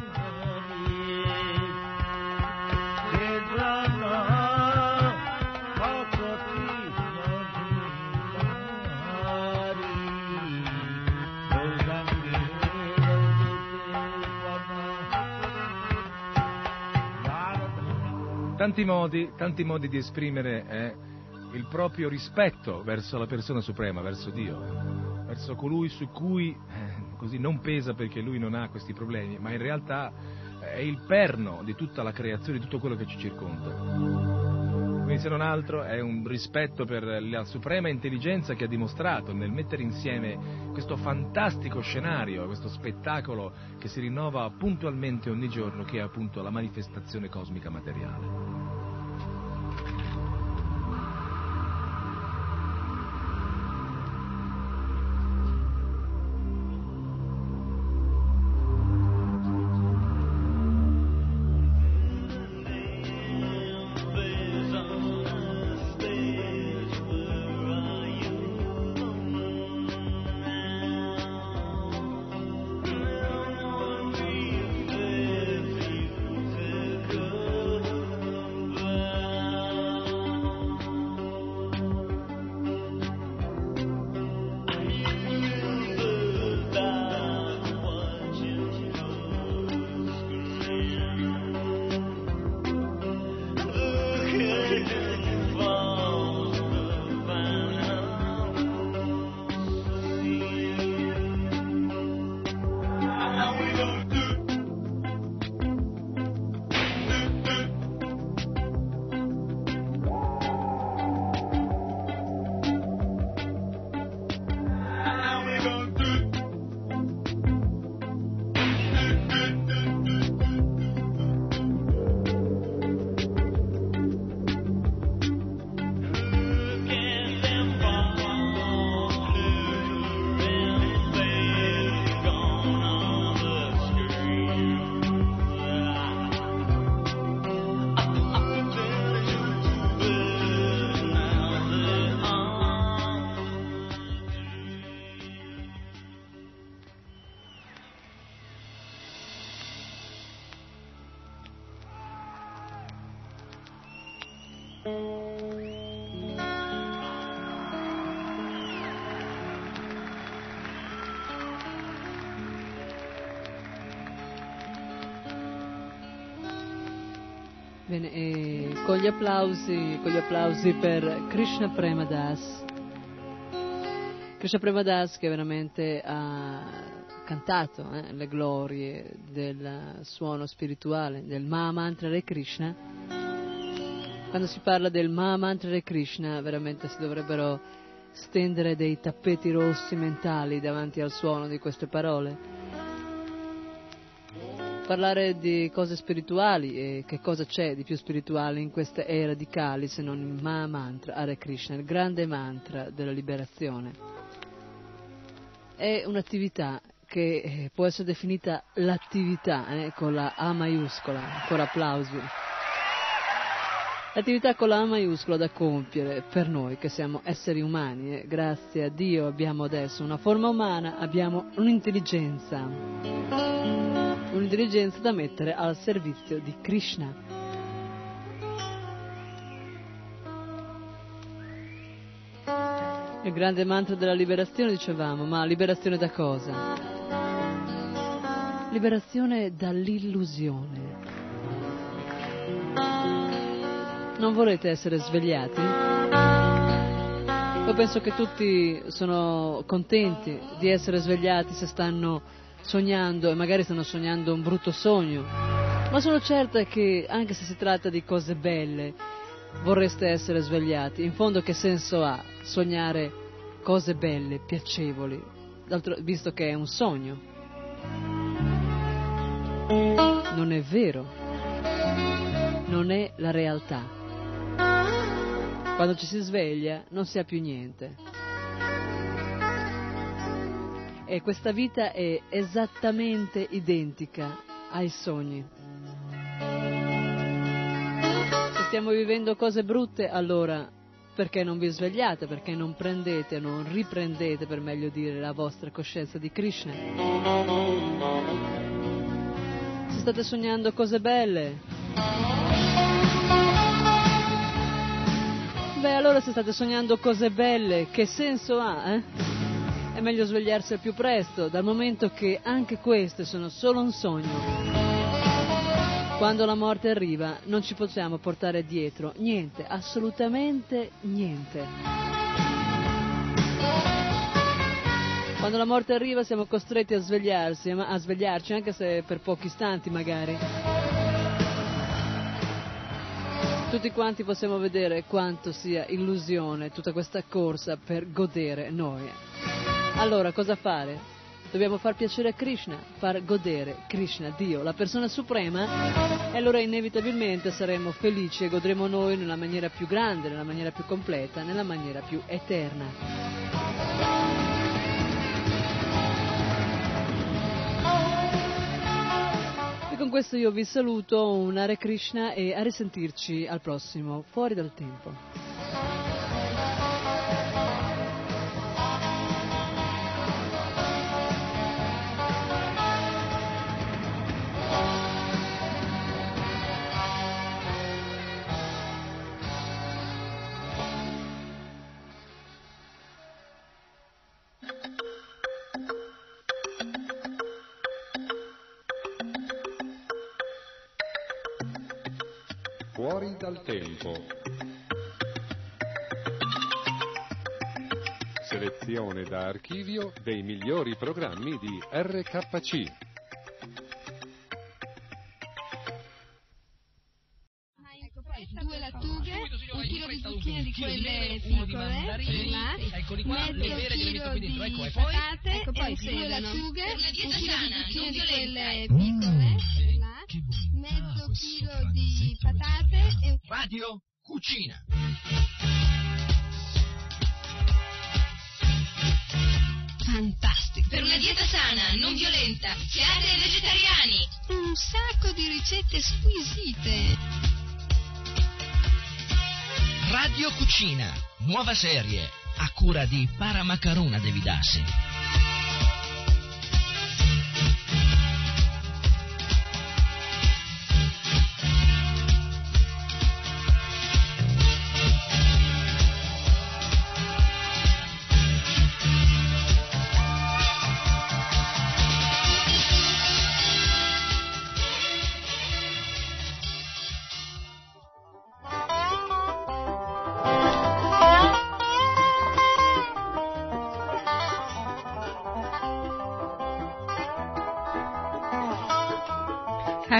Tanti modi, tanti modi di esprimere eh, il proprio rispetto verso la persona suprema, verso Dio, verso colui su cui eh, così non pesa perché lui non ha questi problemi, ma in realtà è il perno di tutta la creazione, di tutto quello che ci circonda. Quindi se non altro è un rispetto per la suprema intelligenza che ha dimostrato nel mettere insieme questo fantastico scenario, questo spettacolo che si rinnova puntualmente ogni giorno, che è appunto la manifestazione cosmica materiale. Bene, e con gli applausi, con gli applausi per Krishna Premadas. Krishna Premadas che veramente ha cantato eh, le glorie del suono spirituale del Mahamantra Hare Krishna. Quando si parla del Mahamantra Hare Krishna veramente si dovrebbero stendere dei tappeti rossi mentali davanti al suono di queste parole. Parlare di cose spirituali, e che cosa c'è di più spirituale in queste era di Kali se non il Mahamantra Hare Krishna, il grande mantra della liberazione. È un'attività che può essere definita l'attività eh, con la A maiuscola, ancora applausi. L'attività con la A maiuscola da compiere per noi che siamo esseri umani, eh, grazie a Dio abbiamo adesso una forma umana, abbiamo un'intelligenza, un'intelligenza da mettere al servizio di Krishna. Il grande mantra della liberazione, dicevamo, ma liberazione da cosa? Liberazione dall'illusione. Non volete essere svegliati? Io penso che tutti sono contenti di essere svegliati se stanno sognando e magari stanno sognando un brutto sogno, ma sono certa che anche se si tratta di cose belle vorreste essere svegliati. In fondo che senso ha sognare cose belle, piacevoli, d'altro, visto che è un sogno? Non è vero, non è la realtà. Quando ci si sveglia non si ha più niente. E questa vita è esattamente identica ai sogni. Se stiamo vivendo cose brutte, allora perché non vi svegliate? Perché non prendete, non riprendete, per meglio dire, la vostra coscienza di Krishna? Se state sognando cose belle, beh, allora se state sognando cose belle, che senso ha, eh? È meglio svegliarsi al più presto, dal momento che anche queste sono solo un sogno. Quando la morte arriva non ci possiamo portare dietro niente, assolutamente niente. Quando la morte arriva siamo costretti a svegliarsi, a svegliarci anche se per pochi istanti magari. Tutti quanti possiamo vedere quanto sia illusione tutta questa corsa per godere noi. Allora, cosa fare? Dobbiamo far piacere a Krishna, far godere Krishna, Dio, la persona suprema, e allora inevitabilmente saremo felici e godremo noi nella maniera più grande, nella maniera più completa, nella maniera più eterna. E con questo io vi saluto, un Hare Krishna, e a risentirci al prossimo Fuori dal Tempo. Fuori dal tempo. Selezione da archivio dei migliori programmi di R K C. Due lattughe, un chilo di zucchine di quelle piccole, là, mezzo chilo di patate, ecco poi due lattughe, un chilo di zucchine di quelle piccole, là, mezzo chilo di patate e... Radio Cucina. Fantastico! Per una dieta sana, non violenta, siate vegetariani. Un sacco di ricette squisite. Radio Cucina, nuova serie, a cura di Paramacaruna Devidasi.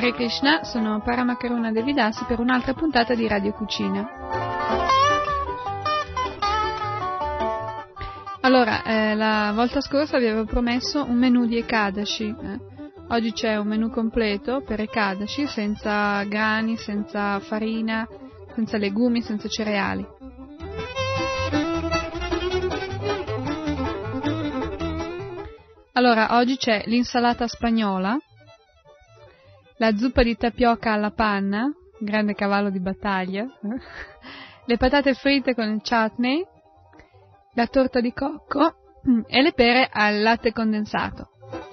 Hare Krishna, sono Paramakaruna Devidasi per un'altra puntata di Radio Cucina. Allora, eh, la volta scorsa vi avevo promesso un menù di Ekadashi. Eh. Oggi c'è un menù completo per Ekadashi, senza grani, senza farina, senza legumi, senza cereali. Allora, oggi c'è l'insalata spagnola, la zuppa di tapioca alla panna, grande cavallo di battaglia, le patate fritte con il chutney, la torta di cocco e le pere al latte condensato.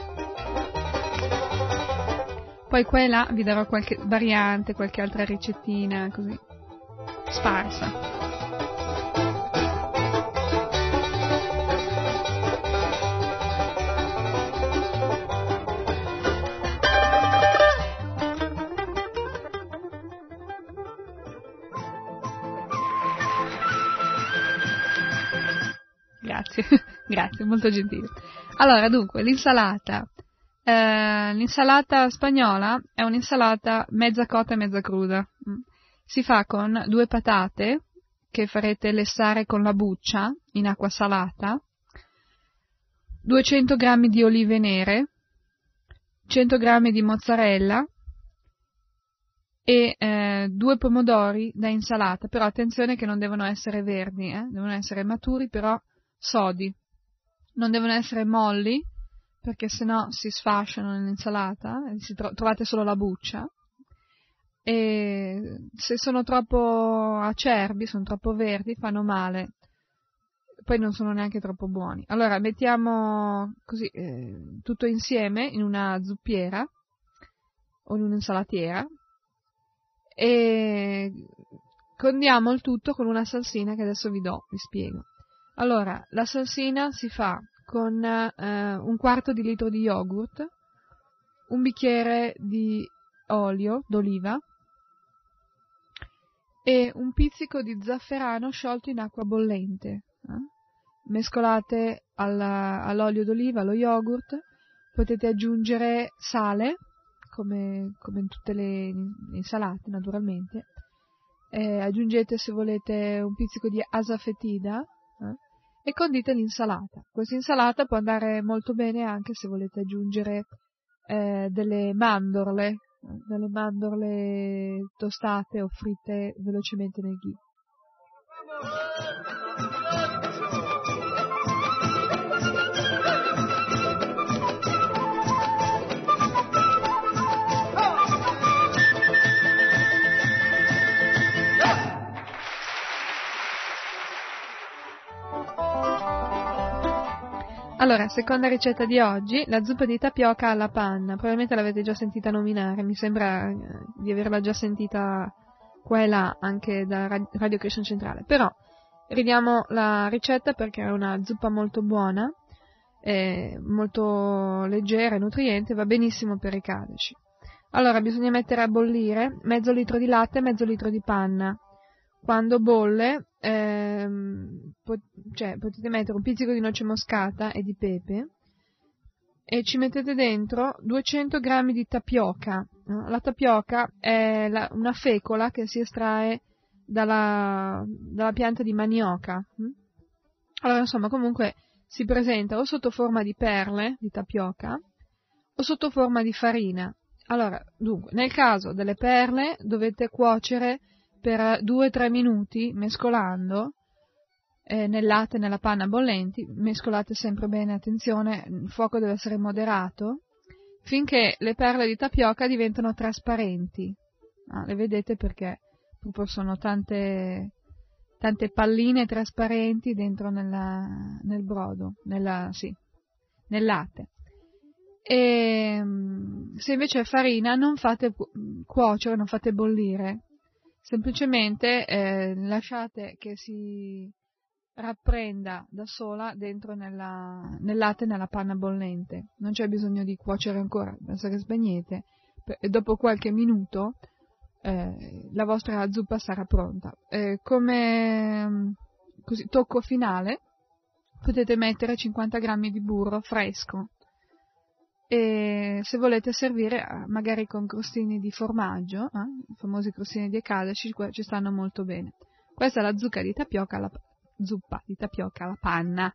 Poi qua e là vi darò qualche variante, qualche altra ricettina, così, sparsa. Grazie, grazie, molto gentile. Allora, dunque, l'insalata. Eh, l'insalata spagnola è un'insalata mezza cotta e mezza cruda. Si fa con due patate che farete lessare con la buccia in acqua salata, duecento grammi di olive nere, cento grammi di mozzarella e eh, due pomodori da insalata. Però attenzione che non devono essere verdi, eh? Devono essere maturi, però sodi, non devono essere molli perché sennò si sfasciano nell'insalata e si tro- trovate solo la buccia, e se sono troppo acerbi, sono troppo verdi, fanno male, poi non sono neanche troppo buoni. Allora mettiamo così eh, tutto insieme in una zuppiera o in un'insalatiera e condiamo il tutto con una salsina che adesso vi do, vi spiego. Allora, la salsina si fa con eh, un quarto di litro di yogurt, un bicchiere di olio d'oliva e un pizzico di zafferano sciolto in acqua bollente. Eh? Mescolate alla, all'olio d'oliva, allo yogurt, potete aggiungere sale, come, come in tutte le insalate naturalmente, eh, aggiungete se volete un pizzico di asafetida, eh? E condite l'insalata. Questa insalata può andare molto bene anche se volete aggiungere eh, delle mandorle, delle mandorle tostate o fritte velocemente nel ghee. Allora, seconda ricetta di oggi, la zuppa di tapioca alla panna. Probabilmente l'avete già sentita nominare, mi sembra eh, di averla già sentita qua e là anche da Radio Krishna Centrale. Però ridiamo la ricetta perché è una zuppa molto buona, eh, molto leggera e nutriente, va benissimo per i Ekadashi. Allora, bisogna mettere a bollire mezzo litro di latte e mezzo litro di panna. Quando bolle, ehm, pot- cioè, potete mettere un pizzico di noce moscata e di pepe e ci mettete dentro duecento grammi di tapioca. No? La tapioca è la, una fecola che si estrae dalla, dalla pianta di manioca. Allora, insomma, comunque si presenta o sotto forma di perle di tapioca o sotto forma di farina. Allora, dunque, nel caso delle perle dovete cuocere per due o tre minuti mescolando eh, nel latte e nella panna bollenti, mescolate sempre bene, attenzione, il fuoco deve essere moderato, finché le perle di tapioca diventano trasparenti. Ah, le vedete perché proprio sono tante, tante palline trasparenti dentro nella, nel brodo, nella, sì, nel latte. E se invece è farina non fate cuocere, non fate bollire, semplicemente eh, lasciate che si rapprenda da sola dentro nella, nel latte e nella panna bollente. Non c'è bisogno di cuocere ancora, basta che spegnete e dopo qualche minuto eh, la vostra zuppa sarà pronta. Eh, come così, tocco finale potete mettere cinquanta grammi di burro fresco e se volete servire magari con crostini di formaggio, eh, i famosi crostini di Ekadashi, ci stanno molto bene. Questa è la zucca di tapioca alla, zuppa di tapioca alla panna.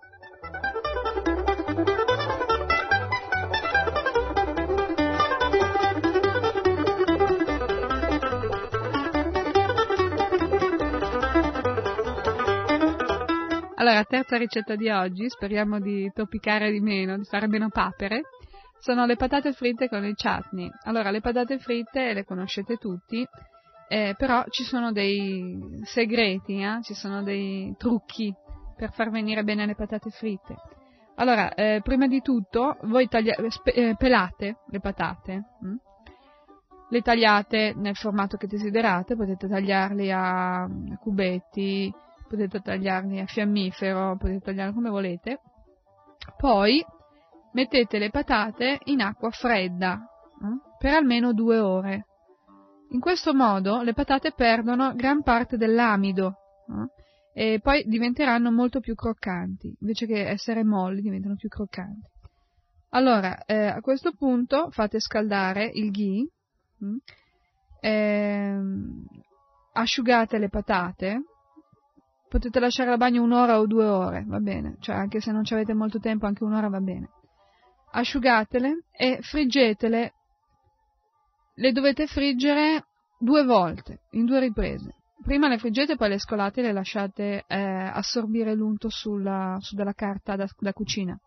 Allora, terza ricetta di oggi, speriamo di toppicare di meno, di fare meno papere, sono le patate fritte con il chutney. Allora, le patate fritte le conoscete tutti, eh, però ci sono dei segreti, eh? Ci sono dei trucchi per far venire bene le patate fritte. Allora, eh, prima di tutto, voi taglia- spe- eh, pelate le patate, hm? Le tagliate nel formato che desiderate, potete tagliarli a, a cubetti, potete tagliarli a fiammifero, potete tagliarli come volete. Poi mettete le patate in acqua fredda eh, per almeno due ore. In questo modo le patate perdono gran parte dell'amido eh, e poi diventeranno molto più croccanti, invece che essere molli diventano più croccanti. Allora, eh, a questo punto fate scaldare il ghee, hm, eh, asciugate le patate. Potete lasciare al bagno un'ora o due ore, va bene, cioè anche se non ci avete molto tempo, anche un'ora va bene. Asciugatele e friggetele, le dovete friggere due volte, in due riprese. Prima le friggete, poi le scolate e le lasciate eh, assorbire l'unto sulla, su della carta da, da cucina.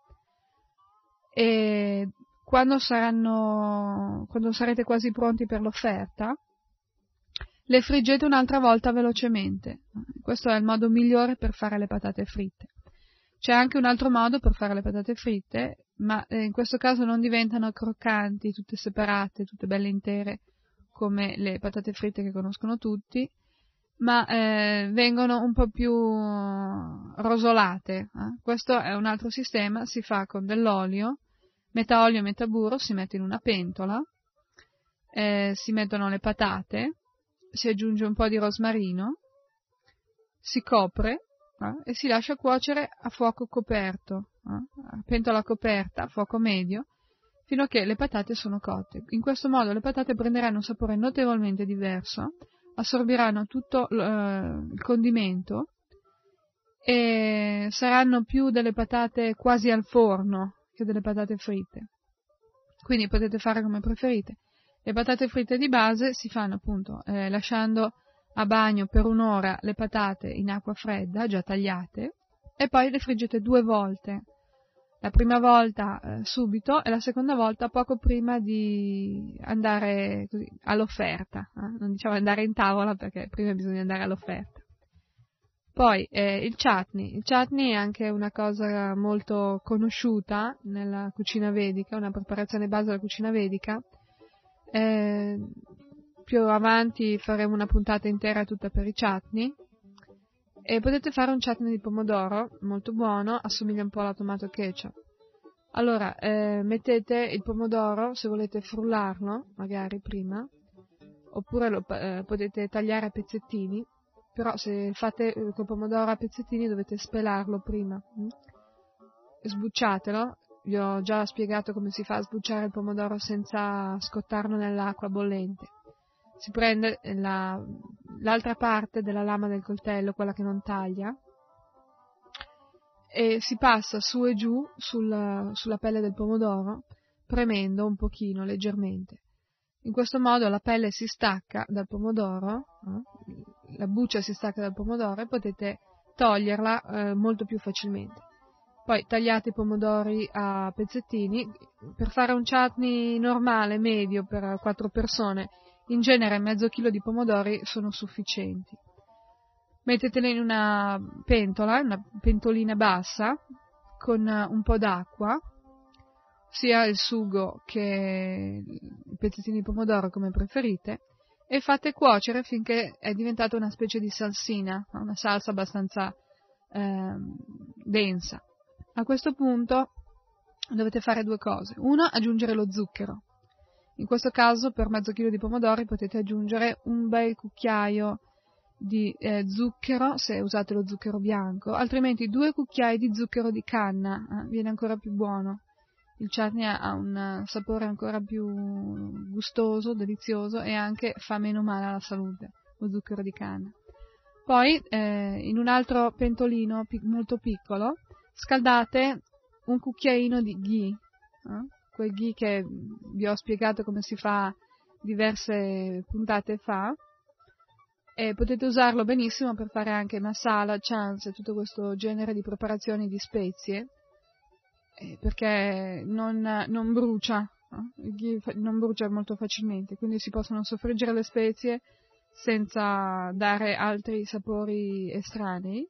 E quando saranno, quando sarete quasi pronti per l'offerta, le friggete un'altra volta velocemente. Questo è il modo migliore per fare le patate fritte. C'è anche un altro modo per fare le patate fritte, ma in questo caso non diventano croccanti, tutte separate, tutte belle intere, come le patate fritte che conoscono tutti, ma eh, vengono un po' più rosolate. Eh? Questo è un altro sistema, si fa con dell'olio, metà olio e metà burro, si mette in una pentola, eh, si mettono le patate, si aggiunge un po' di rosmarino, si copre eh, e si lascia cuocere a fuoco coperto, eh, a pentola coperta, a fuoco medio, fino a che le patate sono cotte. In questo modo le patate prenderanno un sapore notevolmente diverso, assorbiranno tutto eh, il condimento e saranno più delle patate quasi al forno che delle patate fritte. Quindi potete fare come preferite. Le patate fritte di base si fanno appunto eh, lasciando a bagno per un'ora le patate in acqua fredda, già tagliate, e poi le friggete due volte. La prima volta eh, subito e la seconda volta poco prima di andare così, all'offerta. Eh? Non diciamo andare in tavola perché prima bisogna andare all'offerta. Poi eh, il chutney. Il chutney è anche una cosa molto conosciuta nella cucina vedica, una preparazione base della cucina vedica. Eh, più avanti faremo una puntata intera tutta per i chutney e potete fare un chutney di pomodoro molto buono, assomiglia un po' alla tomato ketchup. Allora eh, mettete il pomodoro, se volete frullarlo magari prima, oppure lo eh, potete tagliare a pezzettini, però se fate eh, col pomodoro a pezzettini dovete spelarlo prima, hm? Sbucciatelo. Vi ho già spiegato come si fa a sbucciare il pomodoro senza scottarlo nell'acqua bollente. Si prende la, l'altra parte della lama del coltello, quella che non taglia, e si passa su e giù sul, sulla pelle del pomodoro, premendo un pochino, leggermente. In questo modo la pelle si stacca dal pomodoro, eh? La buccia si stacca dal pomodoro e potete toglierla eh, molto più facilmente. Poi tagliate i pomodori a pezzettini. Per fare un chutney normale, medio, per quattro persone, in genere mezzo chilo di pomodori sono sufficienti. Metteteli in una pentola, una pentolina bassa, con un po' d'acqua, sia il sugo che i pezzettini di pomodoro come preferite, e fate cuocere finché è diventata una specie di salsina, una salsa abbastanza eh, densa. A questo punto dovete fare due cose. Uno, aggiungere lo zucchero. In questo caso per mezzo chilo di pomodori potete aggiungere un bel cucchiaio di eh, zucchero, se usate lo zucchero bianco, altrimenti due cucchiai di zucchero di canna, eh, viene ancora più buono. il chutney ha un sapore ancora più gustoso, delizioso e anche fa meno male alla salute, lo zucchero di canna. Poi eh, in un altro pentolino pic- molto piccolo scaldate un cucchiaino di ghee, eh? quel ghee che vi ho spiegato come si fa diverse puntate fa, e potete usarlo benissimo per fare anche masala, chans e tutto questo genere di preparazioni di spezie, eh, perché non, non brucia, eh? il ghee non brucia molto facilmente, quindi si possono soffriggere le spezie senza dare altri sapori estranei.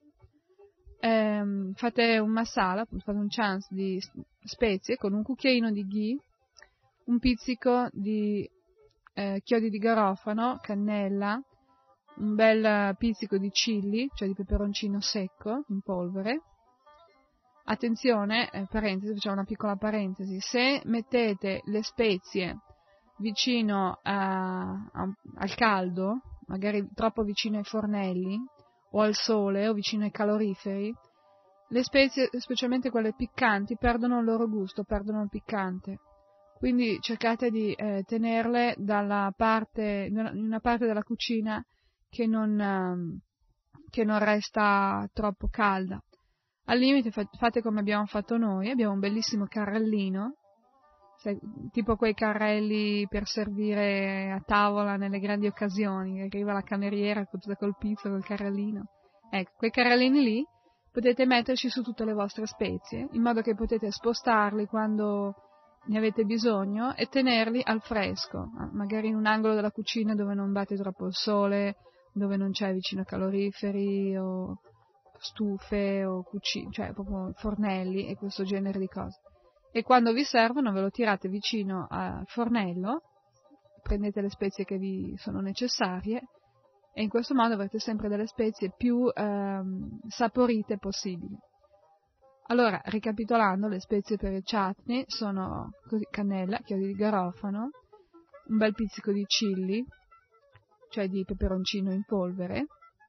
Eh, fate un masala, fate un chance di spezie con un cucchiaino di ghee, un pizzico di eh, chiodi di garofano, cannella, un bel pizzico di chilli, cioè di peperoncino secco in polvere. Attenzione, eh, parentesi, facciamo una piccola parentesi, se mettete le spezie vicino a, a, al caldo, magari troppo vicino ai fornelli o al sole o vicino ai caloriferi, le spezie, specialmente quelle piccanti, perdono il loro gusto, perdono il piccante. Quindi cercate di eh, tenerle dalla parte, in una parte della cucina che non, eh, che non resta troppo calda. Al limite fate come abbiamo fatto noi, abbiamo un bellissimo carrellino, tipo quei carrelli per servire a tavola nelle grandi occasioni, arriva la cameriera col pizzo, col carrellino. Ecco, quei carrellini lì potete metterci su tutte le vostre spezie, in modo che potete spostarli quando ne avete bisogno e tenerli al fresco, magari in un angolo della cucina dove non batte troppo il sole, dove non c'è vicino caloriferi o stufe o cucine, cioè proprio fornelli e questo genere di cose. E quando vi servono ve lo tirate vicino al fornello, prendete le spezie che vi sono necessarie e in questo modo avrete sempre delle spezie più ehm, saporite possibili. Allora, ricapitolando, le spezie per il chutney sono così, cannella, chiodi di garofano, un bel pizzico di chilli, cioè di peperoncino in polvere,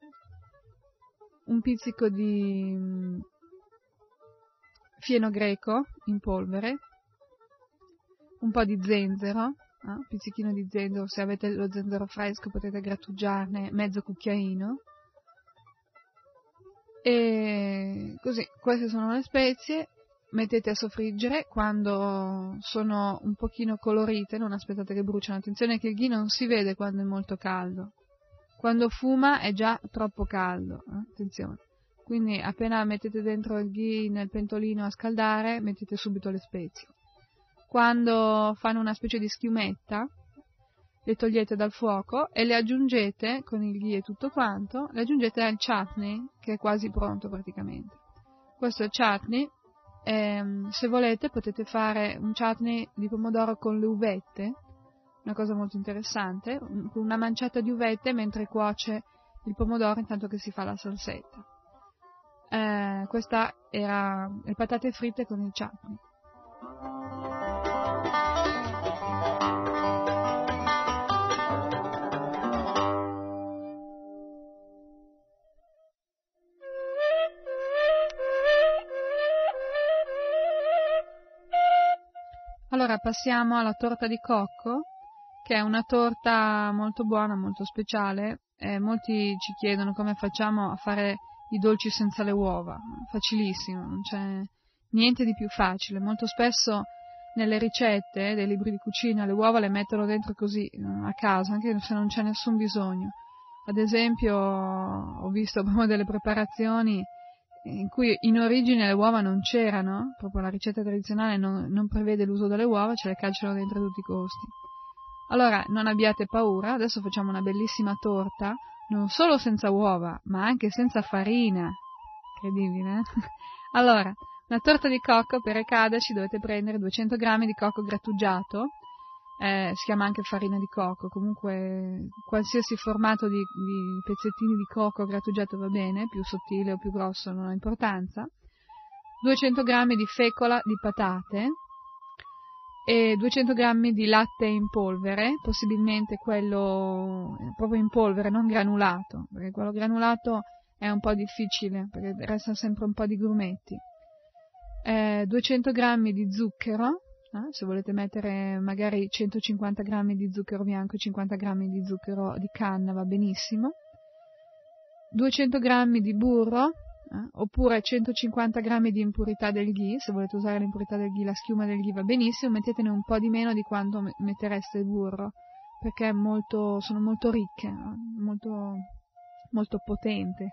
un pizzico di mh, fieno greco in polvere, un po' di zenzero, eh, un pizzichino di zenzero, se avete lo zenzero fresco potete grattugiarne mezzo cucchiaino, e così, queste sono le spezie, mettete a soffriggere. Quando sono un pochino colorite, non aspettate che bruciano, attenzione che il ghee non si vede quando è molto caldo, quando fuma è già troppo caldo, eh? Attenzione. Quindi appena mettete dentro il ghee nel pentolino a scaldare, mettete subito le spezie. Quando fanno una specie di schiumetta, le togliete dal fuoco e le aggiungete, con il ghee e tutto quanto, le aggiungete al chutney, che è quasi pronto praticamente. Questo è il chutney, ehm, se volete potete fare un chutney di pomodoro con le uvette, una cosa molto interessante, una manciata di uvette mentre cuoce il pomodoro intanto che si fa la salsetta. Eh, questa era le patate fritte con il chutney. Allora passiamo alla torta di cocco, che è una torta molto buona, molto speciale. Eh, molti ci chiedono come facciamo a fare i dolci senza le uova. Facilissimo, non c'è niente di più facile. Molto spesso nelle ricette dei libri di cucina le uova le mettono dentro così a caso, anche se non c'è nessun bisogno. Ad esempio ho visto proprio delle preparazioni in cui in origine le uova non c'erano, proprio la ricetta tradizionale non, non prevede l'uso delle uova, ce le calciano dentro a tutti i costi. Allora non abbiate paura, adesso facciamo una bellissima torta, non solo senza uova, ma anche senza farina. Incredibile, eh? Allora, una torta di cocco, per recaderci dovete prendere duecento grammi di cocco grattugiato, eh, si chiama anche farina di cocco, comunque qualsiasi formato di, di pezzettini di cocco grattugiato va bene, più sottile o più grosso non ha importanza, duecento grammi di fecola di patate e duecento grammi di latte in polvere, possibilmente quello proprio in polvere, non granulato, perché quello granulato è un po' difficile, perché resta sempre un po' di grumetti. Eh, duecento grammi di zucchero, Eh? Se volete mettere magari centocinquanta grammi di zucchero bianco e cinquanta grammi di zucchero di canna va benissimo. duecento grammi di burro, eh? oppure centocinquanta grammi di impurità del ghee. Se volete usare l'impurità del ghee, la schiuma del ghee va benissimo, mettetene un po' di meno di quanto mettereste il burro, perché è molto, sono molto ricche, molto, molto potente.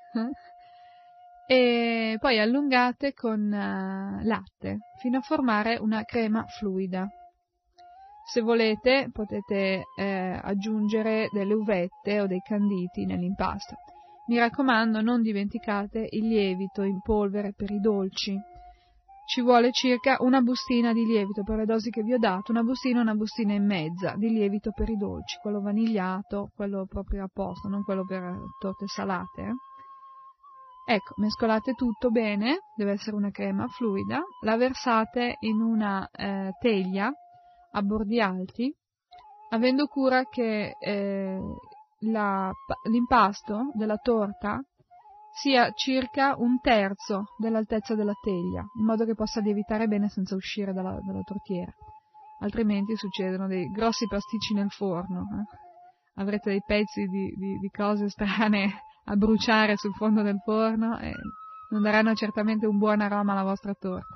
E poi allungate con uh, latte fino a formare una crema fluida. Se volete potete eh, aggiungere delle uvette o dei canditi nell'impasto. Mi raccomando, non dimenticate il lievito in polvere per i dolci. Ci vuole circa una bustina di lievito per le dosi che vi ho dato, una bustina, una bustina e mezza di lievito per i dolci, quello vanigliato, quello proprio a posto, non quello per torte salate. Eh. Ecco, mescolate tutto bene, deve essere una crema fluida, la versate in una eh, teglia a bordi alti, avendo cura che eh, la, l'impasto della torta sia circa un terzo dell'altezza della teglia, in modo che possa lievitare bene senza uscire dalla, dalla tortiera. Altrimenti succedono dei grossi pasticci nel forno. Eh? Avrete dei pezzi di, di, di cose strane a bruciare sul fondo del forno e non daranno certamente un buon aroma alla vostra torta.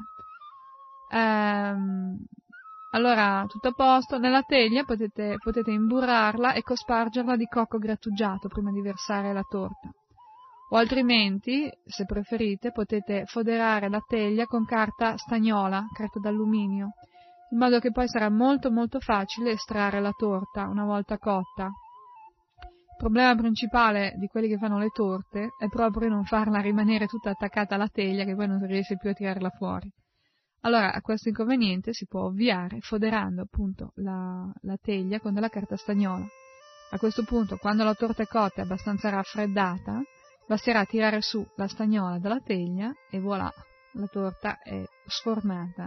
Ehm, allora, tutto a posto. Nella teglia potete, potete imburrarla e cospargerla di cocco grattugiato prima di versare la torta. O altrimenti, se preferite, potete foderare la teglia con carta stagnola, carta d'alluminio, in modo che poi sarà molto molto facile estrarre la torta una volta cotta. Il problema principale di quelli che fanno le torte è proprio non farla rimanere tutta attaccata alla teglia, che poi non si riesce più a tirarla fuori. Allora, a questo inconveniente si può ovviare foderando appunto la, la teglia con della carta stagnola. A questo punto, quando la torta è cotta e abbastanza raffreddata, basterà tirare su la stagnola dalla teglia e voilà, la torta è sfornata.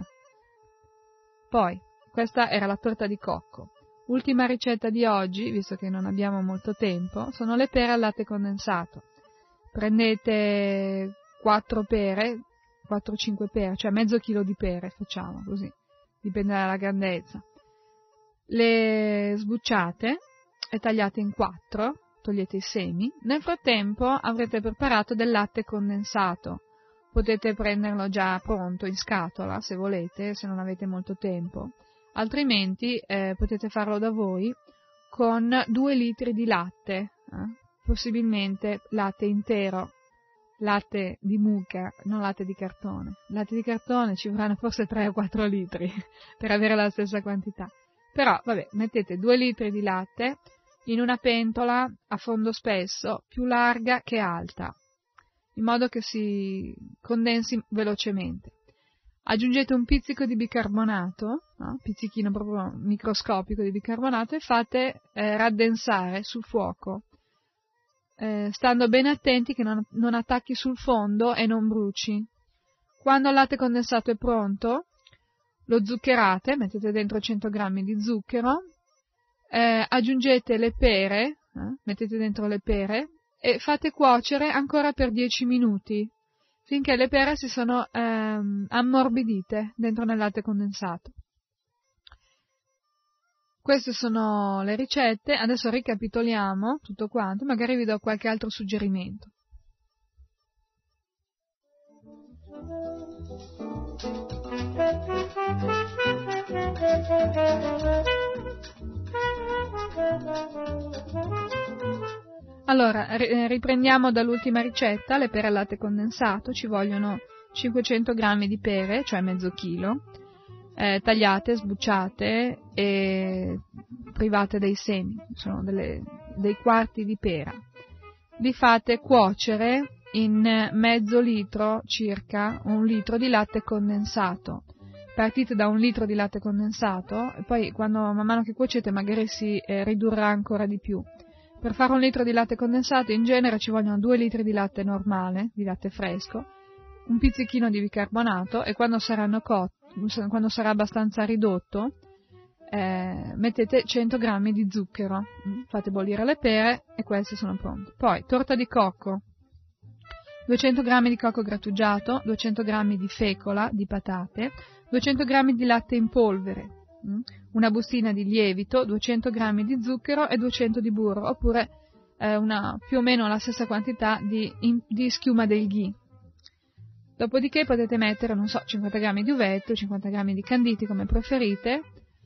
Poi, questa era la torta di cocco. Ultima ricetta di oggi, visto che non abbiamo molto tempo, sono le pere al latte condensato. Prendete quattro pere, quattro cinque pere, cioè mezzo chilo di pere, facciamo così, dipende dalla grandezza. Le sbucciate e tagliate in quattro, togliete i semi. Nel frattempo avrete preparato del latte condensato. Potete prenderlo già pronto in scatola, se volete, se non avete molto tempo. Altrimenti eh, potete farlo da voi con due litri di latte, eh? Possibilmente latte intero, latte di mucca, non latte di cartone. Latte di cartone ci vorranno forse tre o quattro litri per avere la stessa quantità. Però, vabbè, mettete due litri di latte in una pentola a fondo spesso, più larga che alta, in modo che si condensi velocemente. Aggiungete un pizzico di bicarbonato, no? Un pizzichino proprio microscopico di bicarbonato, e fate eh, raddensare sul fuoco, eh, stando bene attenti che non, non attacchi sul fondo e non bruci. Quando il latte condensato è pronto, lo zuccherate, mettete dentro cento grammi di zucchero, eh, aggiungete le pere, eh, mettete dentro le pere e fate cuocere ancora per dieci minuti, finché le pere si sono ehm, ammorbidite dentro nel latte condensato. Queste sono le ricette, adesso ricapitoliamo tutto quanto, magari vi do qualche altro suggerimento. Allora, riprendiamo dall'ultima ricetta, le pere al latte condensato. Ci vogliono cinquecento grammi di pere, cioè mezzo chilo, eh, tagliate, sbucciate e private dei semi, sono delle, dei quarti di pera. Li fate cuocere in mezzo litro circa, un litro di latte condensato. Partite da un litro di latte condensato e poi quando man mano che cuocete magari si eh, ridurrà ancora di più. Per fare un litro di latte condensato in genere ci vogliono due litri di latte normale, di latte fresco, un pizzichino di bicarbonato e quando saranno cotti, quando sarà abbastanza ridotto, eh, mettete cento grammi di zucchero, fate bollire le pere e queste sono pronte. Poi torta di cocco, duecento grammi di cocco grattugiato, duecento grammi di fecola, di patate, duecento grammi di latte in polvere, una bustina di lievito, duecento grammi di zucchero e duecento di burro, oppure eh, una, più o meno la stessa quantità di, in, di schiuma del ghee. Dopodiché potete mettere, non so, cinquanta grammi di uvetto, cinquanta grammi di canditi come preferite,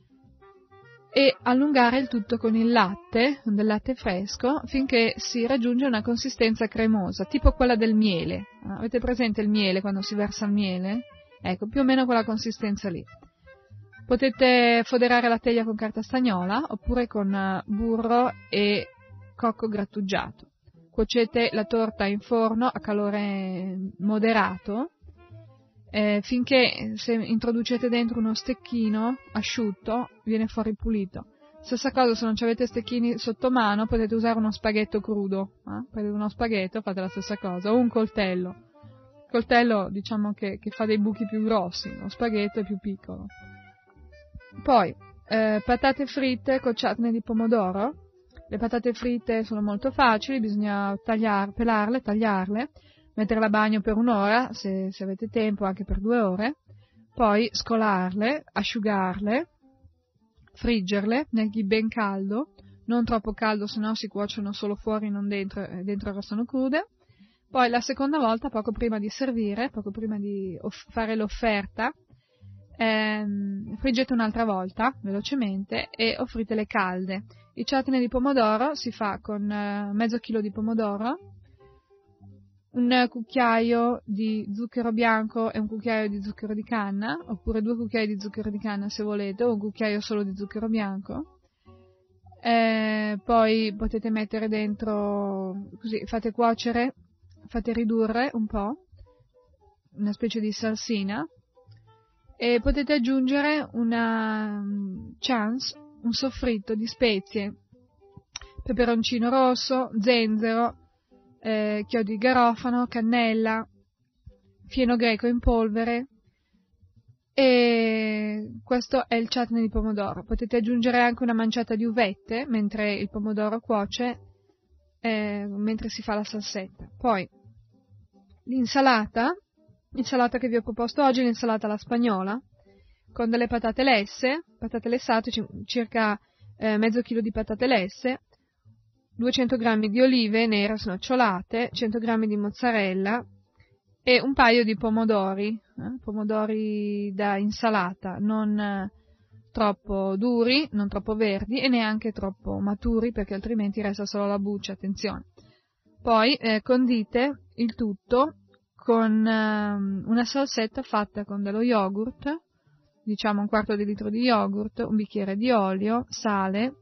e allungare il tutto con il latte, del latte fresco, finché si raggiunge una consistenza cremosa, tipo quella del miele. Avete presente il miele, quando si versa il miele? Ecco, più o meno quella consistenza lì. Potete foderare la teglia con carta stagnola, oppure con burro e cocco grattugiato. Cuocete la torta in forno a calore moderato, eh, finché se introducete dentro uno stecchino asciutto viene fuori pulito. Stessa cosa, se non avete stecchini sotto mano potete usare uno spaghetto crudo, eh? Prendete uno spaghetto, fate la stessa cosa, o un coltello. Il coltello diciamo che, che fa dei buchi più grossi, lo spaghetto è più piccolo. Poi, eh, patate fritte cocciate di pomodoro. Le patate fritte sono molto facili, bisogna tagliar, pelarle, tagliarle, metterle a bagno per un'ora, se, se avete tempo anche per due ore, poi scolarle, asciugarle, friggerle nel ghee ben caldo, non troppo caldo, sennò si cuociono solo fuori, non dentro, e dentro restano crude. Poi la seconda volta, poco prima di servire, poco prima di off- fare l'offerta, ehm, friggete un'altra volta, velocemente, e offritele calde. Il chutney di pomodoro si fa con eh, mezzo chilo di pomodoro, un cucchiaio di zucchero bianco e un cucchiaio di zucchero di canna, oppure due cucchiai di zucchero di canna se volete, o un cucchiaio solo di zucchero bianco. Eh, poi potete mettere dentro, così, fate cuocere, fate ridurre un po', una specie di salsina, e potete aggiungere una um, chance, un soffritto di spezie, peperoncino rosso, zenzero, eh, chiodo di garofano, cannella, fieno greco in polvere, e questo è il chutney di pomodoro. Potete aggiungere anche una manciata di uvette mentre il pomodoro cuoce, eh, mentre si fa la salsetta. Poi l'insalata, l'insalata che vi ho proposto oggi è l'insalata alla spagnola, con delle patate lesse, patate lessate, circa eh, mezzo chilo di patate lesse, duecento grammi di olive nere snocciolate, cento grammi di mozzarella e un paio di pomodori, eh, pomodori da insalata, non eh, troppo duri, non troppo verdi e neanche troppo maturi, perché altrimenti resta solo la buccia, attenzione. Poi eh, condite il tutto con eh, una salsetta fatta con dello yogurt, diciamo un quarto di litro di yogurt, un bicchiere di olio, sale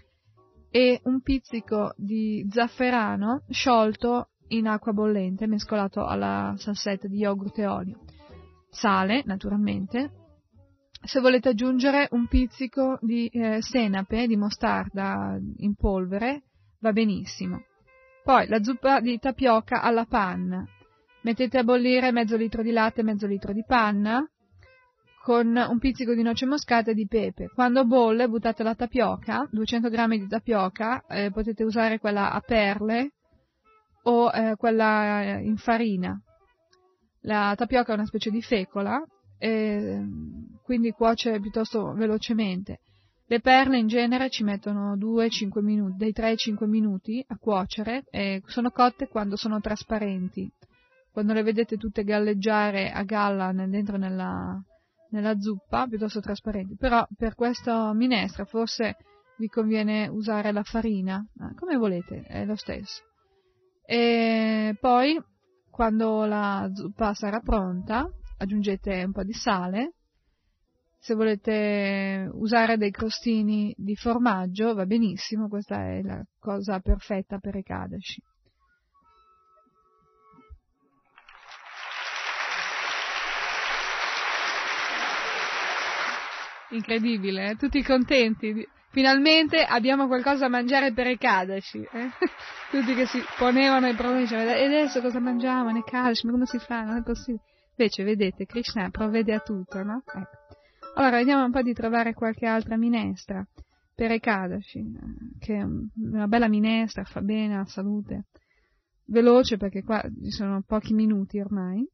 e un pizzico di zafferano sciolto in acqua bollente, mescolato alla salsetta di yogurt e olio. Sale, naturalmente. Se volete aggiungere un pizzico di eh, senape, di mostarda in polvere, va benissimo. Poi la zuppa di tapioca alla panna. Mettete a bollire mezzo litro di latte e mezzo litro di panna, con un pizzico di noce moscata e di pepe. Quando bolle buttate la tapioca, duecento grammi di tapioca, eh, potete usare quella a perle o eh, quella in farina. La tapioca è una specie di fecola, eh, quindi cuoce piuttosto velocemente. Le perle in genere ci mettono due cinque minuti, dai tre ai cinque minuti a cuocere, e sono cotte quando sono trasparenti. Quando le vedete tutte galleggiare a galla dentro nella nella zuppa, piuttosto trasparenti, però per questa minestra forse vi conviene usare la farina, eh, come volete, è lo stesso. E poi, quando la zuppa sarà pronta, aggiungete un po' di sale. Se volete usare dei crostini di formaggio, va benissimo, questa è la cosa perfetta per i Ekadashi. Incredibile, eh? Tutti contenti. Finalmente abbiamo qualcosa da mangiare per Ekadashi. Eh? Tutti che si ponevano i problemi, dicevano, e adesso cosa mangiamo? In Ekadashi, ma come si fa? Non è possibile. Invece, vedete, Krishna provvede a tutto, no? Ecco. Allora, vediamo un po' di trovare qualche altra minestra per Ekadashi, che è una bella minestra, fa bene alla salute. veloce perché qua ci sono pochi minuti ormai.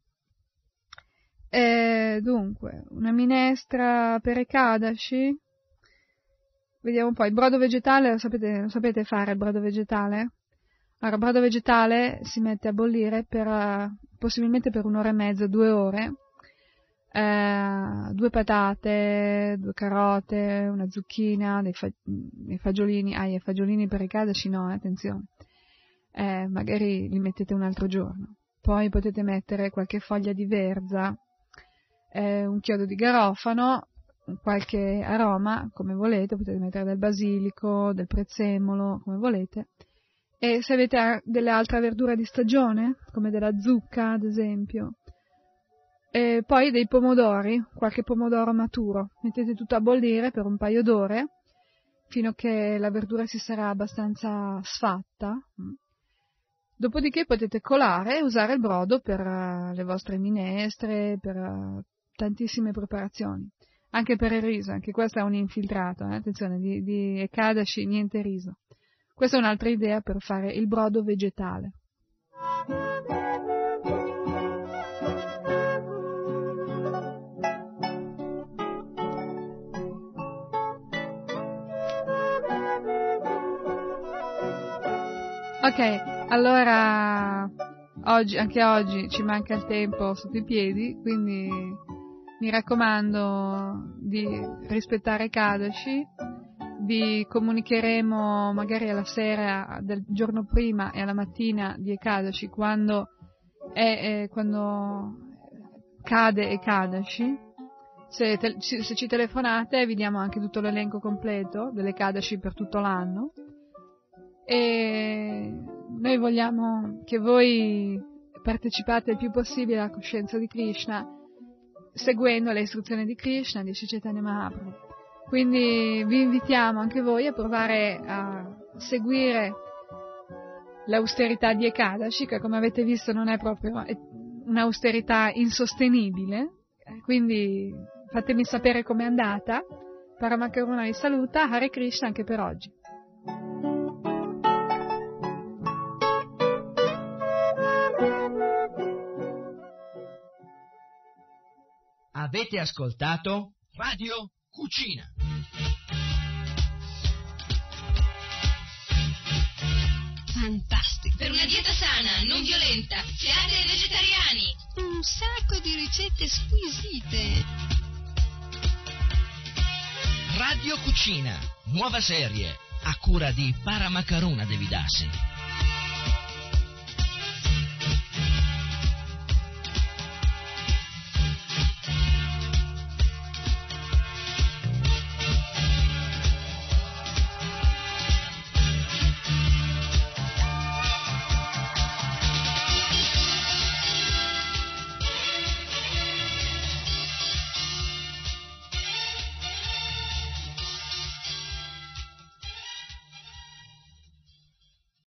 E dunque, una minestra per Ekadashi. Vediamo un po', il brodo vegetale, lo sapete, lo sapete fare il brodo vegetale? Allora, il brodo vegetale si mette a bollire per, uh, possibilmente per un'ora e mezza, due ore, eh, due patate, due carote, una zucchina, dei, fa- dei fagiolini, ah, i fagiolini per Ekadashi no, eh, attenzione, eh, magari li mettete un altro giorno. Poi potete mettere qualche foglia di verza, eh, un chiodo di garofano, qualche aroma, come volete, potete mettere del basilico, del prezzemolo, come volete. E se avete delle altre verdure di stagione, come della zucca ad esempio, e poi dei pomodori, qualche pomodoro maturo, mettete tutto a bollire per un paio d'ore, fino a che la verdura si sarà abbastanza sfatta. Dopodiché potete colare e usare il brodo per uh, le vostre minestre, per uh, tantissime preparazioni. Anche per il riso, anche questo è un infiltrato, eh? Attenzione, di, di Ekadashi niente riso. Questa è un'altra idea per fare il brodo vegetale. Ok, allora oggi, anche oggi ci manca il tempo sotto i piedi, quindi mi raccomando di rispettare Ekadashi. Vi comunicheremo magari alla sera del giorno prima e alla mattina di Ekadashi quando, è, eh, quando cade Ekadashi. Se, te, se ci telefonate vi diamo anche tutto l'elenco completo delle Ekadashi per tutto l'anno. E noi vogliamo che voi partecipate il più possibile alla coscienza di Krishna seguendo le istruzioni di Krishna, di Sri Chaitanya Mahaprabhu. Quindi vi invitiamo anche voi a provare a seguire l'austerità di Ekadashi, che come avete visto non è proprio un'austerità insostenibile, quindi fatemi sapere com'è andata. Paramakaruna vi saluta, Hare Krishna anche per oggi. Avete ascoltato Radio Cucina. Fantastico. Per una dieta sana, non violenta, siate vegetariani. Un sacco di ricette squisite. Radio Cucina, nuova serie, a cura di Paramakaruna Devidasi.